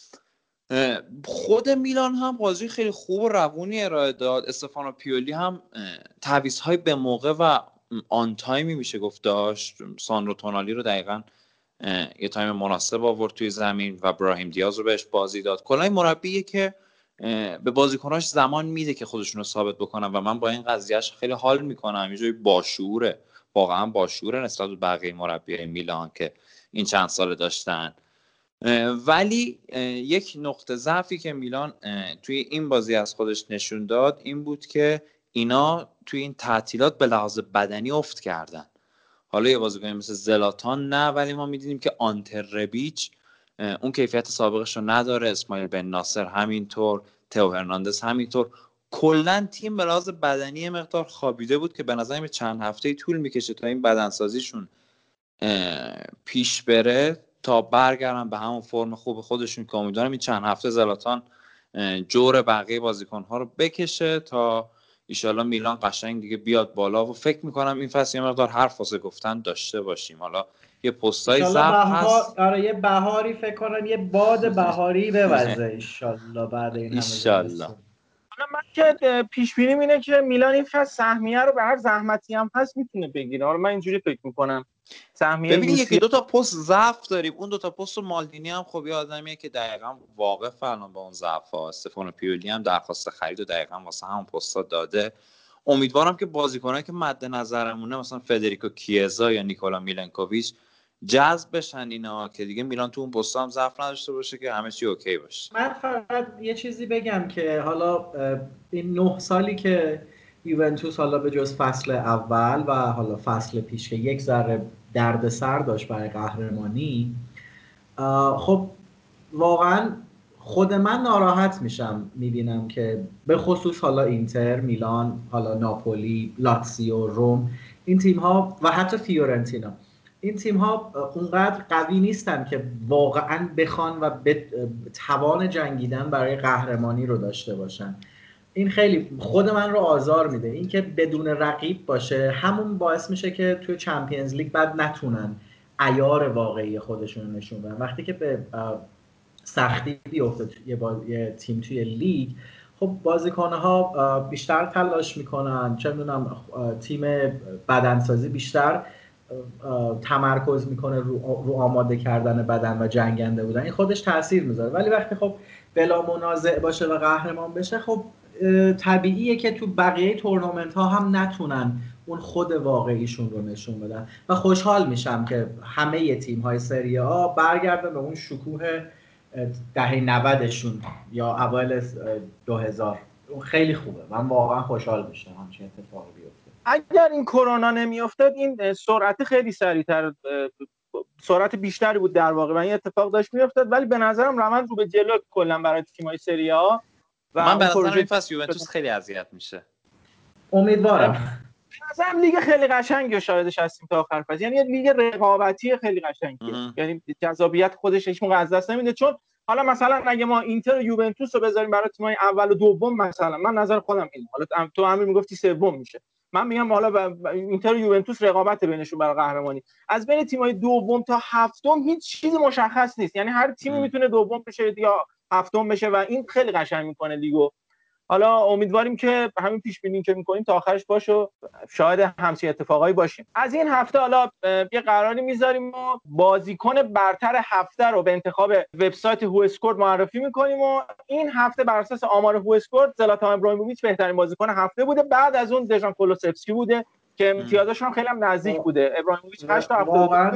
[SPEAKER 8] خود میلان هم بازی خیلی خوب و روونی ارائه داد. استفانو پیولی هم تعویض‌های به موقع و آن تایمی میشه گفت داشت. ساندرو تونالی رو دقیقاً یه تایم مناسب آورد توی زمین و ابراهیم دیاز رو بهش بازی داد. کلا این مربیه که به بازیکناش زمان میده که خودشون رو ثابت بکنن و من با این قضیهش خیلی حال میکنم. یه جوری باشعوره، واقعا باشعوره نسبت به بقیه مربیای میلان که این چند سال داشتن. ولی یک نقطه ضعفی که میلان توی این بازی از خودش نشون داد این بود که اینا توی این تعطیلات به لحاظ بدنی افت کردن. حالا یه بازیکن مثل زلاتان نه، ولی ما می‌دیدیم که آنتر ربیچ اون کیفیت سابقش رو نداره، اسماعیل بن ناصر همینطور، تئو هرناندز همینطور. کلا تیم به لحاظ بدنی مقدار خوابیده بود که به نظر چند هفته طول میکشه تا این بدنسازیشون پیش بره تا برگردن به همون فرم خوب خودشون، که امیدوارم این چند هفته زلاتان جور بقیه بازیکن‌ها رو بکشه تا ایشالا میلان قشنگ دیگه بیاد بالا. و فکر میکنم این فصل یه مقدار حرف واسه گفتن داشته باشیم. حالا یه پستای ضعف هست،
[SPEAKER 9] آره یه بهاری فکر کنم، یه باد بهاری بوزه ایشالله بعد این همه
[SPEAKER 8] ایشالله.
[SPEAKER 7] من که پیش بینیم اینه که میلان این فصل سهمیه رو به هر زحمتی هم هست میتونه بگیره. حالا من اینجوری فکر میکنم سهمیه
[SPEAKER 8] ببین یکی دو تا پست ضعف داریم، اون دو تا پست مالدینی هم خب یه آدمیه که دقیقاً واقف الان با اون ضعف‌ها. استفانو پیولی هم درخواست خرید و دقیقاً واسه همون پستا داده. امیدوارم که بازیکنایی که مد نظرمونه مثلا فدریکو کیزا یا نیکولا میلنکوویچ جذب بشن اینا، که دیگه میلان تو اون پستا هم ضعف نداشته باشه، که همه چی اوکی باشه.
[SPEAKER 9] من فقط یه چیزی بگم که حالا این 9 سالی که یوونتوس حالا به جز فصل اول و حالا فصل پیش که یک ذره دردسر داشت برای قهرمانی، خب واقعا خود من ناراحت میشم میبینم که به خصوص حالا اینتر، میلان، حالا ناپولی، لاتزیو، روم، این تیم ها و حتی فیورنتینا، این تیم ها اونقدر قوی نیستن که واقعا بخوان و توان جنگیدن برای قهرمانی رو داشته باشن. این خیلی خود من رو آزار میده. این که بدون رقیب باشه همون باعث میشه که توی چمپیونز لیگ بعد نتونن عیار واقعی خودشون رو نشون بدن. وقتی که به سختی بیفته یه تیم توی لیگ، خب بازیکن‌ها بیشتر تلاش میکنن، چه میدونم تیم بدنسازی بیشتر تمرکز میکنه رو آماده کردن بدن و جنگنده بودن، این خودش تاثیر میذاره. ولی وقتی خب بلا منازع باشه و قهرمان بشه، خب طبیعیه که تو بقیه تورنمنت ها هم نتونن اون خود واقعیشون رو نشون بدن. و خوشحال میشم که همه تیم های سری آ برگردن به اون شکوه دهه 90شون یا اوایل 2000. اون خیلی خوبه، من واقعا خوشحال میشم همچین اتفاقی بیفته.
[SPEAKER 7] اگر این کرونا نمیافتاد این سرعت خیلی سریعتر، سرعت بیشتری بود در واقع و این اتفاق داشت میافتاد. ولی به نظرم روند رو به جلو کلا برای تیم‌های سری آ و
[SPEAKER 8] من به نظرم این فصل یوونتوس خیلی اذیت میشه.
[SPEAKER 9] امیدوارم.
[SPEAKER 7] به نظرم لیگ خیلی قشنگی و شاهدش هستیم تا آخر فصل. یعنی یه لیگ رقابتی خیلی قشنگیه. یعنی جذابیت خودش هیچ موقع از دست نمیده. چون حالا مثلا اگه ما اینتر و یوونتوس رو بذاریم برای تیم‌های اول و دوم، مثلا من نظر خودم اینه، حالا تو امیر میگفتی سوم میشه، من میگم حالا اینتر و یوونتوس رقابت بینشون برای قهرمانی. از بین تیم‌های دوم تا هفتم هیچ چیزی مشخص نیست. یعنی هر تیمی میتونه دوم بشه یا هفتم بشه و این خیلی قشنگ میکنه لیگو. حالا امیدواریم که همین پیش بینی که می‌کنیم تا آخرش باشه و شاهد همچین اتفاقایی باشیم. از این هفته حالا یه قراری میذاریم و بازیکن برتر هفته رو به انتخاب وبسایت هو اسکورد معرفی می‌کنیم و این هفته بر اساس آمار هو اسکورد زلاتان ابراهیموویچ بهترین بازیکن هفته بوده. بعد از اون دژان کولوسفسکی بوده که امتیازشون هم خیلی هم نزدیک بوده. ابراهیموویچ 8 تا
[SPEAKER 9] واقعا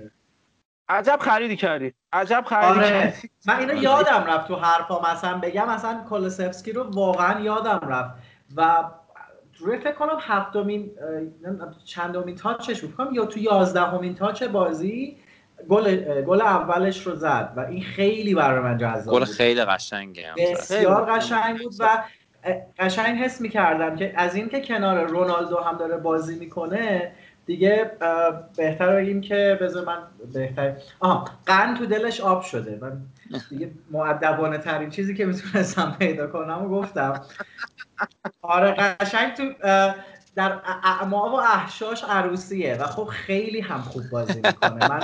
[SPEAKER 7] عجب خریدی کردی.
[SPEAKER 9] آره. من اینو یادم رفت تو حرفا مثلا بگم، مثلا کولوسفسکی رو واقعا یادم رفت و روی فکر کنم هفتمین چندمین تاچش بود یا تو 11مین تاچ بازی گل اولش رو زد و این خیلی برای من جذاب بود.
[SPEAKER 8] گل خیلی قشنگه،
[SPEAKER 9] بسیار قشنگ بود و قشنگ حس می‌کردم که از این که کنار رونالدو هم داره بازی میکنه دیگه بهتر بگیم که بذار من بهتر قند تو دلش آب شده. من دیگه مؤدبانه ترین چیزی که میتونستم پیدا کنم و گفتم. آره قشنگ تو در اعما و احشاش عروسیه و خب خیلی هم خوب بازی میکنه. من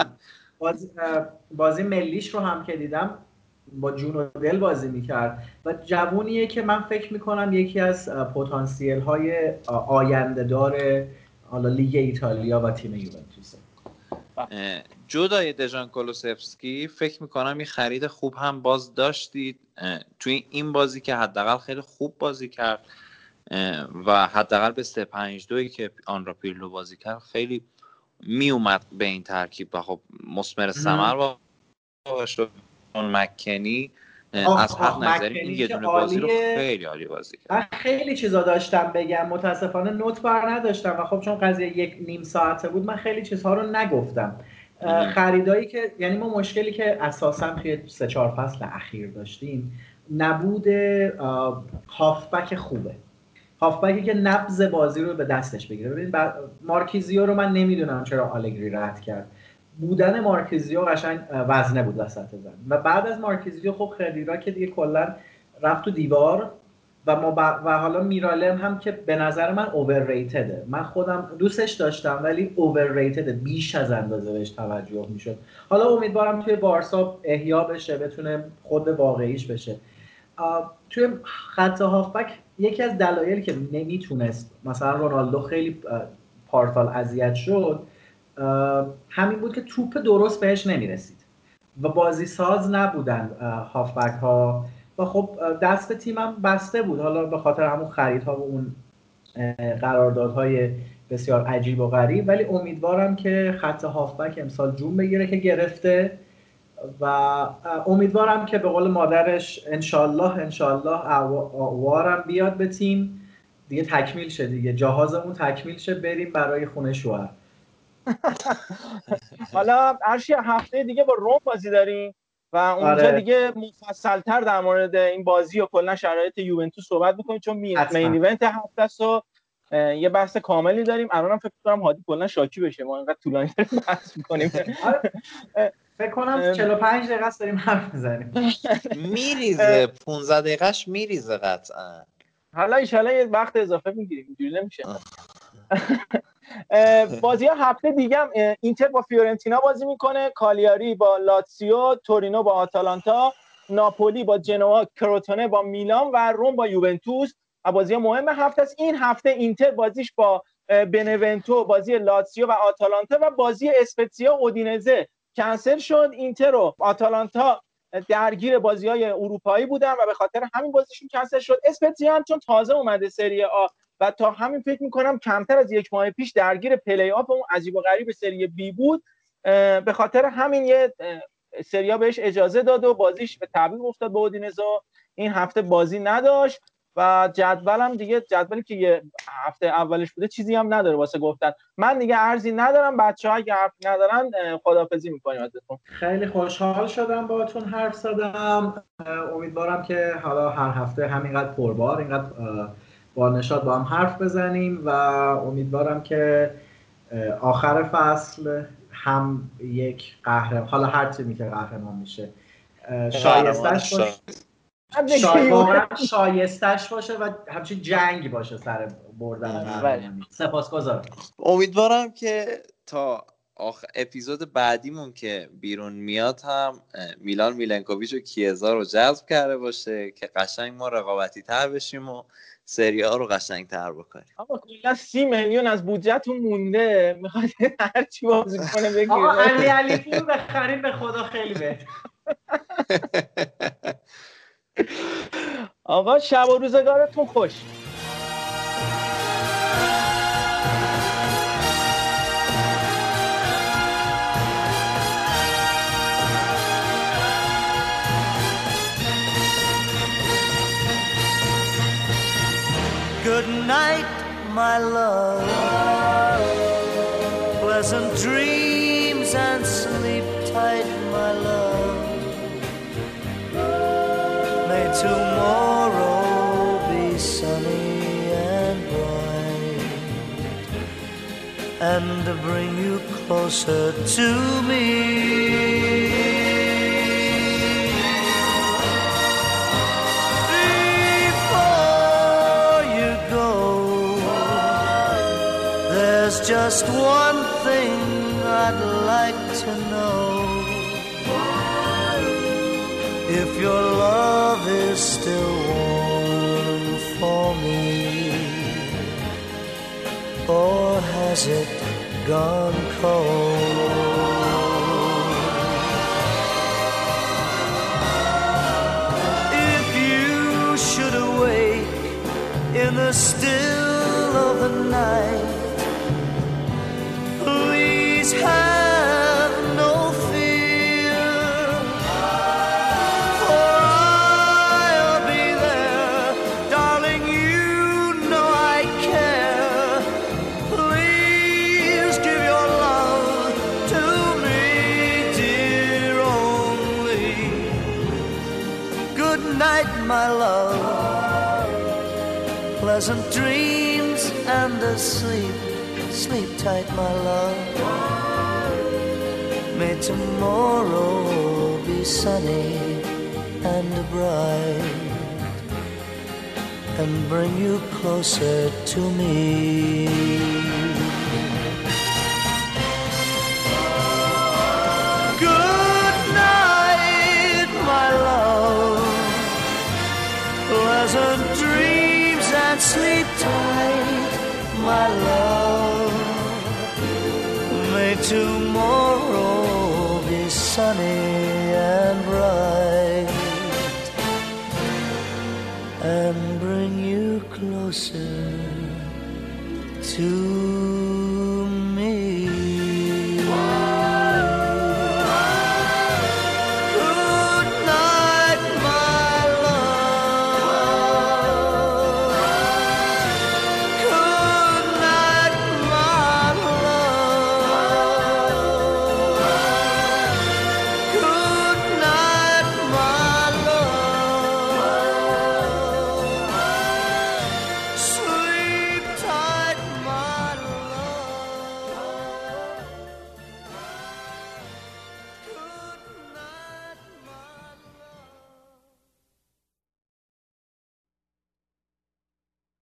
[SPEAKER 9] بازی ملیش رو هم که دیدم با جون و دل بازی میکرد و جوونیه که من فکر میکنم یکی از پتانسیل های آینده دار حالا لیگ ایتالیا و تیم یوونتوسه.
[SPEAKER 8] جدای دژان کولوسفسکی فکر میکنم این خرید خوب هم باز داشتید توی این بازی که حداقل خیلی خوب بازی کرد و حداقل به 3-5-2 که آن را پیرلو بازی کرد خیلی میومد به این ترکیب و خب مثمر ثمر باشه. مکنی از هر نظری این یه دونه بازی رو خیلی عالی بازی کرد.
[SPEAKER 9] من خیلی چیزا داشتم بگم، متاسفانه نوت بر نداشتم و خب چون قضیه یک نیم ساعته بود من خیلی چیزها رو نگفتم. خریدایی که یعنی ما مشکلی که اساسا توی 3-4 فصل اخیر داشتیم نبود هافبک خوبه، هافبکی که نبض بازی رو به دستش بگیره. ببین مارکیزیو رو من نمیدونم چرا آلگری رد کرد. بودن مارکیزیو قشنگ وزنه بود وسط زمین و بعد از مارکیزیو خب خریرا که دیگه کلا رفت تو دیوار و حالا میرالم هم که به نظر من اوورریتده. من خودم دوستش داشتم ولی اوورریتده، بیش از اندازه بهش توجه میشد. حالا امیدوارم توی بارسا احیا بشه، بتونه خود واقعیش بشه. توی خط هافبک یکی از دلایلی که نمیتونست مثلا رونالدو خیلی پارسال اذیت شد همین بود که توپ درست بهش نمیرسید و بازی ساز نبودن هافبک ها و خب دست تیمم بسته بود، حالا به خاطر همون خریدها و اون قراردادهای بسیار عجیب و غریب. ولی امیدوارم که خط هافبک امسال جون بگیره که گرفته و امیدوارم که به قول مادرش انشالله وارم بیاد به تیم دیگه، تکمیل شه دیگه، جهازمون تکمیل شه، بریم برای خونه شوهر.
[SPEAKER 7] حالا ارشی هفته دیگه با روم بازی داریم و اونجا دیگه مفصل‌تر در مورد این بازی و کلا شرایط یوونتوس صحبت می‌کنیم چون مین ایونت هفته است و یه بحث کاملی داریم. الانم فکر کنم هادی کلا شاکی بشه ما انقدر طولانی داریم بحث می‌کنیم.
[SPEAKER 9] فکر کنم 45 دقیقه است داریم حرف می‌زنیم.
[SPEAKER 8] میریزه 15 دقیقه‌اش میریزه قطعا.
[SPEAKER 7] حالا ان شاءالله یه وقت اضافه می‌گیریم، اینجوری نمیشه. بازی‌ها هفته دیگه هم اینتر با فیورنتینا بازی میکنه، کالیاری با لاتسیو، تورینو با آتالانتا، ناپولی با جنوا، کروتونه با میلان و روم با یوونتوس. بازی‌ها مهم هفته است. این هفته اینتر بازیش با بنونتو، بازی لاتسیو و آتالانتا و بازی اسپتزیا اودینزه کنسل شد. اینتر و آتالانتا درگیر بازی‌های اروپایی بودن و به خاطر همین بازیشون کنسل شد. اسپتزیا هم چون تازه اومده سری آ و تا همین فکر می‌کنم کمتر از یک ماه پیش درگیر پلی آف اون عجیب و غریب سری بی بود، به خاطر همین یه سریا بهش اجازه داد و بازیش به تعویق افتاد به اودینزه. این هفته بازی نداشت و جدولم دیگه جدولی که یه هفته اولش بوده چیزی هم نداره واسه گفتن. من دیگه عرضی ندارم، بچه‌ها اگه حرف ندارن خداحافظی می‌کنیم ازتون.
[SPEAKER 9] خیلی خوشحال شدم باهاتون حرف زدم. امیدوارم که حالا هر هفته همینقدر پربار، اینقدر با نشاط با هم حرف بزنیم و امیدوارم که آخر فصل هم یک قهرمان، حالا هر تیمی که قهرمان میشه شایستش باشه، واقعا شایستش باشه و همچین جنگی باشه سر بردن قهرمانی. سپاسگزارم.
[SPEAKER 8] امیدوارم که تا اپیزود بعدیمون که بیرون میاد هم میلان میلنکوویچ و کیزا رو جذب کرده باشه که قشنگ ما رقابتی تر بشیم و سری ها رو قشنگ تر بکنیم.
[SPEAKER 7] اما کلا 30 میلیون از بودجهتون مونده، میخواید هر چی بازی کنه بگیرید.
[SPEAKER 9] آقا علی پور بخرید به خدا خیلی بهتر.
[SPEAKER 7] آقا شب و روزگارتون خوش.
[SPEAKER 6] Good night, my love. Pleasant dreams and sleep tight, my love. May tomorrow be sunny and bright and bring you closer to me. Just one thing I'd like to know. If your love is still warm for me, or has it gone cold? If you should awake in the still of the night, have no fear, for
[SPEAKER 10] night, my love. Pleasant dreams and a sleep. Sleep tight, my love. May tomorrow be sunny and bright and bring you closer to me. Good night, my love. Pleasant dreams and sleep tight, my love. May tomorrow be sunny and bright and bring you closer to